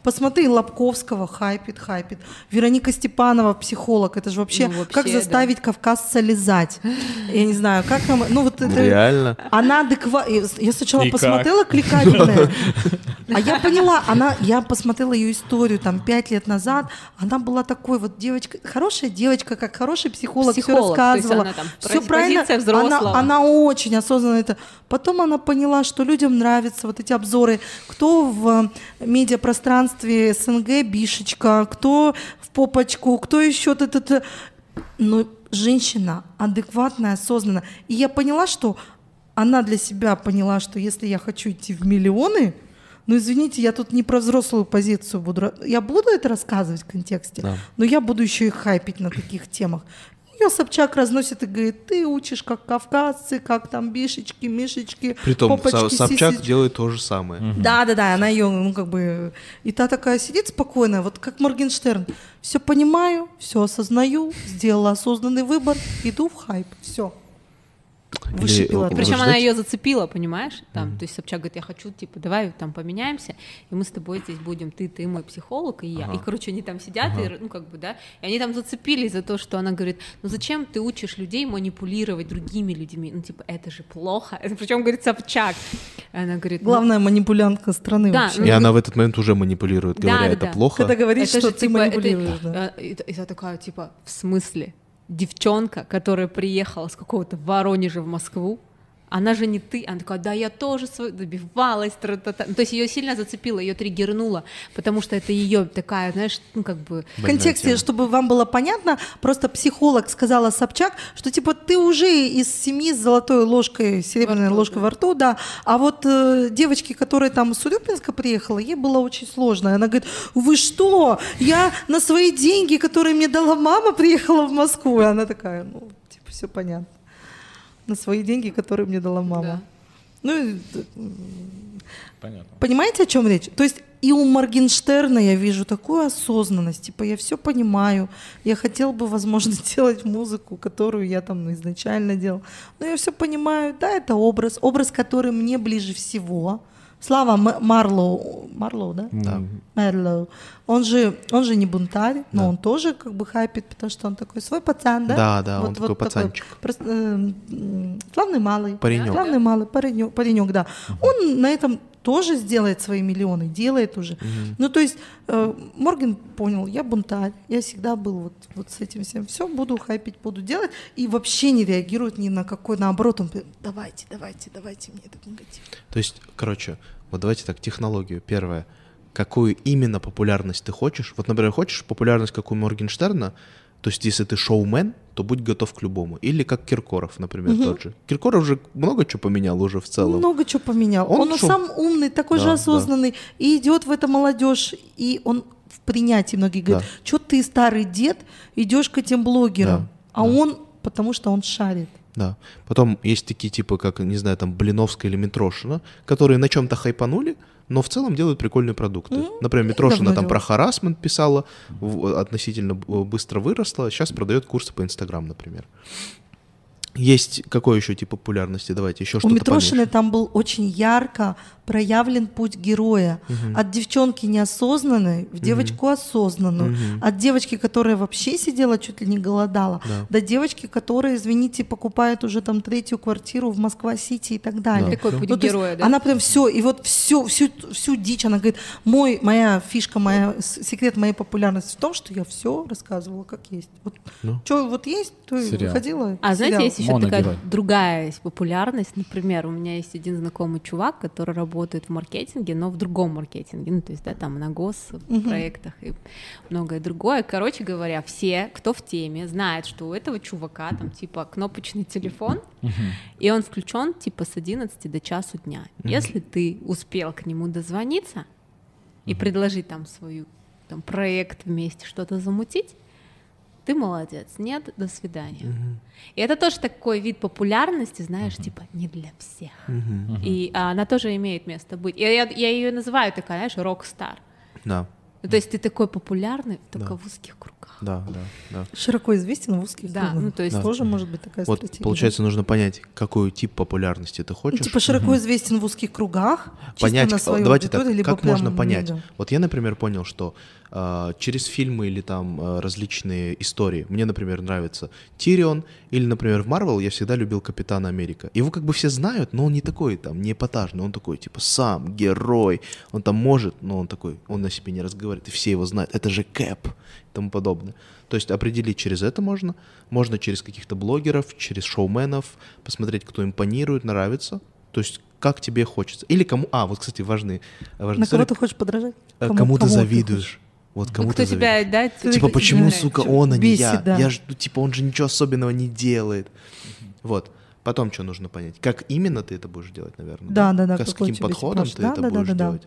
Посмотри, Лобковского хайпит, хайпит. Вероника Степанова, психолог. Это же вообще, Ну, вообще, как заставить да. кавказца лизать. Я не знаю, как нам... Ну, вот это... Реально? Она адекватная. Я сначала И посмотрела кликабельная, а я поняла, она, я посмотрела ее историю там пять лет назад, она была такой вот девочка, хорошая девочка, как хороший психолог, Психолог, все рассказывала, то есть она там все пози- правильно, позиция взрослого. она, она очень осознанно это. Потом она поняла, что людям нравятся вот эти обзоры, кто в медиапространстве СНГ бишечка, кто в попочку, кто еще то-то-то. Но женщина адекватная, осознанная. И я поняла, что она для себя поняла, что если я хочу идти в миллионы, ну, извините, я тут не про взрослую позицию буду. Я буду это рассказывать в контексте, Да. но я буду еще и хайпить на таких темах. Ее Собчак разносит и говорит, ты учишь, как кавказцы, как там бишечки, мишечки, Притом попочки, Со- Собчак сисечки. делает то же самое. Да-да-да, она ее, ну, как бы... И та такая сидит спокойная, вот как Моргенштерн. Все понимаю, все осознаю, сделала осознанный выбор, иду в хайп, все. Выше Или, пилотаж. э, Причем Вы она ждете? ее зацепила, понимаешь? Там, то есть Собчак говорит, я хочу, типа, давай там поменяемся, и мы с тобой здесь будем, ты, ты мой психолог, и я. Ага. И, короче, они там сидят, и, ну, как бы, да, и они там зацепились за то, что она говорит, ну, зачем ты учишь людей манипулировать другими людьми? Ну, типа, это же плохо. Это, причем, говорит, Собчак. И она говорит, ну, Главная манипулянтка страны Да, вообще. И она в этот момент уже манипулирует, Да, говоря, да, это да. плохо. Когда говорит, это что же, ты типа, это- манипулируешь. да. э, и, и я такая, типа, в смысле? Девчонка, которая приехала с какого-то Воронежа в Москву, она же не ты. Она такая, да, я тоже свою добивалась. тра-та-та». Ну, то есть ее сильно зацепило, ее триггернуло, потому что это ее такая, знаешь, ну как бы... В контексте, тема. чтобы вам было понятно, просто психолог сказала Собчак, что типа ты уже из семьи с золотой ложкой, серебряной Во рту, ложкой да. во рту, да. А вот э, девочке, которая там с Урюпинска приехала, ей было очень сложно. И она говорит, вы что? Я на свои деньги, которые мне дала мама, приехала в Москву. И она такая, ну, типа, все понятно. На свои деньги, которые мне дала мама. Да. Ну, и, Понятно. понимаете, о чем речь? То есть и у Моргенштерна я вижу такую осознанность, типа я все понимаю, я хотел бы, возможно, делать музыку, которую я там изначально делал, но я все понимаю, да, это образ, образ, который мне ближе всего. Слава М- Марлоу, Марлоу, да? Да. Марлоу. Он же, он же не бунтарь, но Да. он тоже как бы хайпит, потому что он такой свой пацан, да? Да, да, он такой пацанчик. просто, э, м, славный малый. Паренек. Славный малый, паренек, паренек, да. Он на этом тоже сделает свои миллионы, делает уже. Ну, то есть э, Морген понял, я бунтарь, я всегда был вот, вот с этим всем. Все, буду хайпить, буду делать. И вообще не реагирует ни на какой, наоборот, он говорит, давайте, давайте, давайте мне этот негатив. То есть, короче, вот давайте так, технологию. Первое. Какую именно популярность ты хочешь? Вот, например, хочешь популярность, как у Моргенштерна, то есть если ты шоумен, то будь готов к любому. Или как Киркоров, например, тот же. Киркоров же много чего поменял уже в целом. Много чего поменял. Он Он, шо- сам умный, такой Да, же да. осознанный, и идет в это молодежь, и он в принятии многие говорят, Да. что ты, старый дед, идешь к этим блогерам, Да, а да. он, потому что он шарит. Да. Потом есть такие типы, как, не знаю, там, Блиновская или Митрошина, которые на чем-то хайпанули, но в целом делают прикольные продукты. Мгм. Например, И Митрошина давно там про делают. харассмент писала, в- относительно б- быстро выросла, сейчас продает курсы по Инстаграм, например. Есть какой еще тип популярности? Давайте еще У что-то Митрошиной поменьше. там был очень ярко проявлен путь героя. От девчонки неосознанной в девочку осознанную. От девочки, которая вообще сидела, чуть ли не голодала, Да. до девочки, которая, извините, покупает уже там третью квартиру в Москва-Сити и так далее. Да. Такой путь Ну, то есть героя, да? Она прям все, и вот все, всю, всю дичь, она говорит, мой, моя фишка, моя, с- секрет моей популярности в том, что я все рассказывала как есть. Вот Ну. что вот есть, то и Сериал. выходила. А знаете, сериал. есть еще Моногерой. такая другая есть популярность. Например, у меня есть один знакомый чувак, который работает в маркетинге, но в другом маркетинге. Ну, то есть, да, там на госпроектах и многое другое. Короче говоря, все, кто в теме, знают, что у этого чувака там типа кнопочный телефон, и он включен типа с одиннадцати до часу дня. Если ты успел к нему дозвониться и предложить там свою там, проект вместе, что-то замутить, ты молодец, нет, до свидания. И это тоже такой вид популярности, знаешь, типа не для всех. И а, она тоже имеет место быть. И я, я ее называю такая, знаешь, рок-стар. Да. Ну, то есть ты такой популярный, только Да. в узких кругах. Да, да, да. Широко известен в узких Да, кругах. ну, то есть- Тоже может быть такая Вот, стратегия. получается, нужно понять, какой тип популярности ты Ну, хочешь. типа широко известен в узких кругах, чисто Понять, на к- свою давайте так, аудиторию, либо как можно прям понять? мега. Вот я, например, понял, что э, через фильмы или там э, различные истории, мне, например, нравится Тирион, или, например, в Марвел я всегда любил Капитана Америка. Его как бы все знают, но он не такой там, не эпатажный, он такой, типа, сам, герой, он там может, но он такой, он на себе не разговаривает, и все его знают, это же Кэп, и тому подобное. То есть определить через это можно, можно через каких-то блогеров, через шоуменов, посмотреть, кто импонирует, нравится, то есть как тебе хочется. Или кому... А, вот, кстати, важный... важный На кого история. ты хочешь подражать? Э, Кому- Кому, ты кому ты завидуешь. Вот Ну, кому кто ты тебя, завидуешь. да, Типа, ты- почему, да, сука, чё он, а не бесит, я? да. Я ж, ну, типа, он же ничего особенного не делает. Вот. Потом что нужно понять? Как именно ты это будешь делать, наверное? Да, да, да, Как, с какой каким тебе подходом типаж. ты Да, это да, да, будешь да, да. делать?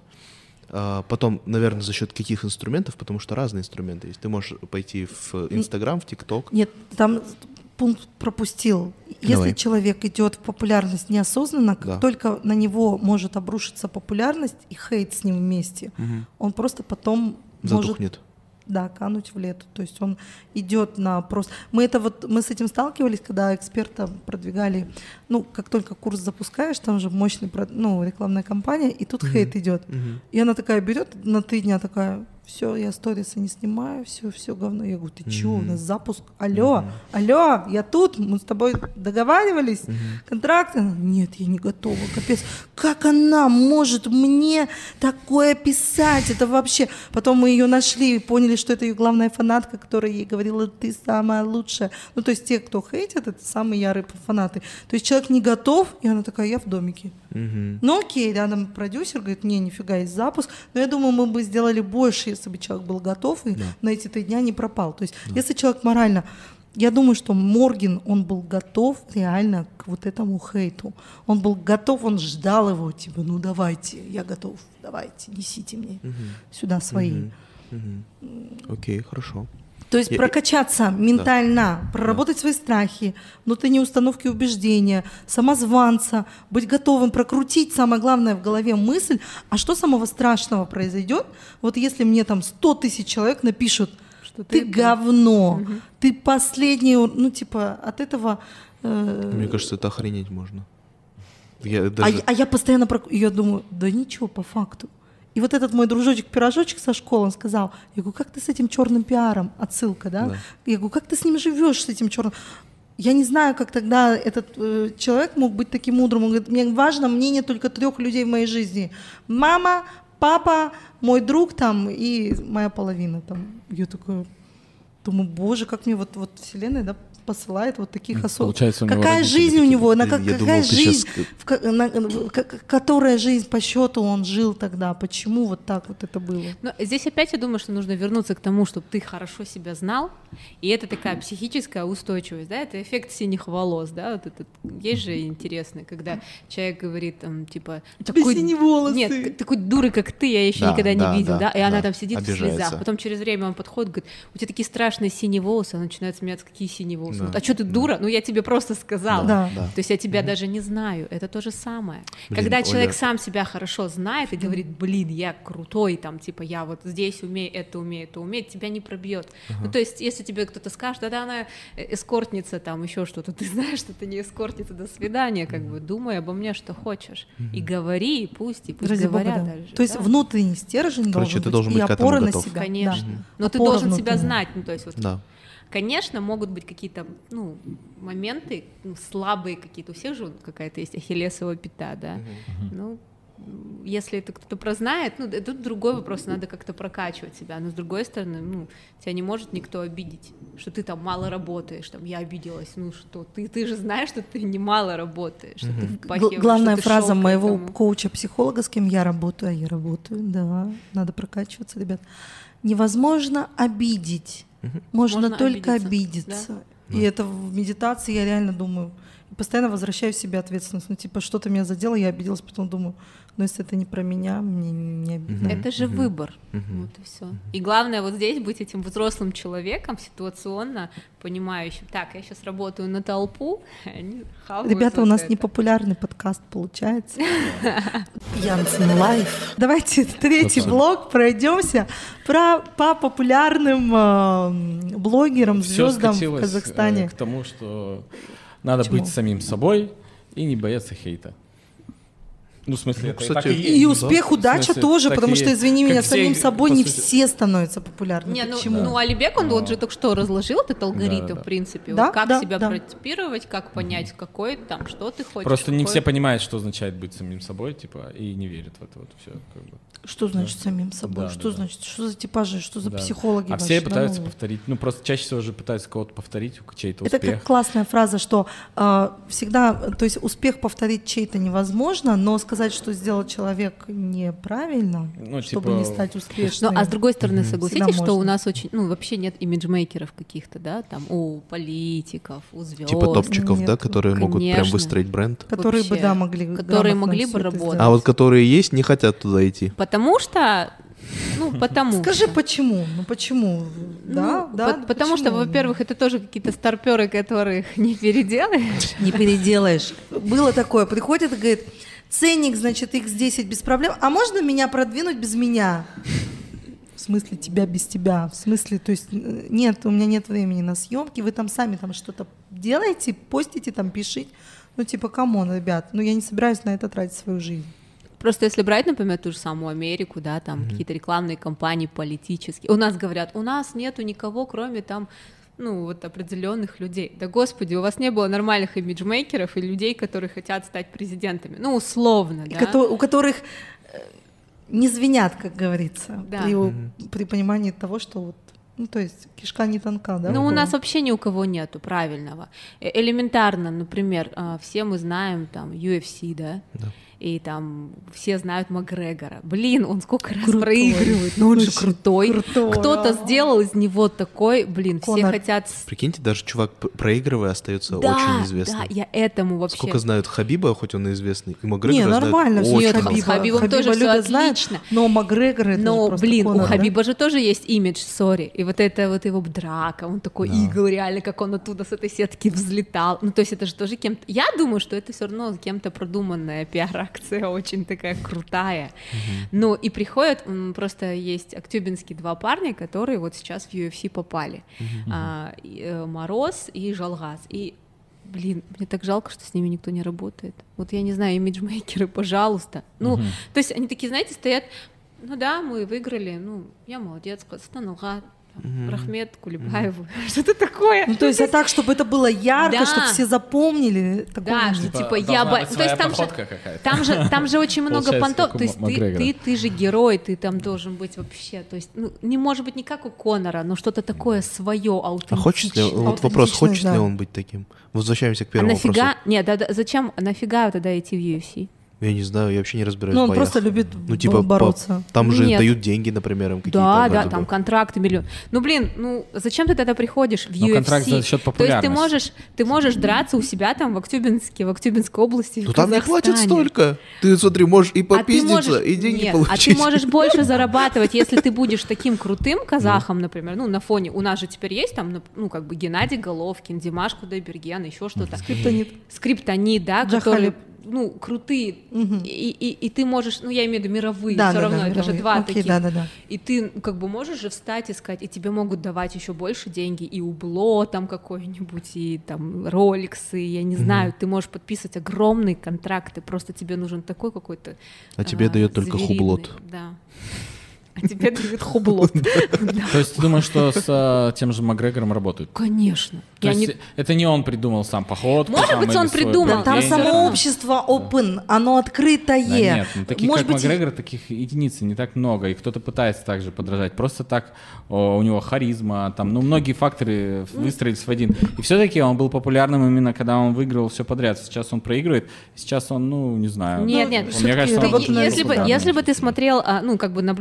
А, потом, наверное, за счет каких инструментов, потому что разные инструменты есть. Ты можешь пойти в Инстаграм, в ТикТок. Нет, там пункт пропустил. Если Давай. человек идет в популярность неосознанно, как Да. только на него может обрушиться популярность и хейт с ним вместе, Мгм. он просто потом может Затухнет. да, кануть в лету. То есть он идет на просто. Мы это вот мы с этим сталкивались, когда эксперта продвигали. Ну, как только курс запускаешь, там же мощный про- ну, рекламная кампания, и тут хейт идет. Мгм. И она такая берет на три дня такая. Все, я сторисы не снимаю, все, все говно. Я говорю, ты чё, у нас запуск, алло, алло, я тут, мы с тобой договаривались, контракт. Она, нет, я не готова, капец. Как она может мне такое писать? Это вообще... Потом мы ее нашли и поняли, что это ее главная фанатка, которая ей говорила, ты самая лучшая. Ну, то есть те, кто хейтит, это самые ярые фанаты. То есть человек не готов, и она такая, я в домике. Мгм. Ну окей, рядом продюсер говорит, не, нифига, есть запуск. Но я думаю, мы бы сделали больше, если бы человек был готов и на эти три дня не пропал. То есть если человек морально... Я думаю, что Морген, он был готов реально к вот этому хейту. Он был готов, он ждал его, типа, ну давайте, я готов, давайте, несите мне сюда свои. Мгм. Мгм. Окей, хорошо. То есть Я- прокачаться ментально, проработать свои страхи, внутренние установки и убеждения, самозванца, быть готовым прокрутить, самое главное, в голове мысль, а что самого страшного произойдет, вот если мне там сто тысяч человек напишут, Что ты, ты, говно, ты последний, ну типа от этого... э, Мне кажется, это охренеть можно. Я а, даже... я- а я постоянно, прок- и я думаю, да ничего, по факту. И вот этот мой дружочек-пирожочек со школы, он сказал, я говорю, как ты с этим черным пиаром, отсылка, да? Да. Я говорю, как ты с ним живешь, с этим черным? Я не знаю, как тогда этот э, человек мог быть таким мудрым. Он говорит, мне важно мнение только трех людей в моей жизни. Мама, папа, мой друг там и моя половина там. Я такая думаю, боже, как мне вот, вот вселенная, да, посылает вот таких особ. Получается, у него Какая родители жизнь у такие. него, на Я как- думал, какая ты щас жизнь, ск- в ко- на- в ко- которая жизнь по счету он жил тогда, почему вот так вот это было? Но здесь опять я думаю, что нужно вернуться к тому, чтобы ты хорошо себя знал, и это такая психическая устойчивость, да, это эффект синих волос, да, вот этот есть же интересный, когда человек говорит там типа тебя синие волосы. нет, к- такой дуры, как ты, я еще Да, никогда не да, видел, да, да, и она да, там сидит в обижается. слезах, потом через время он подходит, говорит, у тебя такие страшные синие волосы, она начинает смеяться, какие синие волосы, Да, Вот, а что ты дура, ну я тебе просто сказала, Да. Да. то есть я тебя даже не знаю, это то же самое. Блин, Когда человек Оля- сам себя хорошо знает и говорит, блин, я крутой, там, типа, я вот здесь умею, это умею, это умею, тебя не пробьет. Ну, то есть, если тебе кто-то скажет, да, да, она эскортница, там, еще что-то, ты знаешь, что ты не эскортница, до свидания, как бы, думай обо мне, что хочешь. И говори, и пусть, и пусть Ради Бога, говорят да. даже. То есть да. внутренний стержень Короче, должен ты быть должен и быть к этому опора на готов. себя. Конечно. Да. Но ты Опора должен себя внутренняя. знать, ну, то есть, вот, Да. конечно, могут быть какие-то, ну, моменты, ну, слабые какие-то, у всех же вот какая-то есть ахиллесова пята, да, ну, м, если это кто-то прознает, ну, это другой вопрос, надо как-то прокачивать себя, но с другой стороны, ну, тебя не может никто обидеть, что ты там мало работаешь, там, я обиделась, ну, что, ты, ты же знаешь, что ты немало работаешь, что ты Г- впахиваешь, Главная что ты фраза шёл к моего этому. коуча-психолога, с кем я работаю, а я работаю, да, надо прокачиваться, ребят. Невозможно обидеть, можно, Можно только обидеться, обидеться. И это в медитации я реально думаю. постоянно возвращаю себе ответственность. Ну, типа, что-то меня задело, я обиделась, потом думаю, ну, если это не про меня, мне не обидно. Это же выбор. Вот и все. И главное вот здесь быть этим взрослым человеком, ситуационно понимающим. Так, я сейчас работаю на толпу, они хавают. Ребята, вот у нас это. непопулярный подкаст получается. Янсен Лайф. Давайте третий блок пройдемся про по популярным э, блогерам, Всё звездам в скатилось, Казахстане. э, к тому, что надо Почему? быть самим собой и не бояться хейта. Ну, в смысле, Ну, это кстати, так и есть. И успех, В удача смысле, тоже, так потому и что, есть. извини Как меня, все, самим собой по не сути. все становятся популярными. Не, ну, Почему? ну, Алибек, он Но- вот же только что разложил этот алгоритм, Да, да. в принципе. Да, вот как да, себя да. протипировать, как понять, какой там, что ты хочешь. Просто не какой- все понимают, что означает быть самим собой, типа, и не верят в это вот все. Как бы. Что значит самим собой? Да, что да, да. значит? Что за типажи? Что за Да. психологи? А вообще? все Да пытаются ну. повторить, ну просто чаще всего же пытаются кого-то повторить, у чей-то Это успех. как классная фраза, что э, всегда, то есть успех повторить чей-то невозможно, но сказать, что сделал человек неправильно, Ну, чтобы типа- не стать успешным. Ну, а с другой стороны, согласитесь, Всегда что у можно. нас очень, ну, вообще нет имиджмейкеров каких-то, да, там, у политиков, у звезд. Типа топчиков, да, нет. которые могут прям Конечно. выстроить бренд. которые бы, вообще, да, могли которые грамотно могли бы всё это работать. сделать. А вот которые есть, не хотят туда идти. Потому что, ну, потому Скажи, что. почему? Ну, почему? Да, Ну, да. по- потому что, почему? во-первых, это тоже какие-то старперы, которых не переделаешь. Не переделаешь. Было такое, приходит и говорит, ценник, значит, икс десять без проблем, а можно меня продвинуть без меня? В смысле, тебя без тебя? В смысле, то есть, э, нет, у меня нет времени на съемки, вы там сами там что-то делаете, постите, там пишите. Ну, типа, камон, ребят, ну, я не собираюсь на это тратить свою жизнь. Просто если брать, например, ту же самую Америку, да, там какие-то рекламные кампании политические, у нас говорят, у нас нету никого, кроме там, ну, вот определенных людей. Да, господи, у вас не было нормальных имиджмейкеров и людей, которые хотят стать президентами. Ну, условно, И да. кото- у которых э, не звенят, как говорится, Да. при, у- при понимании того, что вот, ну, то есть кишка не тонка, да? Ну, у кого? нас вообще ни у кого нету правильного. Э- Элементарно, например, а, все мы знаем там ю эф си, да? Да. И там все знают Макгрегора. Блин, он сколько раз Крутой. проигрывает, но он же Очень крутой. крутой, Кто-то а. сделал из него такой, блин, все Конор. хотят... с- Прикиньте, даже чувак, п- проигрывая, остается Да, очень известным. да, я этому вообще... Сколько знают Хабиба, хоть он и известный, и Макгрегора Не, знают нормально, все очень Нет, много. с Хабибом тоже всё любят, знают, отлично. но Макгрегор это же Но, просто блин, Конор, у да? Хабиба же тоже есть имидж, сори. И вот это вот его драка, он такой игл, реально, как он оттуда с этой сетки взлетал. Ну, то есть это же тоже кем-то... Я думаю, что это все равно кем-то продуманная пиар-акция, очень такая крутая. Ну, и приходят, м, просто есть актюбинские два парня, которые вот сейчас в ю эф си попали. А, и, э, Мороз и Жалгаз. И блин, мне так жалко, что с ними никто не работает. Вот я не знаю, имиджмейкеры, пожалуйста. Ну, то есть они такие, знаете, стоят, ну да, мы выиграли, ну, я молодец, Стануга, Рахмет Кулебаеву, что-то такое. Ну, то есть, а так, чтобы это было ярко, Да. чтобы все запомнили. такого Да, нет. что Типа, типа я должна бы... быть То своя есть там же, походка какая-то. там же, там же очень много Получается, понтов. как у То есть ты, Макгрегора. ты, ты же герой, ты там должен быть вообще. То есть ну, не может быть не как у Конора, но что-то такое свое, А аутентичное. хочет ли, вот вопрос, Аутентичность, хочет ли да. он быть таким? Возвращаемся к А первому нафига? вопросу. Нет, да, да, зачем? Нафига тогда идти в ю эф си? Я не знаю, я вообще не разбираюсь Ну, в он боях. просто любит Ну, типа, по- бороться. там же Нет. дают деньги, например, им какие-то. Да, вроде да, бы. там контракты миллион. Ну, блин, ну зачем ты тогда приходишь в Ну, ю эф си? контракт за счет То есть ты популярности. можешь, ты можешь драться у себя там в Актюбинске, в Актюбинской области, Ну в там не платят Казахстане. столько. Ты смотри, можешь и А ты попиздиться, можешь- и деньги Нет, получить. А ты можешь больше зарабатывать, если ты будешь таким крутым казахом, например, ну, на фоне, у нас же теперь есть там, ну, как бы Геннадий Головкин, Димаш Кудайберген, еще что-то. Скриптонит. Скриптонит, да, Джахалип. которые, ну, крутые, и, и, и ты можешь, ну, я имею в виду мировые, Да, все да, равно, да, это же мировые. два Окей, таких. да, да, да. И ты, ну, как бы, можешь же встать и сказать, и тебе могут давать еще больше деньги, и убло там какое-нибудь, и там роликсы, я не знаю, ты можешь подписывать огромные контракты, просто тебе нужен такой какой-то... А тебе дает только звериный, хублот. Да. А тебе дают хублот. Да. То есть ты думаешь, что с а, тем же Макгрегором работают? Конечно. То Я есть не- это не он придумал сам походку. Может там, быть, или он свое придумал. Там поведение. само общество open, оно открытое. Да нет, ну таких Может как быть, Макгрегор, таких единиц не так много, и кто-то пытается также подражать. Просто так о, у него харизма, там, ну многие факторы выстроились в один. И все-таки он был популярным именно когда он выигрывал все подряд. Сейчас он проигрывает, сейчас он, ну не знаю. Нет, он- нет, мне всё-таки кажется, он работа Ты- на если, бы, популярный. если бы ты смотрел, а, ну, как бы наблюдал да,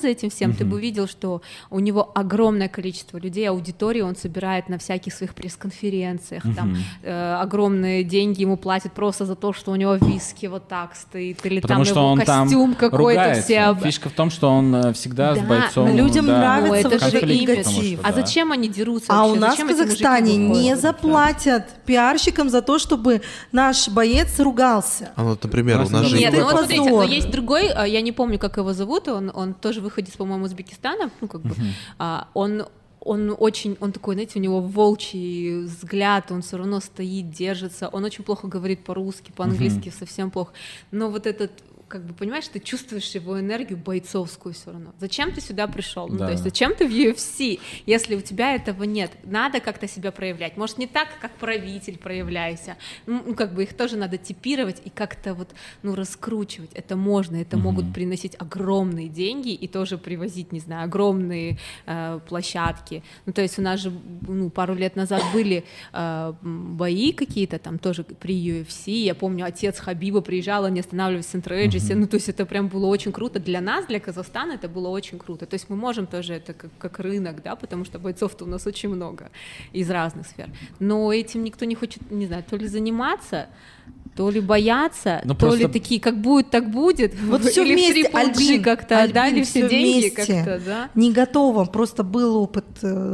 за этим всем, mm-hmm. ты бы увидел, что у него огромное количество людей, аудитории он собирает на всяких своих пресс-конференциях, mm-hmm. там э, огромные деньги ему платят просто за то, что у него виски вот так стоит, или Потому там что его он костюм там какой-то все. Фишка в том, что он всегда да, с бойцом. Людям да, нравится это вот же этот негатив. А зачем они дерутся А вообще? у нас зачем в Казахстане не заплатят? заплатят пиарщикам за то, чтобы наш боец ругался. А вот, например, у нас же... Нет, ну вот позор. смотрите, но есть другой, я не помню, как его зовут, он, он тоже выходит, по-моему, из Узбекистана, ну как бы, а, он он очень, он такой, знаете, у него волчий взгляд, он все равно стоит, держится, он очень плохо говорит по-русски, по-английски mm-hmm. совсем плохо, но вот этот, как бы, понимаешь, ты чувствуешь его энергию бойцовскую все равно. Зачем ты сюда пришел? Да. Ну, то есть зачем ты в ю эф си, если у тебя этого нет? Надо как-то себя проявлять. Может, не так, как правитель проявляйся. Ну, как бы их тоже надо типировать и как-то вот, ну, раскручивать. Это можно, это mm-hmm. могут приносить огромные деньги и тоже привозить, не знаю, огромные э, площадки. Ну, то есть у нас же, ну, пару лет назад были э, бои какие-то там тоже при ю эф си. Я помню, отец Хабиба приезжал, они останавливались в Центр-Эйджи. Ну, то есть это прям было очень круто. Для нас, для Казахстана это было очень круто. То есть мы можем тоже это как, как рынок, да, потому что бойцов-то у нас очень много из разных сфер. Но этим никто не хочет, не знаю, то ли заниматься, то ли бояться, но то просто... ли такие, как будет, так будет. Вот все или вместе, в Альбин как-то Альбин, отдали все деньги вместе. как-то, да? Не готово, просто был опыт.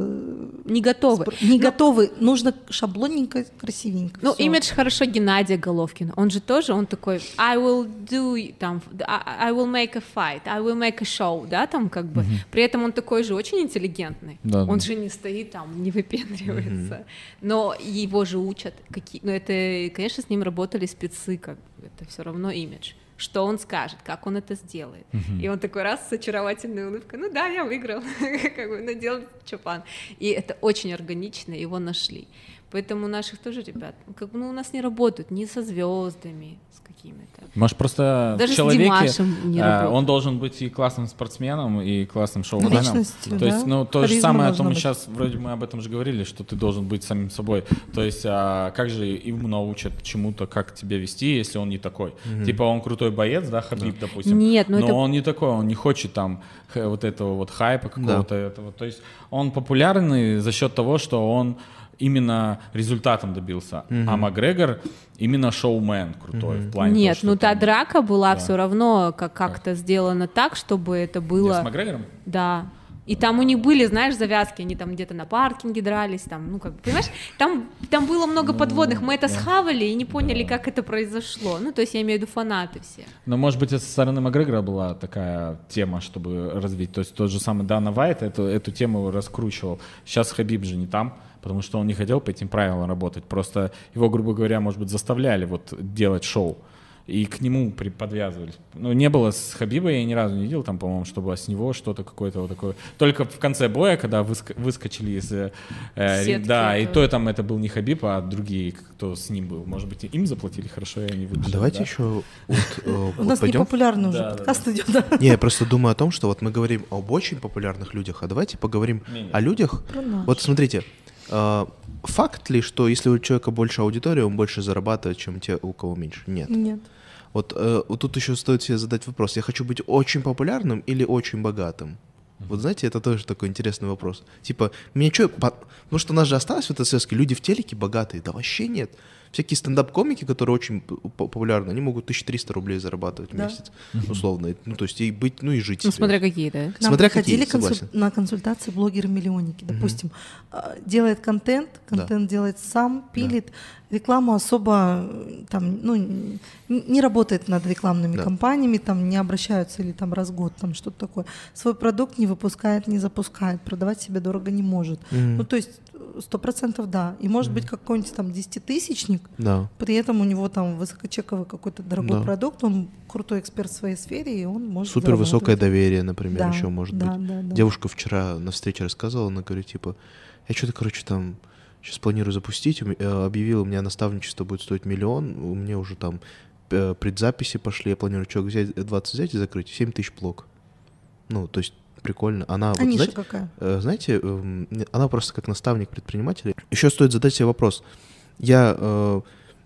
Э, не готовы. Спор... Не но... готовы, нужно шаблонненько, красивенько. Ну, всё. имидж хорошо Геннадия Головкина. Он же тоже, он такой, I will do, там, I will make a fight, I will make a show, да, там как бы. Mm-hmm. При этом он такой же очень интеллигентный. Да, он да. же не стоит там, не выпендривается. Mm-hmm. Но его же учат. Какие... Ну, это, конечно, с ним работали спецы, как бы. Это все равно имидж. Что он скажет, как он это сделает. Uh-huh. И он такой раз с очаровательной улыбкой, ну да, я выиграл, как бы наделал чапан. И это очень органично, его нашли. Поэтому у наших тоже ребят, как бы, ну, у нас не работают ни со звездами, с какими-то. Может, просто даже в человеке с не а, он должен быть и классным спортсменом, и классным шоуменом. Личностью, то да? есть, ну, то Харизма же самое, о том мы быть. сейчас, вроде мы об этом же говорили, что ты должен быть самим собой. То есть, а как же ему научат чему-то, как тебя вести, если он не такой? Mm-hmm. Типа он крутой боец, да, Хабиб, да. допустим. Нет, но, но это... он не такой, он не хочет там вот этого вот хайпа какого-то. Да. Этого. То есть он популярный за счет того, что он именно результатом добился, mm-hmm. а Макгрегор именно шоумен крутой mm-hmm. в плане Нет, того, ну та там... драка была да. все равно как- как-то сделана так, чтобы это было... Где, с Макгрегором? Да. И там у них были, знаешь, завязки, они там где-то на паркинге дрались, там, ну, как бы, понимаешь, там, там было много ну, подводных, мы это да. схавали и не поняли, да. как это произошло, ну, то есть я имею в виду фанаты все. Но, может быть, это со стороны Макгрегора была такая тема, чтобы развить, то есть тот же самый Дана Вайт эту, эту тему раскручивал, сейчас Хабиб же не там, потому что он не хотел по этим правилам работать, просто его, грубо говоря, может быть, заставляли вот делать шоу. И к нему при- подвязывались. Ну, не было с Хабиба, я ни разу не видел там, по-моему, чтобы с него что-то какое-то вот такое. Только в конце боя, когда выск- выскочили из... Э, э, да, этого. и то там это был не Хабиб, а другие, кто с ним был. Может быть, им заплатили хорошо, и они выбежали. А давайте да? еще вот, э, У нас пойдем. непопулярный уже Да, подкаст да, идет, да? Не, я просто думаю о том, что вот мы говорим об очень популярных людях, а давайте поговорим Не-не. о людях. Про нас. Вот смотрите, э, факт ли, что если у человека больше аудитории, он больше зарабатывает, чем те, у кого меньше? Нет. Нет. Вот, э, вот тут еще стоит себе задать вопрос: я хочу быть очень популярным или очень богатым? Вот знаете, это тоже такой интересный вопрос. Типа, мне что, по... потому что у нас же осталось в ТСС люди в телеке богатые, да вообще нет. Всякие стендап-комики, которые очень популярны, они могут тысячу триста рублей зарабатывать в Да. месяц, условно. Ну, то есть и быть, ну и жить Ну, себе. смотря какие, да? К нам Смотря приходили какие, консуль- согласен. на консультации блогеры-миллионники, допустим, а, делает контент, контент делает сам, пилит, рекламу особо э, там, ну, н- не работает над рекламными Да. кампаниями, там не обращаются или там раз в год, там что-то такое. Свой продукт не выпускает, не запускает, продавать себе дорого не может. Мгм. Ну, то есть сто процентов да. И может быть какой-нибудь там десятитысячник, Да. при этом у него там высокочековый какой-то дорогой Да. продукт, он крутой эксперт в своей сфере, и он может Супер высокое зарабатывать. доверие, например, Да, еще может да, быть. да, да. Девушка вчера на встрече рассказывала, она говорит, типа, я что-то, короче, там сейчас планирую запустить, у ме- э, объявила, у меня наставничество будет стоить миллион, у меня уже там э, предзаписи пошли, я планирую человек взять, двадцать взять и закрыть, семь тысяч блок. Ну, то есть прикольно. Она, А вот, ниша знаете, какая? э, знаете, эм, не- она просто как наставник предпринимателей. Еще стоит задать себе вопрос. Я... э,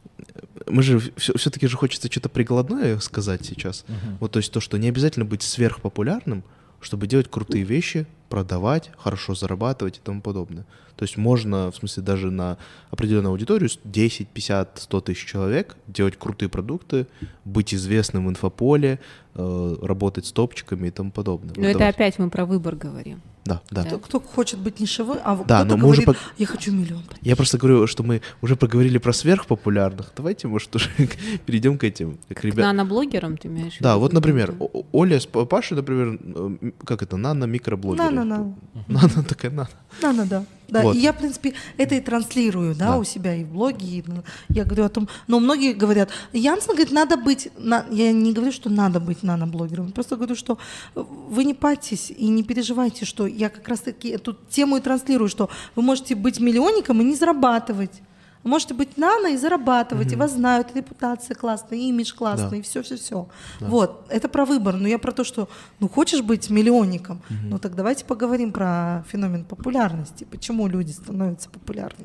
мы же все, все-таки же хочется что-то прикладное сказать сейчас. Мгм. Вот, то есть то, что не обязательно быть сверхпопулярным, чтобы делать крутые вещи, продавать, хорошо зарабатывать и тому подобное. То есть можно, в смысле, даже на определенную аудиторию, десять, пятьдесят, сто тысяч человек, делать крутые продукты, быть известным в инфополе, э, работать с топчиками и тому подобное. Но вот это давай. опять мы про выбор говорим. Да, да. Кто, кто хочет быть нишевым, а Да, кто-то но мы уже говорит, пог- я хочу миллион. Я просто говорю, что мы уже поговорили про сверхпопулярных. Давайте, может, уже перейдем к этим. Как К ребят... наноблогерам ты имеешь в виду? Да, вот, например, Да. О- Оля с П- Пашей, например, э, как это, нано-микроблогеры. На-на-на. Нано такая нано. Да, да, да. Да, Вот. и я, в принципе, это и транслирую, да, Да. у себя и в блоге, и ну, я говорю о том, но многие говорят, Янсен говорит, надо быть, на... я не говорю, что надо быть наноблогером, я просто говорю, что вы не парьтесь и не переживайте, что я как раз-таки эту тему и транслирую, что вы можете быть миллионником и не зарабатывать. Вы можете быть нано и зарабатывать, mm-hmm. и вас знают, репутация классная, имидж классный, Да. и все-все-все. Да. Вот, это про выбор, но я про то, что, ну, хочешь быть миллионником, mm-hmm. ну, так давайте поговорим про феномен популярности, почему люди становятся популярными.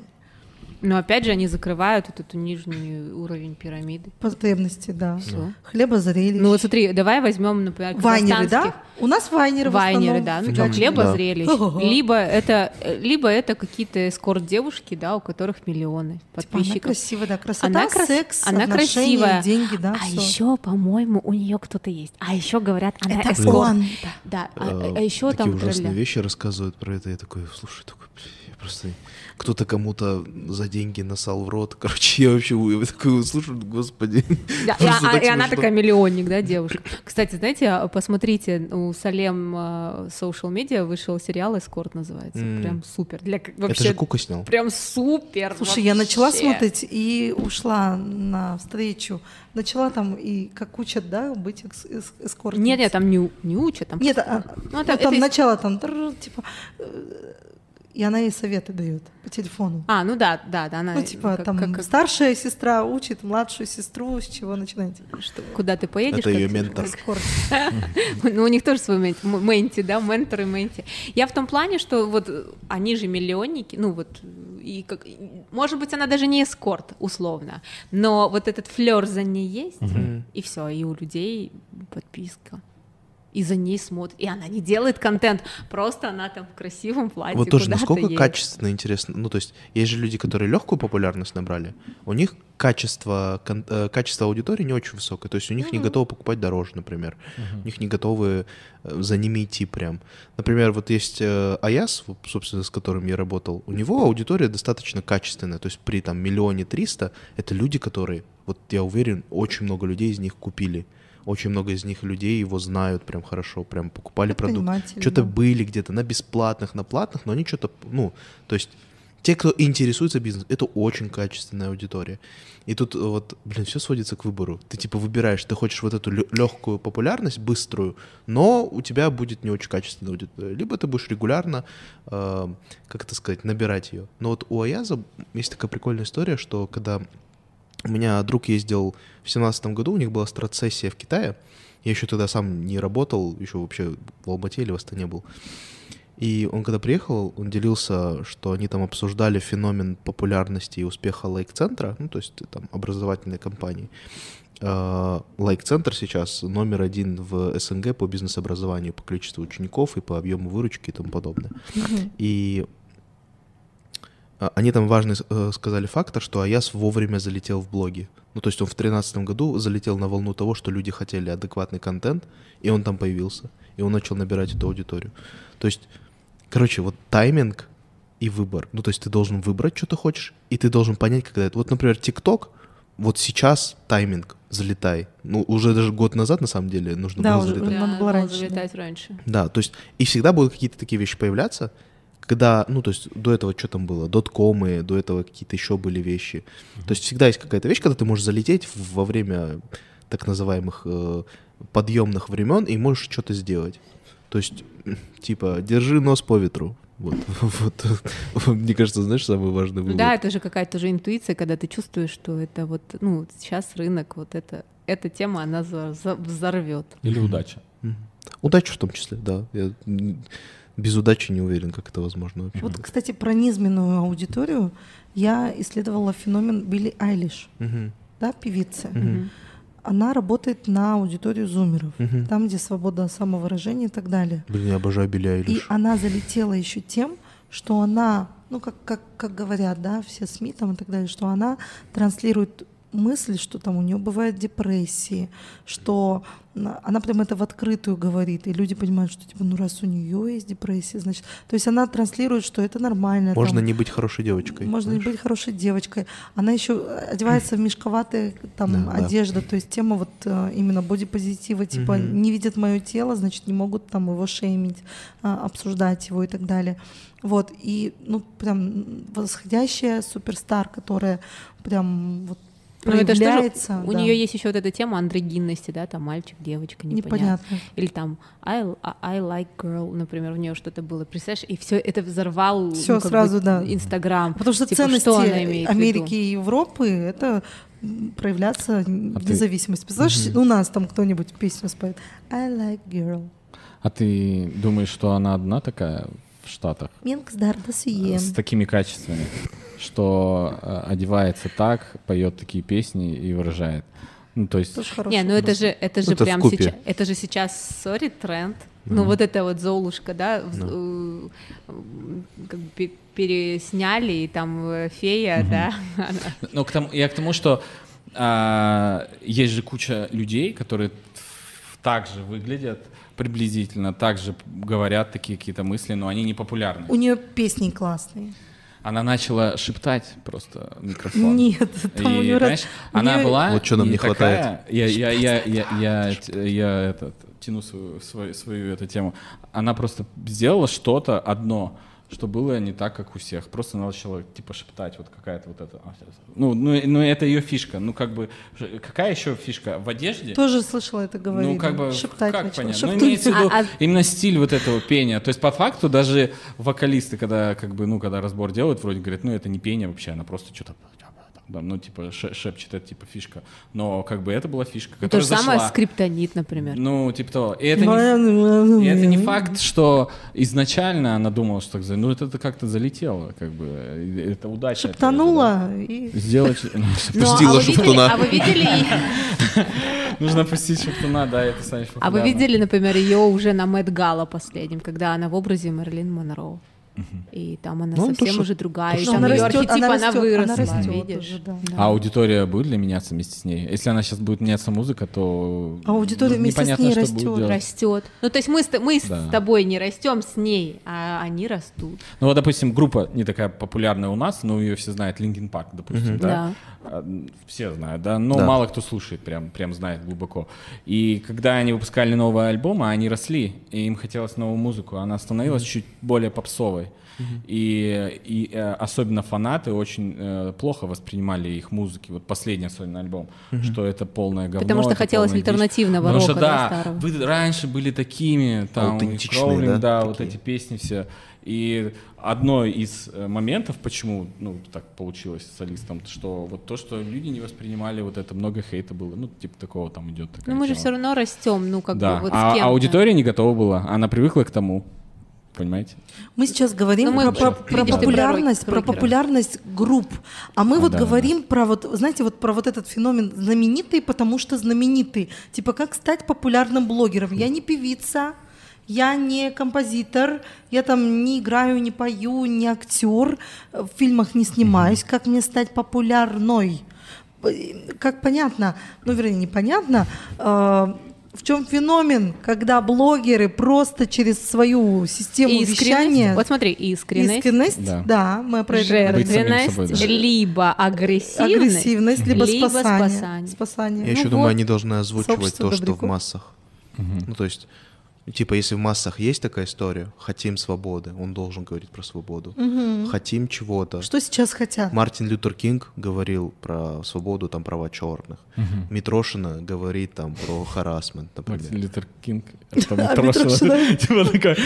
Но опять же они закрывают вот эту нижний уровень пирамиды. Потребности, да. Всё. Хлебозрелищ. Ну вот смотри, давай возьмем, например, Вайнеры, казахстанских. да? У нас вайнеры в Вайнеры, основном да, ну, фигачат. хлеба Да. зрелищ. Ого. Либо это, либо это какие-то эскорт-девушки, да, у которых миллионы Типа она подписчиков. красивая, да, красота, Она крас- секс, она отношения, красивая. деньги, да, А всё. еще, по-моему, у нее кто-то есть. А еще говорят, она Это эскорт. он. Да, а, Э, а еще такие там ужасные тролля. вещи рассказывают про это. Я такой, слушай, такой, блин, я просто... Кто-то кому-то за деньги насал в рот. Короче, я вообще я такой слушаю, господи. Да, и, Просто а- так и она смешно. такая миллионник, да, девушка. Кстати, знаете, посмотрите, у Салем э, Social Media вышел сериал «Эскорт» называется. М. Прям супер. Для, как- Это вообще, же Кука снял. прям супер. Слушай, я начала вообще. смотреть и ушла на встречу. Начала там и как учат, да, быть экс- эс- эскортницей. Нет, нет, там не, у- не учат, там Нет, просто- а, ну, ну, это- там это из- начало там, тр- типа, э, и она ей советы дает по телефону. А, ну да, да, да, она... Ну, типа, как- там как- как- старшая сестра учит младшую сестру, с чего начинать. что- куда ты поедешь? Это её как- ментор. Эскорт. Ну, у них тоже свой мент- м- менти, да, ментор и менти. Я в том плане, что вот э, они же миллионники, ну вот, и как, и, может быть, она даже не эскорт, условно, но вот этот флер за ней есть, и все, и у людей подписка. И за ней смотрят. И она не делает контент, просто она там в красивом платье Вот тоже, куда-то насколько едет. качественно, интересно. Ну, то есть, есть же люди, которые легкую популярность набрали, у них качество, кон- э, качество аудитории не очень высокое. То есть у них не готовы покупать дороже, например. У них не готовы э, за ними идти прям. Например, вот есть э, Аяс, вот, собственно, с которым я работал. У него аудитория достаточно качественная. То есть при там миллионе триста это люди, которые, вот я уверен, очень много людей из них купили. Очень много из них людей его знают прям хорошо, прям покупали продукт. Предприниматели, Что-то да. были где-то на бесплатных, на платных, но они что-то, ну, то есть те, кто интересуется бизнесом, это очень качественная аудитория. И тут вот, блин, все сводится к выбору. Ты типа выбираешь, ты хочешь вот эту легкую популярность, быструю, но у тебя будет не очень качественная аудитория. Либо ты будешь регулярно, э, как это сказать, набирать ее. Но вот у Аяза есть такая прикольная история, что когда у меня друг ездил в семнадцатом году, у них была страт-сессия в Китае. Я еще тогда сам не работал, еще вообще в Алмате или в Астане был. И он когда приехал, он делился, что они там обсуждали феномен популярности и успеха лайк-центра, ну, то есть там образовательной компании. Uh, лайк-центр сейчас номер один в СНГ по бизнес-образованию, по количеству учеников и по объему выручки и тому подобное. Мгм. И они там важный э, сказали фактор, что Аяс вовремя залетел в блоги. Ну, то есть он в тринадцатом году залетел на волну того, что люди хотели адекватный контент, и он там появился. И он начал набирать эту аудиторию. То есть, короче, вот тайминг и выбор. Ну, то есть ты должен выбрать, что ты хочешь, и ты должен понять, когда это... Вот, например, ТикТок, вот сейчас тайминг, залетай. Ну, уже даже год назад, на самом деле, нужно Да, было уже- залетать. надо было раньше, залетать раньше. Да, то есть и всегда будут какие-то такие вещи появляться, когда, ну, то есть до этого что там было, доткомы, до этого какие-то еще были вещи. То есть всегда есть какая-то вещь, когда ты можешь залететь во время так называемых э, подъемных времен и можешь что-то сделать. То есть, типа, держи нос по ветру. Вот, вот, мне кажется, знаешь, самый важный Ну вывод. да, это же какая-то же интуиция, когда ты чувствуешь, что это вот, ну, сейчас рынок, вот это, эта тема, она за- за- взорвет. Или удача. Мгм. Удачу в том числе, да. Я м, без удачи не уверен, как это возможно вообще. Вот, кстати, про низменную аудиторию я исследовала феномен Билли Айлиш, Мгм. да, певицы. Мгм. она работает на аудиторию зумеров, Мгм. там, где свобода самовыражения и так далее. Блин, я обожаю Билли И Айлиш. она залетела еще тем, что она, ну, как, как, как говорят, да, все СМИ там и так далее, что она транслирует мысль, что там у нее бывают депрессии, что на- она прям это в открытую говорит, и люди понимают, что типа, ну раз у нее есть депрессия, значит, то есть она транслирует, что это нормально. Можно там, не быть хорошей девочкой. можно не знаешь? быть хорошей девочкой. Она еще одевается в мешковатые там Да, да. одежда, то есть тема вот э, именно бодипозитива, типа Мгм. не видят мое тело, значит не могут там его шеймить, а, обсуждать его и так далее. Вот и ну прям восходящая суперстар, которая прям вот Ну, это же тоже, проявляется. у да. нее есть еще вот эта тема андрогинности, да, там мальчик, девочка, непонятно. Непонятно. Или там I, I like girl, например, у нее что-то было, представляешь, и все это взорвал Всё ну, как сразу, бы, да. Инстаграм. Потому что Типа, ценности что она имеет в Америки виду? и Европы — это м, проявляться в ты- независимости. Представляешь, у нас там кто-нибудь песню споет I like girl. А ты думаешь, что она одна такая в Штатах? Минксдар да сием. С такими качествами, что э, одевается так, поет такие песни и выражает. Ну, то есть... Тоже хороший Не, ну это вопрос. же, это же Это прям вкупе. сейчас, это же сейчас, сори, тренд. Ну вот эта вот Золушка, да, в- э, как бы пе- пересняли, и там э, фея, да, она- Ну, к тому, я к тому, что а, есть же куча людей, которые так же выглядят, приблизительно так же говорят такие какие-то мысли, но они не популярны. У нее песни классные. Она начала шептать просто в микрофон. Нет, там И, у нее понимаешь, она была Вот что нам и не такая- хватает. Я, я, я, я, я, я этот, тяну свою, свою, свою эту тему. Она просто сделала что-то одно, что было не так, как у всех. Просто начала типа шептать вот какая-то вот эта. Ну, ну, ну это ее фишка. Ну как бы ж- какая еще фишка в одежде? тоже слышала это говорить. Ну, как бы, шептать как начала, понятно? Ну, шептать. имеется в виду А- а- именно стиль вот этого пения. То есть, по факту, даже вокалисты, когда, как бы, ну, когда разбор делают, вроде говорят, ну, это не пение вообще, она просто что-то, да, ну, типа, ше- шепчет, это, типа, фишка. Но, как бы, это была фишка, то которая же самое зашла. скриптонит, например. Ну, типа того. И это не, и это не факт, что изначально она думала, что так, за- ну, это, это как-то залетело, как бы, и это удача. опять же, Шептанула и... да. Сделать... Ну, Пустила а вы видели, шептуна. а вы видели, Нужно пустить шептуна, да, это станет а вы популярным. видели, например, ее уже на Мэтт Гала последнем, когда она в образе Мэрилин Монро. И там она Ну, то, совсем что- уже другая, и Ну, там она ее растет, архетип, она она растет, выросла, она растет видишь? уже, да. А аудитория будет ли меняться вместе с ней? Если она сейчас будет меняться музыка, то А аудитория ну, вместе с непонятно, ней что растет. будет делать. Растет. Ну, то есть мы, с, мы Да. с тобой не растем с ней, а они растут. Ну вот, допустим, группа не такая популярная у нас, но ее все знают, Linkin Park, допустим, да? Да. А, Все знают, да? Но Да. мало кто слушает, прям, прям знает глубоко. И когда они выпускали новые альбомы, они росли, и им хотелось новую музыку, она становилась чуть более попсовой. И, и э, особенно фанаты очень э, плохо воспринимали их музыки. Вот последний особенно альбом, что это полное говно. Потому что это хотелось полная дичь. альтернативного Потому что, рока, да, да, старого. вы раньше были такими, там, Аутентичные, Crawling, да, да, вот такие. эти песни все. И одно из э, моментов, почему, ну, так получилось с солистом, что вот то, что люди не воспринимали, вот это много хейта было, ну, типа такого там идет. Ну, мы же все равно растем, ну, как Да, бы вот а с кем-то. аудитория не готова была, она привыкла к тому, понимаете? Мы сейчас говорим Ну, мы про, про- видишь, про ты про популярность, рок- про рокеров. популярность групп, а мы А, вот да, говорим про вот, знаете, вот про вот этот феномен знаменитый, потому что знаменитый. Типа как стать популярным блогером? Я не певица, я не композитор, я там не играю, не пою, не актер, в фильмах не снимаюсь. Как мне стать популярной? Как понятно, ну, вернее, непонятно, э, в чем феномен, когда блогеры просто через свою систему Искренность. вещания... Вот смотри, искренность, Искренность, Да. да, мы про это говорим. Быть самим жертвенность, собой, да. либо агрессивность, Агрессивность, либо, либо спасание. спасание. Спасание. Я Ну еще вот. думаю, они должны озвучивать Сообщество то, что в добряков. массах. Ну, то есть, типа, если в массах есть такая история, хотим свободы, он должен говорить про свободу. Хотим чего-то. Что сейчас хотят? Мартин Лютер Кинг говорил про свободу, там, права черных. Митрошина говорит там про харассмент, Мартин например. Лютер Кинг, это А, Митрошина. Митрошина. Типа такой,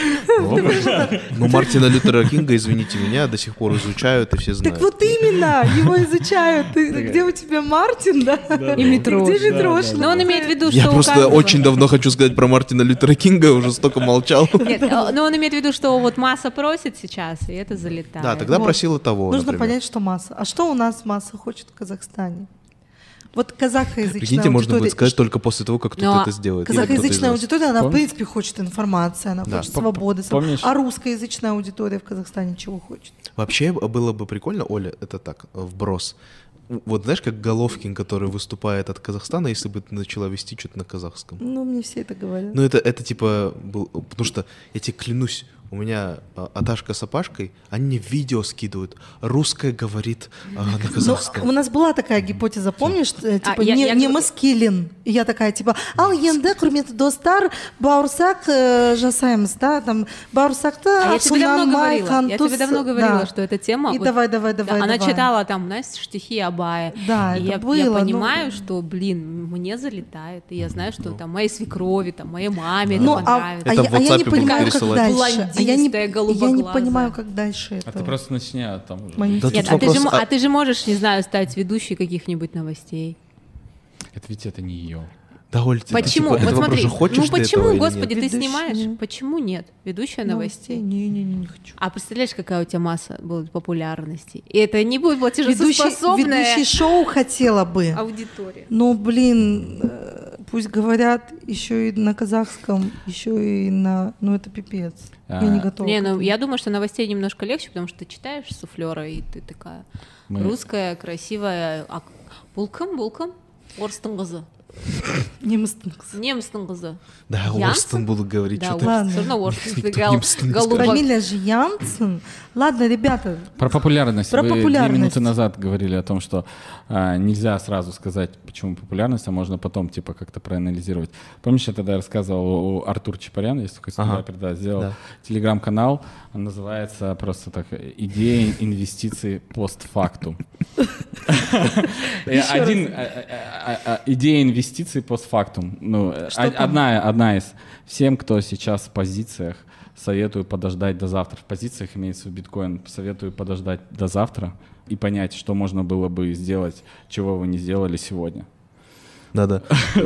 Ну, Мартина Лютера Кинга, извините меня, до сих пор изучают и все знают. Так вот именно, его изучают. Ты- Где у тебя Мартин, да? И Митрошина. Где Митрошина? Но он имеет в виду, что Я у просто каждого- очень давно хочу сказать про Мартина Лютера Кинга, уже столько молчал. Нет, э, но он имеет в виду, что вот масса просит сейчас, и это залетает. Да, тогда Вот. просила того, Нужно например. понять, что масса. А что у нас масса хочет в Казахстане? Вот казахоязычная Прикиньте, можно будет аудитория... сказать только после того, как кто-то Но это сделает. Казахоязычная Или кто-то из аудитория, она, в Помнишь? принципе, хочет информации, она Да. хочет П- свободы. помнишь? А русскоязычная аудитория в Казахстане чего хочет? вас. Вообще было бы прикольно, Оля, это так, вброс. Вот знаешь, как Головкин, который выступает от Казахстана, если бы ты начала вести что-то на казахском. Ну, мне все это говорят. Ну, это, это типа, был, потому что, я тебе клянусь, у меня а, Аташка с Апашкой, они мне видео скидывают, русская говорит а, на Ну, казахском. у нас была такая гипотеза, помнишь, э, типа я- не, я не говорю- маскилин. И я такая, типа, ал енді құрметті достар, бауырсақ э, жасаймыз, да, там, бауырсақты А я тебе давно ашуланмай, говорила, я тебе қантус, давно говорила, да. что эта тема... И вот, давай, давай, да, давай, она давай. читала там, знаете, стихи Абая. Да, и это я, было, я ну, понимаю, что, блин, мне залетает. И я знаю, что там моей свекрови, там, моей маме Ну, это а, понравится. а Это я, в а я не WhatsApp понимаю, будут как пересылать. дальше. А я не, Блондинистая, я не голубоглазая. понимаю, как дальше это. А ты просто начни, а там уже... Монетизировать. Да тут Нет, а ты, же, вопрос, мо- а- а ты же можешь, не знаю, стать ведущей каких-нибудь новостей. Это ведь это не ее. Да, Оль, ты, Почему? типа, Вот этого смотри, просто хочешь ну ты почему, этого или господи, нет? ты Ведущая, снимаешь? нет. Почему нет? Ведущая Новостей? новостей. Не, не, не, не хочу. А представляешь, какая у тебя масса будет популярности? И это не будет Ведущий, платежеспособная ведущий шоу хотела бы. аудитория. Но, блин, э, пусть говорят еще и на казахском, еще и на... Ну, это пипец. А. Я не готова. Не, к ну этому. я думаю, что новостей немножко легче, потому что ты читаешь суфлера, и ты такая Мы- русская, красивая, а булкам, булкам, орыстың қызы, Немецкий. немістің қызы. Да, Янсен? Орстон буду говорить, Да, что-то. Ладно. все равно орыстың Никто гал- немцев не голубок. Фамилия же Янсен. Ладно, ребята, Про популярность. Про Вы популярность. две минуты назад говорили о том, что а, нельзя сразу сказать, почему популярность, а можно потом типа как-то проанализировать. Помнишь, я тогда рассказывал у Артур Чапарян, есть такой Ага. стендапер, да, сделал Да. телеграм-канал, он называется просто так «Идея инвестиций постфактум». Э, Один э, э, э, идея инвестиций постфактум. Ну, э, Что о- там? одна, одна из. Всем, кто сейчас в позициях, советую подождать до завтра. В позициях имеется в виду биткоин. Советую подождать до завтра и понять, что можно было бы сделать, чего вы не сделали сегодня. Надо.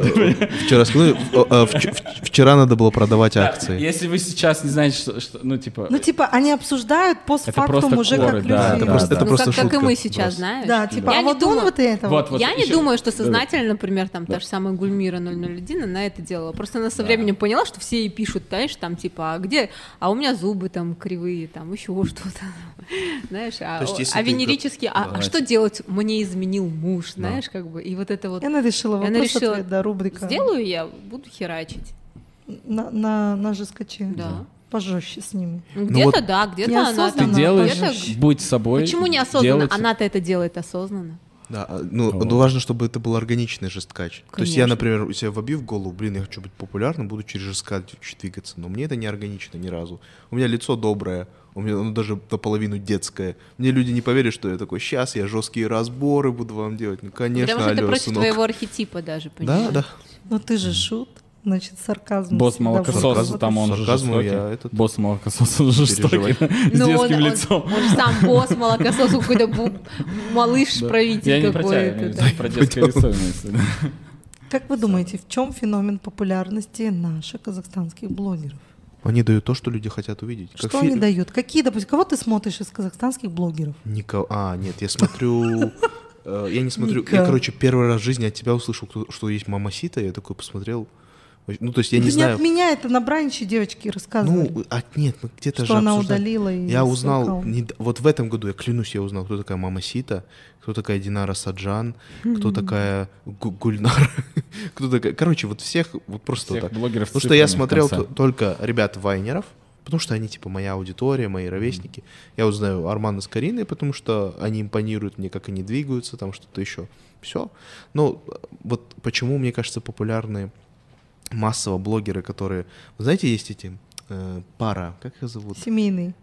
Вчера сказали, э, вч- в- вчера надо было продавать акции. Если вы сейчас не знаете, что, что- ну типа, ну типа они обсуждают постфактум просто уже коры, как люди. да, Это да, просто, да. это Ну, просто как, как и шутка. мы сейчас, Просто. знаешь. Да, типа, Я а не вот думаю- он вот этого. Вот, вот Я не еще- думаю, что да, сознательно, например, там та же самая Гульмира ноль ноль один, она это делала. Просто она со временем поняла, что все ей пишут, знаешь, там типа, а где, а у меня зубы там кривые, там еще что-то, знаешь, а, То есть, если а ты венерически, а, а Давайте. что делать? Мне изменил муж, знаешь, как бы, и вот это вот. И она решила И она вопрос решила, ответ, да, рубрика. Сделаю я, буду херачить. На, на, на жескаче. Да. Пожестче с ними. Ну, где-то вот да, где-то она неосознанно ты там. делаешь, где-то- будь собой. Почему неосознанно? делайте. Она-то это делает осознанно. Да, а, ну, Вот. ну, важно, чтобы это был органичный жесткач. То есть я, Конечно. например, у себя вобью в голову, блин, я хочу быть популярным, буду через жесткач двигаться, но мне это не органично ни разу. У меня лицо доброе, у меня оно даже наполовину детское. Мне люди не поверят, что я такой, сейчас я жесткие разборы буду вам делать. Ну, конечно, Потому что это алло, против сынок. твоего архетипа даже, Да, понимаешь? да. Ну ты же шут, значит, сарказм. Босс всегда молокосос, будет. там он же Сарказму жестокий. я этот- Босс молокосос, он жестокий. Переживай. С Ну, он, детским он- лицом. он же сам босс, молокосос, какой-то бу- малыш-правитель Я не про тебя, я какой-то. имею в да. виду про детское лицо имеется в виду. Как вы думаете, в чем феномен популярности наших казахстанских блогеров? Они дают то, что люди хотят увидеть. Как Что фи- они дают? Какие, допустим, кого ты смотришь из казахстанских блогеров? Нико- А, нет, я смотрю... э, Я не смотрю... Ника. Я, короче, первый раз в жизни от тебя услышал, кто- что есть Мамасита, я такой посмотрел. Ну, то есть я Ты не знаю... от меня это на бранче девочки рассказывали. Ну, а нет, мы где-то Что же она обсуждали. удалила и Я узнал, аккаунт. не- вот в этом году, я клянусь, я узнал, кто такая Мама Сита, кто такая Динара Саджан, кто такая Гу- Гульнар, кто такая... Короче, вот всех, вот просто Всех вот так. блогеров с Потому что я цифрами в смотрел конце. т- только ребят Вайнеров, потому что они, типа, моя аудитория, мои ровесники. Я вот знаю Армана с Кариной, потому что они импонируют мне, как они двигаются, там что-то еще. Все. Но вот почему, мне кажется, популярны массово блогеры, которые... Вы знаете, есть эти э, пара, как их зовут? Семейный.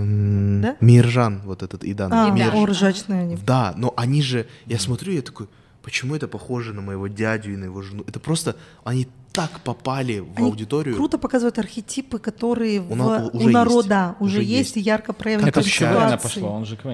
Эм, Да? Миржан, вот этот Идан. А, Ребята. о, ржачные они. Да, но они же... Я смотрю, я такой, почему это похоже на моего дядю и на его жену? Это просто... Они так попали в Они аудиторию. круто показывают архетипы, которые У в- на- у, уже народа есть. уже Уже есть, есть. и ярко проявлены Как Это с общаются. КВН ситуации. пошло, он же КВНщик.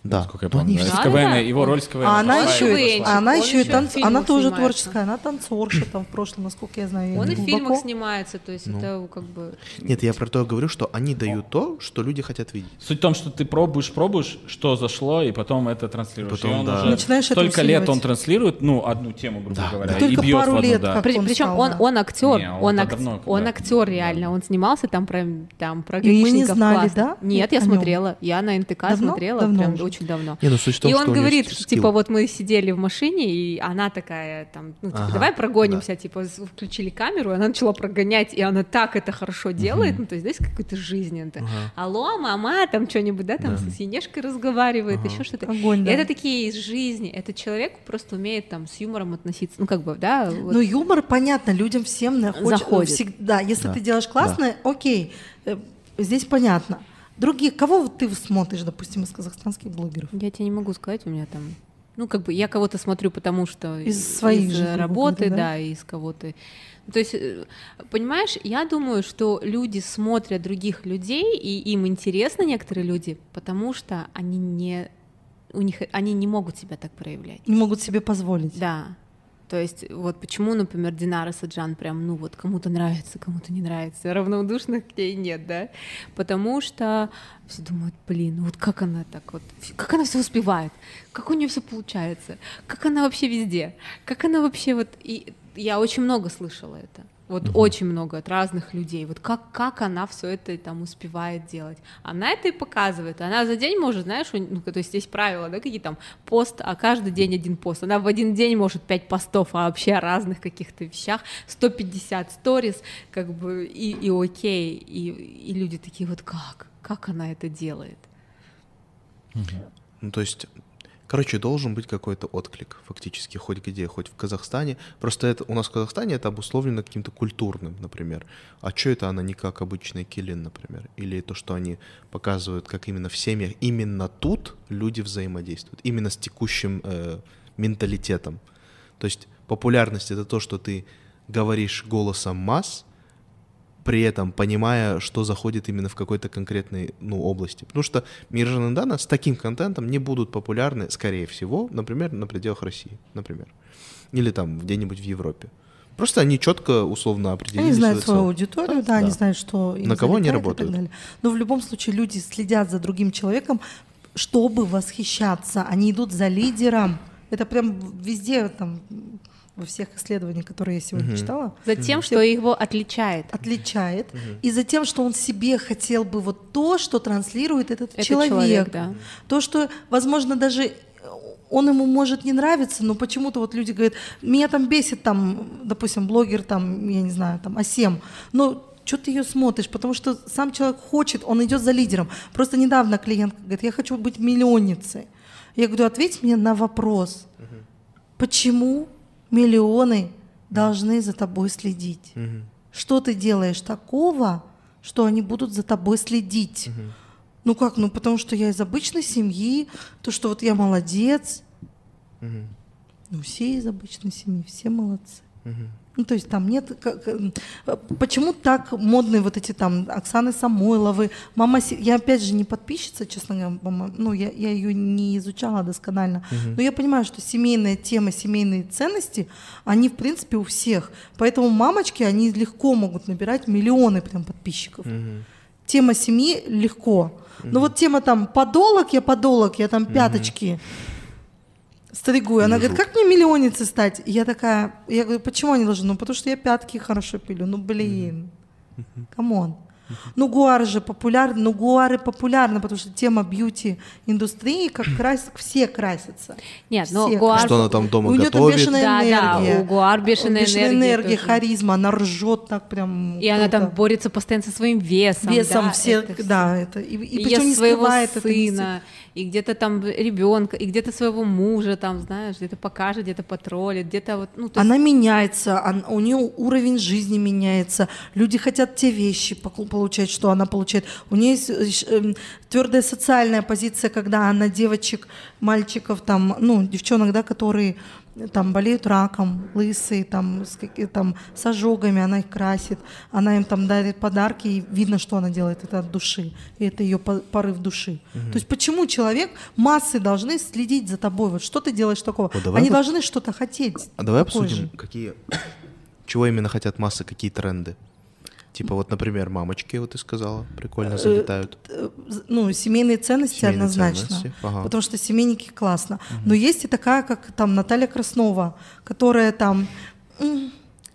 Да. Насколько я Ну, они помню. все- С КВН, Да-да-да. его роль с КВН. А она Он еще, КВНщик, а она он еще и еще танц, в фильмах она тоже снимается. творческая, она танцорша там в прошлом, насколько я знаю. Он и в глубоко. фильмах снимается, то есть это как бы... Нет, я про то говорю, что они дают то, что люди хотят видеть. Суть в том, что ты пробуешь, пробуешь, что зашло, и потом это транслируешь. Потом, и он да. уже Начинаешь это столько лет усиливать. он транслирует, ну, одну тему, грубо Да, говоря, да. и Только бьет пару в одну, лет да. как- При- он Причем стал, он, да. он актер, Не, он он, так ак- давно, он да. актер Да, реально, да. он снимался там про, там, про И мы не гаишников. знали, классно. да, Нет, я о нем? смотрела, я на эн тэ ка Давно? смотрела, Давно прям уже. очень давно. Не, ну суть в том, И что он у него говорит, есть что скилл. типа вот мы сидели в машине, и она такая там, ну типа Ага, давай прогонимся, типа с- включили камеру, и она начала прогонять, и она так это хорошо делает, ну то есть знаешь, какой-то жизненный. Ага. Алло, мама, там что-нибудь, да, там Да. с Енешкой разговаривает, Ага. еще что-то. Огонь, И да. это такие из жизни, этот человек просто умеет там с юмором относиться, ну как бы, да. вот. Ну, юмор, понятно, людям всем находит- Заходит. всегда. Если Да. ты делаешь классно, окей, э, здесь понятно. Другие, кого вот ты смотришь, допустим, из казахстанских блогеров? Я тебе не могу сказать, у меня там, ну как бы я кого-то смотрю, потому что Из своих из же, грубо работы, говоря, да? да, из кого-то. Ну, то есть, э, понимаешь, я думаю, что люди смотрят других людей, и им интересны некоторые люди, потому что они не, у них, они не могут себя так проявлять. Не могут себе позволить. Да. То есть вот почему, например, Динара Саджан прям, ну вот кому-то нравится, кому-то не нравится, равнодушных к ней нет, да? Потому что все думают, блин, ну вот как она так вот, как она все успевает, как у нее все получается, как она вообще везде, как она вообще вот, и я очень много слышала это. Вот Мгм. очень много от разных людей. Вот как, как она все это там успевает делать. Она это и показывает. Она за день может, знаешь, у- ну, то есть есть правила, да, какие там пост, а каждый день один пост. Она в один день может пять постов, а вообще о разных каких-то вещах, сто пятьдесят сторис, как бы, и, и окей. И, и люди такие, вот как? Как она это делает? Ну, то есть, короче, должен быть какой-то отклик, фактически, хоть где, хоть в Казахстане. Просто это, у нас в Казахстане это обусловлено каким-то культурным, например. А что это она не как обычный килин, например? Или то, что они показывают, как именно в семьях, именно тут люди взаимодействуют, именно с текущим э, менталитетом. То есть популярность — это то, что ты говоришь голосом масс, при этом понимая, что заходит именно в какой-то конкретной, ну, области. Потому что Миржан и Дана с таким контентом не будут популярны, скорее всего, например, на пределах России, например. Или там где-нибудь в Европе. Просто они четко, условно определили Они знают свою свою цель. аудиторию, да, Да. они знают, что им На кого они залетает и так работают. далее. Но в любом случае люди следят за другим человеком, чтобы восхищаться. Они идут за лидером. Это прям везде, там, во всех исследованиях, которые я сегодня Мгм. читала, За тем, что его отличает. отличает. И за тем, что он себе хотел бы вот то, что транслирует этот, Этот человек. человек, да. То, что, возможно, даже он ему может не нравиться, но почему-то вот люди говорят, меня там бесит, там, допустим, блогер, там, я не знаю, там, Асем, но что ты ее смотришь? Потому что сам человек хочет, он идет за лидером. Просто недавно клиентка говорит, я хочу быть миллионницей. Я говорю, ответь мне на вопрос, почему миллионы должны за тобой следить? Мгм. Что ты делаешь такого, что они будут за тобой следить? Ну как, ну потому что я из обычной семьи, то, что вот я молодец. Мгм. Ну все из обычной семьи, все молодцы. Мгм. Ну, то есть там нет... как, э, почему так модные вот эти там Оксаны Самойловы, мама... Си- Я опять же не подписчица, честно говоря, мама, ну, я, я ее не изучала досконально, но я понимаю, что семейная тема, семейные ценности, они, в принципе, у всех. Поэтому мамочки, они легко могут набирать миллионы прям подписчиков. Мгм. Тема семьи легко. Но вот тема там подолок, я подолок, я там пяточки стригу. И она говорит, как мне миллионницей стать? И я такая, я говорю, почему они должны? Ну, потому что я пятки хорошо пилю. Ну, блин, камон. Ну, гуар же популярны, ну, гуары популярны, потому что тема бьюти-индустрии, как красят, все красятся. Нет, но Все Гуар... Что она там дома У неё там готовит. бешеная Да, да, энергия. у Гуар бешеная Бешеная энергия энергия, тоже. харизма, она ржет так прям. И она там круто. борется постоянно со своим весом. Весом да, все, это всё. да, это. И, и И причем ест не своего скрывает это. не сына, и где-то там ребенка, и где-то своего мужа, там, знаешь, где-то покажет, где-то потроллит, где-то вот, ну, то есть- Она меняется, он- у нее уровень жизни меняется. Люди хотят те вещи поку- получать, что она получает. У нее есть э, ш- эм, твердая социальная позиция, когда она девочек, мальчиков, там, ну, девчонок, да, которые там болеют раком, лысые, там с, каки- там, с ожогами, она их красит, она им там дарит подарки, и видно, что она делает это от души, и это ее по- порыв души. Мгм. То есть почему человек, массы должны следить за тобой, вот что ты делаешь такого? Вот давай Они вот- должны что-то хотеть. А давай такое обсудим, же. какие, чего именно хотят массы, какие тренды. Типа вот, например, мамочки, вот ты сказала, прикольно залетают. Э, Ну, семейные ценности Семейные однозначно, ценности, ага. потому что семейники классно. Но есть и такая, как там Наталья Краснова, которая там... м,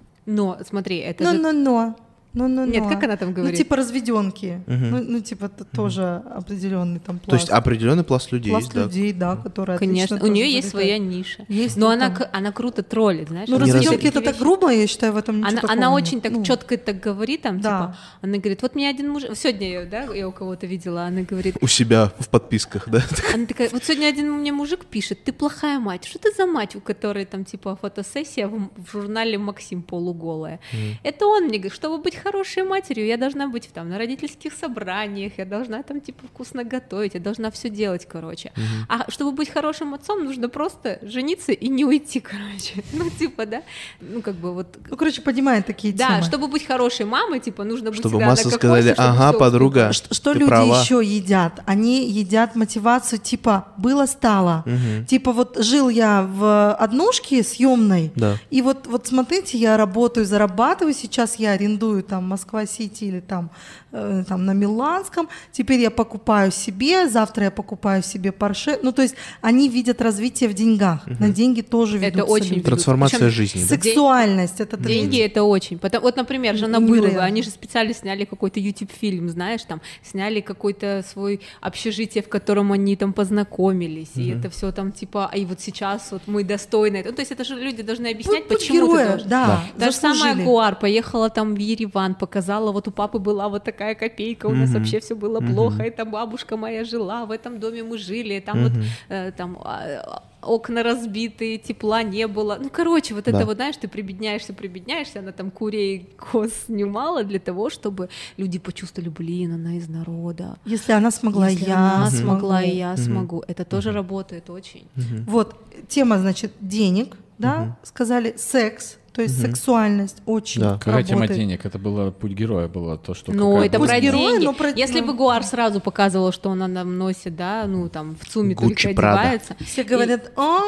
Но смотри, это же... Но-но-но. Ну-ну-но. Нет, как она там говорит? Ну, типа разведенки. Мгм. Ну, ну, типа, это тоже определенный там пласт. То есть определенный пласт людей пласт есть, да? людей, да, которые Конечно, отлично у нее тоже есть залетают. своя ниша. Есть Но и она, там. к- она круто троллит, знаешь. Ну, она Не разведенки такие это так вещи- грубо, я считаю, в этом ничего Она, такого она нет. очень так Ну, четко так говорит, там, Да. типа, она говорит, вот мне один мужик, сегодня я, да, я у кого-то видела, она говорит, У себя в подписках, да? она такая, вот сегодня один мне мужик пишет, ты плохая мать, что ты за мать, у которой там, типа, фотосессия в, в журнале «Максим» полуголая. Это он мне говорит, чтобы быть хорошей матерью, я должна быть там на родительских собраниях, я должна там, типа, вкусно готовить, я должна все делать, короче. А чтобы быть хорошим отцом, нужно просто жениться и не уйти, короче. Ну, типа, да, ну, как бы вот... Ну, короче, поднимает такие Да, темы. чтобы быть хорошей мамой, типа, нужно быть Чтобы всегда на массы кокосе, сказали, чтобы ага, всё подруга, успевать. Что, что ты люди права. еще едят? Они едят мотивацию типа было-стало. Мгм. Типа вот жил я в однушке съемной, Да. и вот, вот смотрите, я работаю, зарабатываю, сейчас я арендую там Москва-Сити или там, э, там на Миланском, теперь я покупаю себе, завтра я покупаю себе Порше. Ну то есть они видят развитие в деньгах, на деньги тоже Это ведутся очень люди. ведут. Трансформация Причём жизни, да? Сексуальность, это Деньги третье. это очень. Потом, вот, например, Жанна Невероятно. Бырова, они же специально сняли какой-то YouTube-фильм, знаешь, там сняли какой-то свой общежитие, в котором они там познакомились, и это все там типа, а и вот сейчас вот мы достойны. этого. Ну, то есть это же люди должны объяснять, Путь почему ты героя, должен. да, Та же самая заслужили. Гуар поехала там в Ереван, показала, вот у папы была вот такая копейка, у нас вообще все было плохо, это бабушка моя жила, в этом доме мы жили, там вот э, там а, окна разбитые, тепла не было. Ну, короче, вот Да. это вот, знаешь, ты прибедняешься, прибедняешься, она там курей коз снимала для того, чтобы люди почувствовали, блин, она из народа. Если она смогла, Если я она смогу. смогла, и я смогу. Это тоже работает очень. Вот тема, значит, денег, да, сказали секс, то есть сексуальность очень Да. Какая тема работает. денег? Это было путь героя, было то, что... Ну, какая это была- Пусть про герои, деньги. но про- Если ну. бы Гуар сразу показывала, что она нам носит, да, ну, там, в ЦУМе Гуччи, только Прада. одевается. Все говорят, о,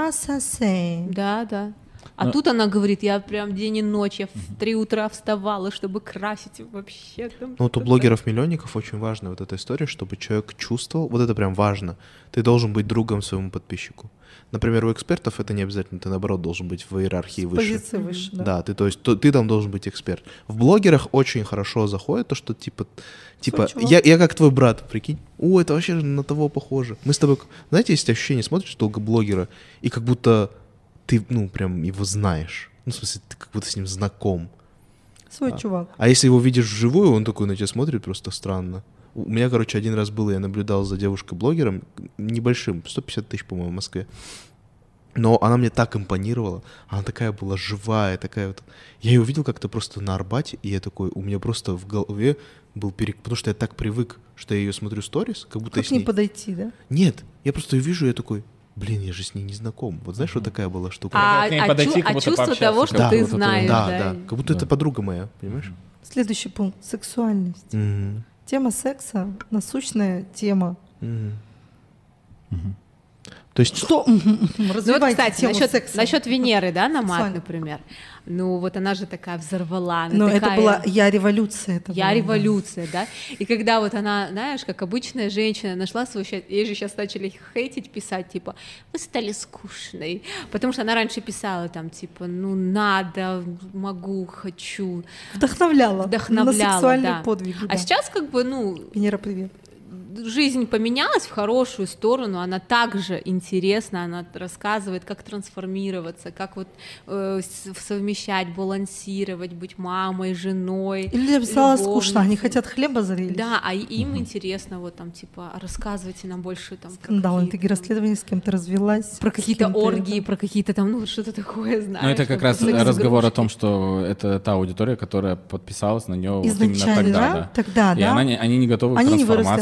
насосе. Да, да. А Ну- тут она говорит, я прям день и ночь, я в три утра вставала, чтобы красить вообще там. Ну, вот у блогеров-миллионников очень важна вот эта история, чтобы человек чувствовал, вот это прям важно, ты должен быть другом своему подписчику. Например, у экспертов это не обязательно, ты наоборот должен быть в иерархии выше. Позиции выше, да. Да, ты, то есть то- ты там должен быть эксперт. В блогерах очень хорошо заходит то, что типа, типа чувак. я, я как твой брат, прикинь. О, это вообще на того похоже. Мы с тобой, к- знаете, есть ощущение, смотришь долго блогера, и как будто ты, ну, прям его знаешь. Ну, в смысле, ты как будто с ним знаком. Свой чувак. А если его видишь вживую, он такой на тебя смотрит просто странно. У меня, короче, один раз было, я наблюдал за девушкой-блогером, небольшим, сто пятьдесят тысяч, по-моему, в Москве. Но она мне так импонировала, она такая была живая, такая вот... Я ее увидел как-то просто на Арбате, и я такой, у меня просто в голове был перек... Потому что я так привык, что я ее смотрю сторис, как будто я Как с не ней... подойти, да? Нет, я просто ее вижу, и я такой, блин, я же с ней не знаком. Вот знаешь, вот такая была штука. А, К ней а подойти, чу- как а будто чувство пообщаться, того, как что Да, ты будто ты- знаешь, да, да. да, как будто Да. это подруга моя, понимаешь? Следующий пункт — сексуальность. Мгм. Тема секса — насущная тема. Мгм. То есть Что? Мгм, мгм. Ну вот, Развивайте кстати, тему насчет, секса. насчет Венеры, да, на мат, Сексуально. например. Ну вот она же такая взорвала, она Но такая... это была я революция. Это Я была, да. революция, да. И когда вот она, знаешь, как обычная женщина нашла свою счастье, ей же сейчас начали хейтить, писать, типа, вы стали скучной. Потому что она раньше писала там, типа, ну надо, могу, хочу. Вдохновляла. Вдохновляла, на сексуальные да. подвиги. А да. сейчас как бы, ну, Венера, привет. жизнь поменялась в хорошую сторону, она также интересна, она рассказывает, как трансформироваться, как вот э, с- совмещать, балансировать, быть мамой, женой. Или людям стало любовницей. скучно, они хотят хлеба зарели. Да, а и- им интересно вот там типа рассказывайте нам больше там про Скандал, какие-то интриги, там- расследование, с кем ты развелась. про с какие-то кем ты оргии, это. про какие-то там, ну, вот что-то такое, знаешь. Ну, это как там, раз секс-игрушки. разговор о том, что это та аудитория, которая подписалась на нее вот именно Изначально, тогда. да? Да. Тогда, И да. она не- они не готовы Они к не выросли, трансформации. они Мы хотят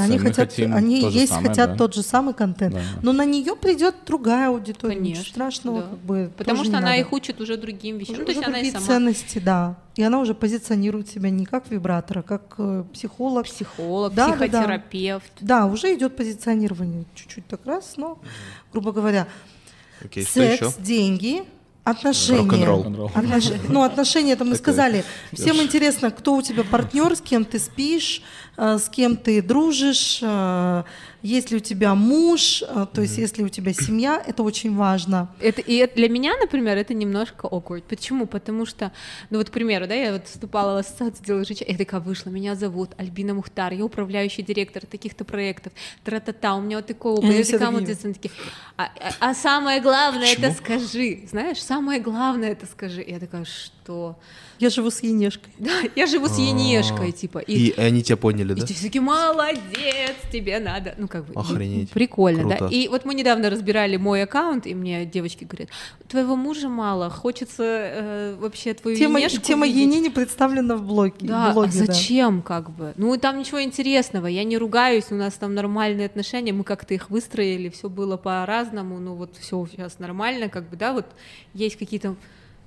хотим они то же есть, самое, хотят да. тот же самый контент, Да. но на нее придет другая аудитория. Конечно, Ничего страшного, да. как бы. Потому тоже что не она надо. их учит уже другим вещам. Уже, Ну, то есть уже она и другие сама ценности, да. И она уже позиционирует себя не как вибратор, а как э, психолог. психолог, Да, да, да. психотерапевт. Да, уже идет позиционирование чуть-чуть так раз, но, грубо говоря, Окей, что секс, еще? деньги, отношения. Рок-н-ролл. Рок-н-ролл. Отнош- Ну, отношения, это мы Такое. сказали. Всем интересно, кто у тебя партнер, с кем ты спишь, э, с кем ты дружишь, э, есть ли у тебя муж, э, то есть есть ли у тебя семья, это очень важно. Это, и это, для меня, например, это немножко awkward. Почему? Потому что, ну вот, к примеру, да, я вот вступала в ассоциацию «Делай женщин», я такая вышла, меня зовут Альбина Мухтар, я управляющий директор таких-то проектов, тра-та-та, у меня вот такой опыт, Они я все такая такие. молодец, они такие, а, а- а самое главное это скажи, знаешь, самое главное это скажи. Я такая, что? Я живу с Енешкой. Да, я живу с Енешкой, типа, И они тебя поняли, И да? ты все таки молодец, тебе надо. Ну, как бы, Охренеть. прикольно, Круто. да. И вот мы недавно разбирали мой аккаунт, и мне девочки говорят, твоего мужа мало, хочется э, вообще твою Тема, Енешку тема видеть». Енини представлена в блоге. Да, блоге, а зачем, как бы? Ну, там ничего интересного, я не ругаюсь, у нас там нормальные отношения, мы как-то их выстроили, все было по-разному, ну, вот все сейчас нормально, как бы, да, вот есть какие-то...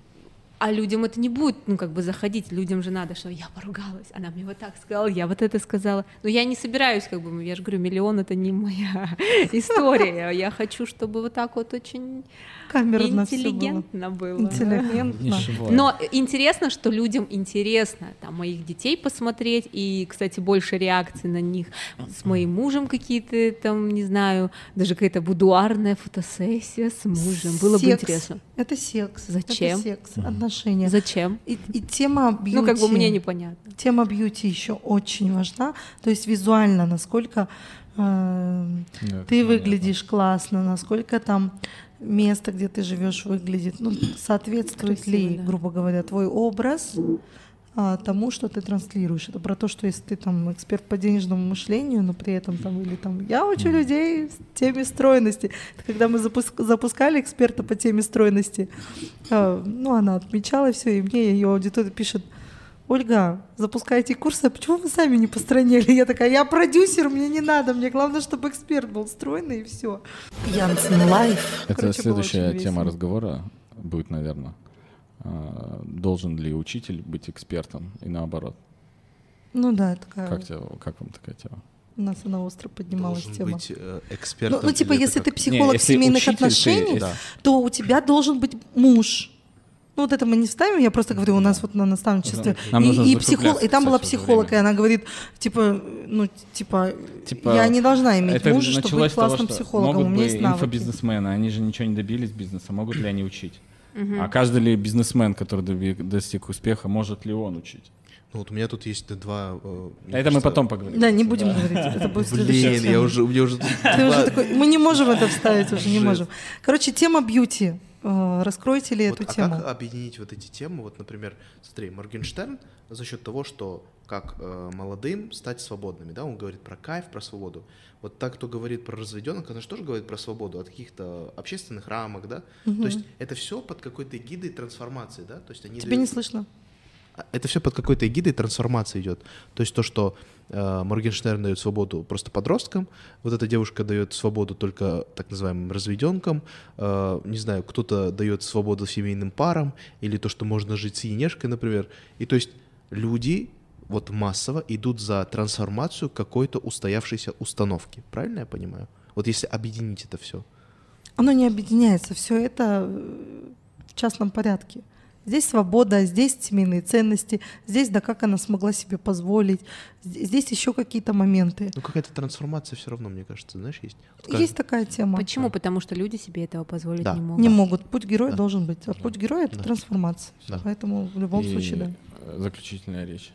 А людям это не будет, ну, как бы заходить, людям же надо, что я поругалась, она мне вот так сказала, я вот это сказала. Но я не собираюсь, как бы, я же говорю, миллион — это не моя история, я хочу, чтобы вот так вот очень Камерно всё было. интеллигентно было. Интеллигентно. Ничего. Но интересно, что людям интересно там моих детей посмотреть, и, кстати, больше реакций на них. С моим мужем какие-то там, не знаю, даже какая-то будуарная фотосессия с мужем. Было бы Секс. интересно. Это секс. Зачем? Это секс, отношения. Зачем? И, и тема бьюти. Ну, как бы мне непонятно. Тема бьюти еще очень важна. То есть визуально, насколько э, Нет, ты понятно. выглядишь классно, насколько там место, где ты живешь, выглядит, ну, соответствует Красиво, ли, да. грубо говоря, твой образ а, тому, что ты транслируешь. Это про то, что если ты там эксперт по денежному мышлению, но при этом там или там я учу людей в теме стройности. Это когда мы запуск- запускали эксперта по теме стройности, а, ну она отмечала все, и мне ее аудитория пишет: Ольга, запускаете курсы, а почему вы сами не постранили? Я такая, я продюсер, мне не надо, мне главное, чтобы эксперт был стройный, и все. Янсен Лайф. Это Короче, было следующая очень тема весело. разговора будет, наверное. А, Должен ли учитель быть экспертом и наоборот? Ну да, такая, Как, тебе, как вам такая тема? у нас она остро поднималась Должен тема. быть э, Ну, экспертом. ну, типа, или это если ты как? психолог Не, если семейных учитель, ты- отношений, да. то у тебя должен быть муж. Ну, вот это мы не вставим, я просто говорю, у нас вот на наставничестве. Нам и, нужно и, закругляться, психолог, и там была кстати, уже психолог, и время. она говорит, типа, ну, типа, Типа, я не должна иметь Это мужа, чтобы началось быть с того, классным что психологом. могут У меня быть есть навыки. инфобизнесмены, они же ничего не добились бизнеса, могут ли они учить? А каждый ли бизнесмен, который доби- достиг успеха, может ли он учить? Ну вот у меня тут есть два... э, мне Это мы кажется, потом поговорим. Да, не будем говорить, это будет следующая Блин, я тема. уже, мне уже... Ты уже такой, мы не можем это вставить, уже не Жесть. можем. Короче, тема бьюти. Э, Раскройте ли Вот, эту а тему? как объединить вот эти темы? Вот, например, смотри, Моргенштерн за счет того, что как э, молодым стать свободными, да, он говорит про кайф, про свободу. Вот так, кто говорит про разведенных, она же тоже говорит про свободу от каких-то общественных рамок, да. То есть это все под какой-то эгидой трансформации, да. То есть они Тебя не дают- слышно. Это все под какой-то эгидой трансформации идет. То есть то, что э, Моргенштерн дает свободу просто подросткам, вот эта девушка дает свободу только так называемым разведенкам, э, не знаю, кто-то дает свободу семейным парам, или то, что можно жить с Енешкой, например. И то есть люди вот массово идут за трансформацию какой-то устоявшейся установки. Правильно я понимаю? Вот если объединить это все. Оно не объединяется, все это э, в частном порядке. Здесь свобода, здесь семейные ценности, здесь да как она смогла себе позволить, З- здесь еще какие-то моменты. Ну какая-то трансформация все равно, мне кажется, знаешь, есть. Вот Есть такая тема. Почему? Потому что люди себе этого позволить Да. не могут. Не могут. Путь героя Да. должен быть. А путь героя — это Да. трансформация. Да. Поэтому в любом И, случае, да. э, Заключительная речь.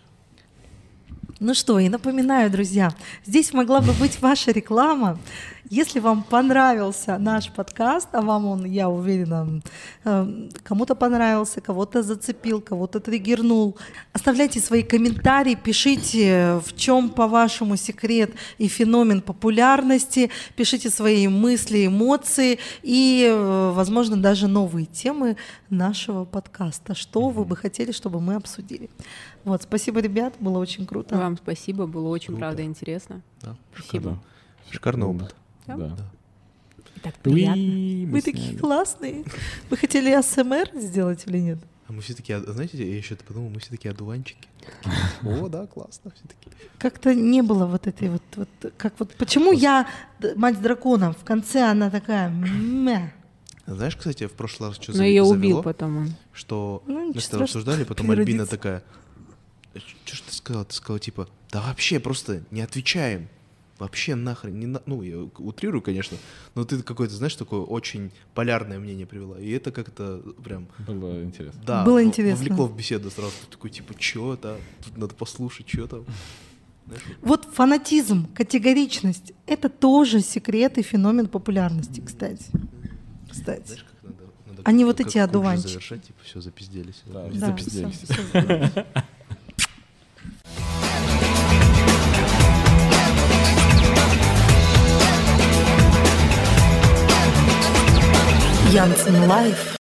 Ну что, и напоминаю, друзья, здесь могла бы быть ваша реклама. Если вам понравился наш подкаст, а вам он, я уверена, э, кому-то понравился, кого-то зацепил, кого-то триггернул, оставляйте свои комментарии, пишите, в чем, по-вашему, секрет и феномен популярности, пишите свои мысли, эмоции и, э, возможно, даже новые темы нашего подкаста. Что вы бы хотели, чтобы мы обсудили? Вот, спасибо, ребят, было очень круто. Вам спасибо, было очень, Круто. правда, интересно. Да. Спасибо. Шикарно. Шикарный опыт. Да? Да. Так приятно. Уи, Вы сняли. такие классные. Вы хотели АСМР сделать или нет? А мы все такие, знаете, я еще подумал, мы все такие одуванчики. О, да, классно, все такие. Как-то не было вот этой вот, вот как вот, почему я, д- мать дракона, в конце она такая, мя. Знаешь, кстати, в прошлый раз что Но ее убил потом он. что Ну, мы ничего с тобой страшного, обсуждали, потом переродится. Альбина такая, что ж ты сказала? Ты сказала, типа, да вообще просто не отвечаем. Вообще нахрен, не на... ну, я утрирую, конечно, но ты какое-то, знаешь, такое очень полярное мнение привела, и это как-то прям, Было интересно. да, Было в- интересно. вовлекло в беседу сразу, ты такой, типа, чё это, тут надо послушать, чё там. Знаешь, вот. Вот фанатизм, категоричность — это тоже секрет и феномен популярности, кстати. Кстати. Знаешь, как надо, надо Они как- вот как эти хуже одуванчики. завершать, типа, все, запизделись. Да, Да, запизделись. всё, всё. Янсен Лайф.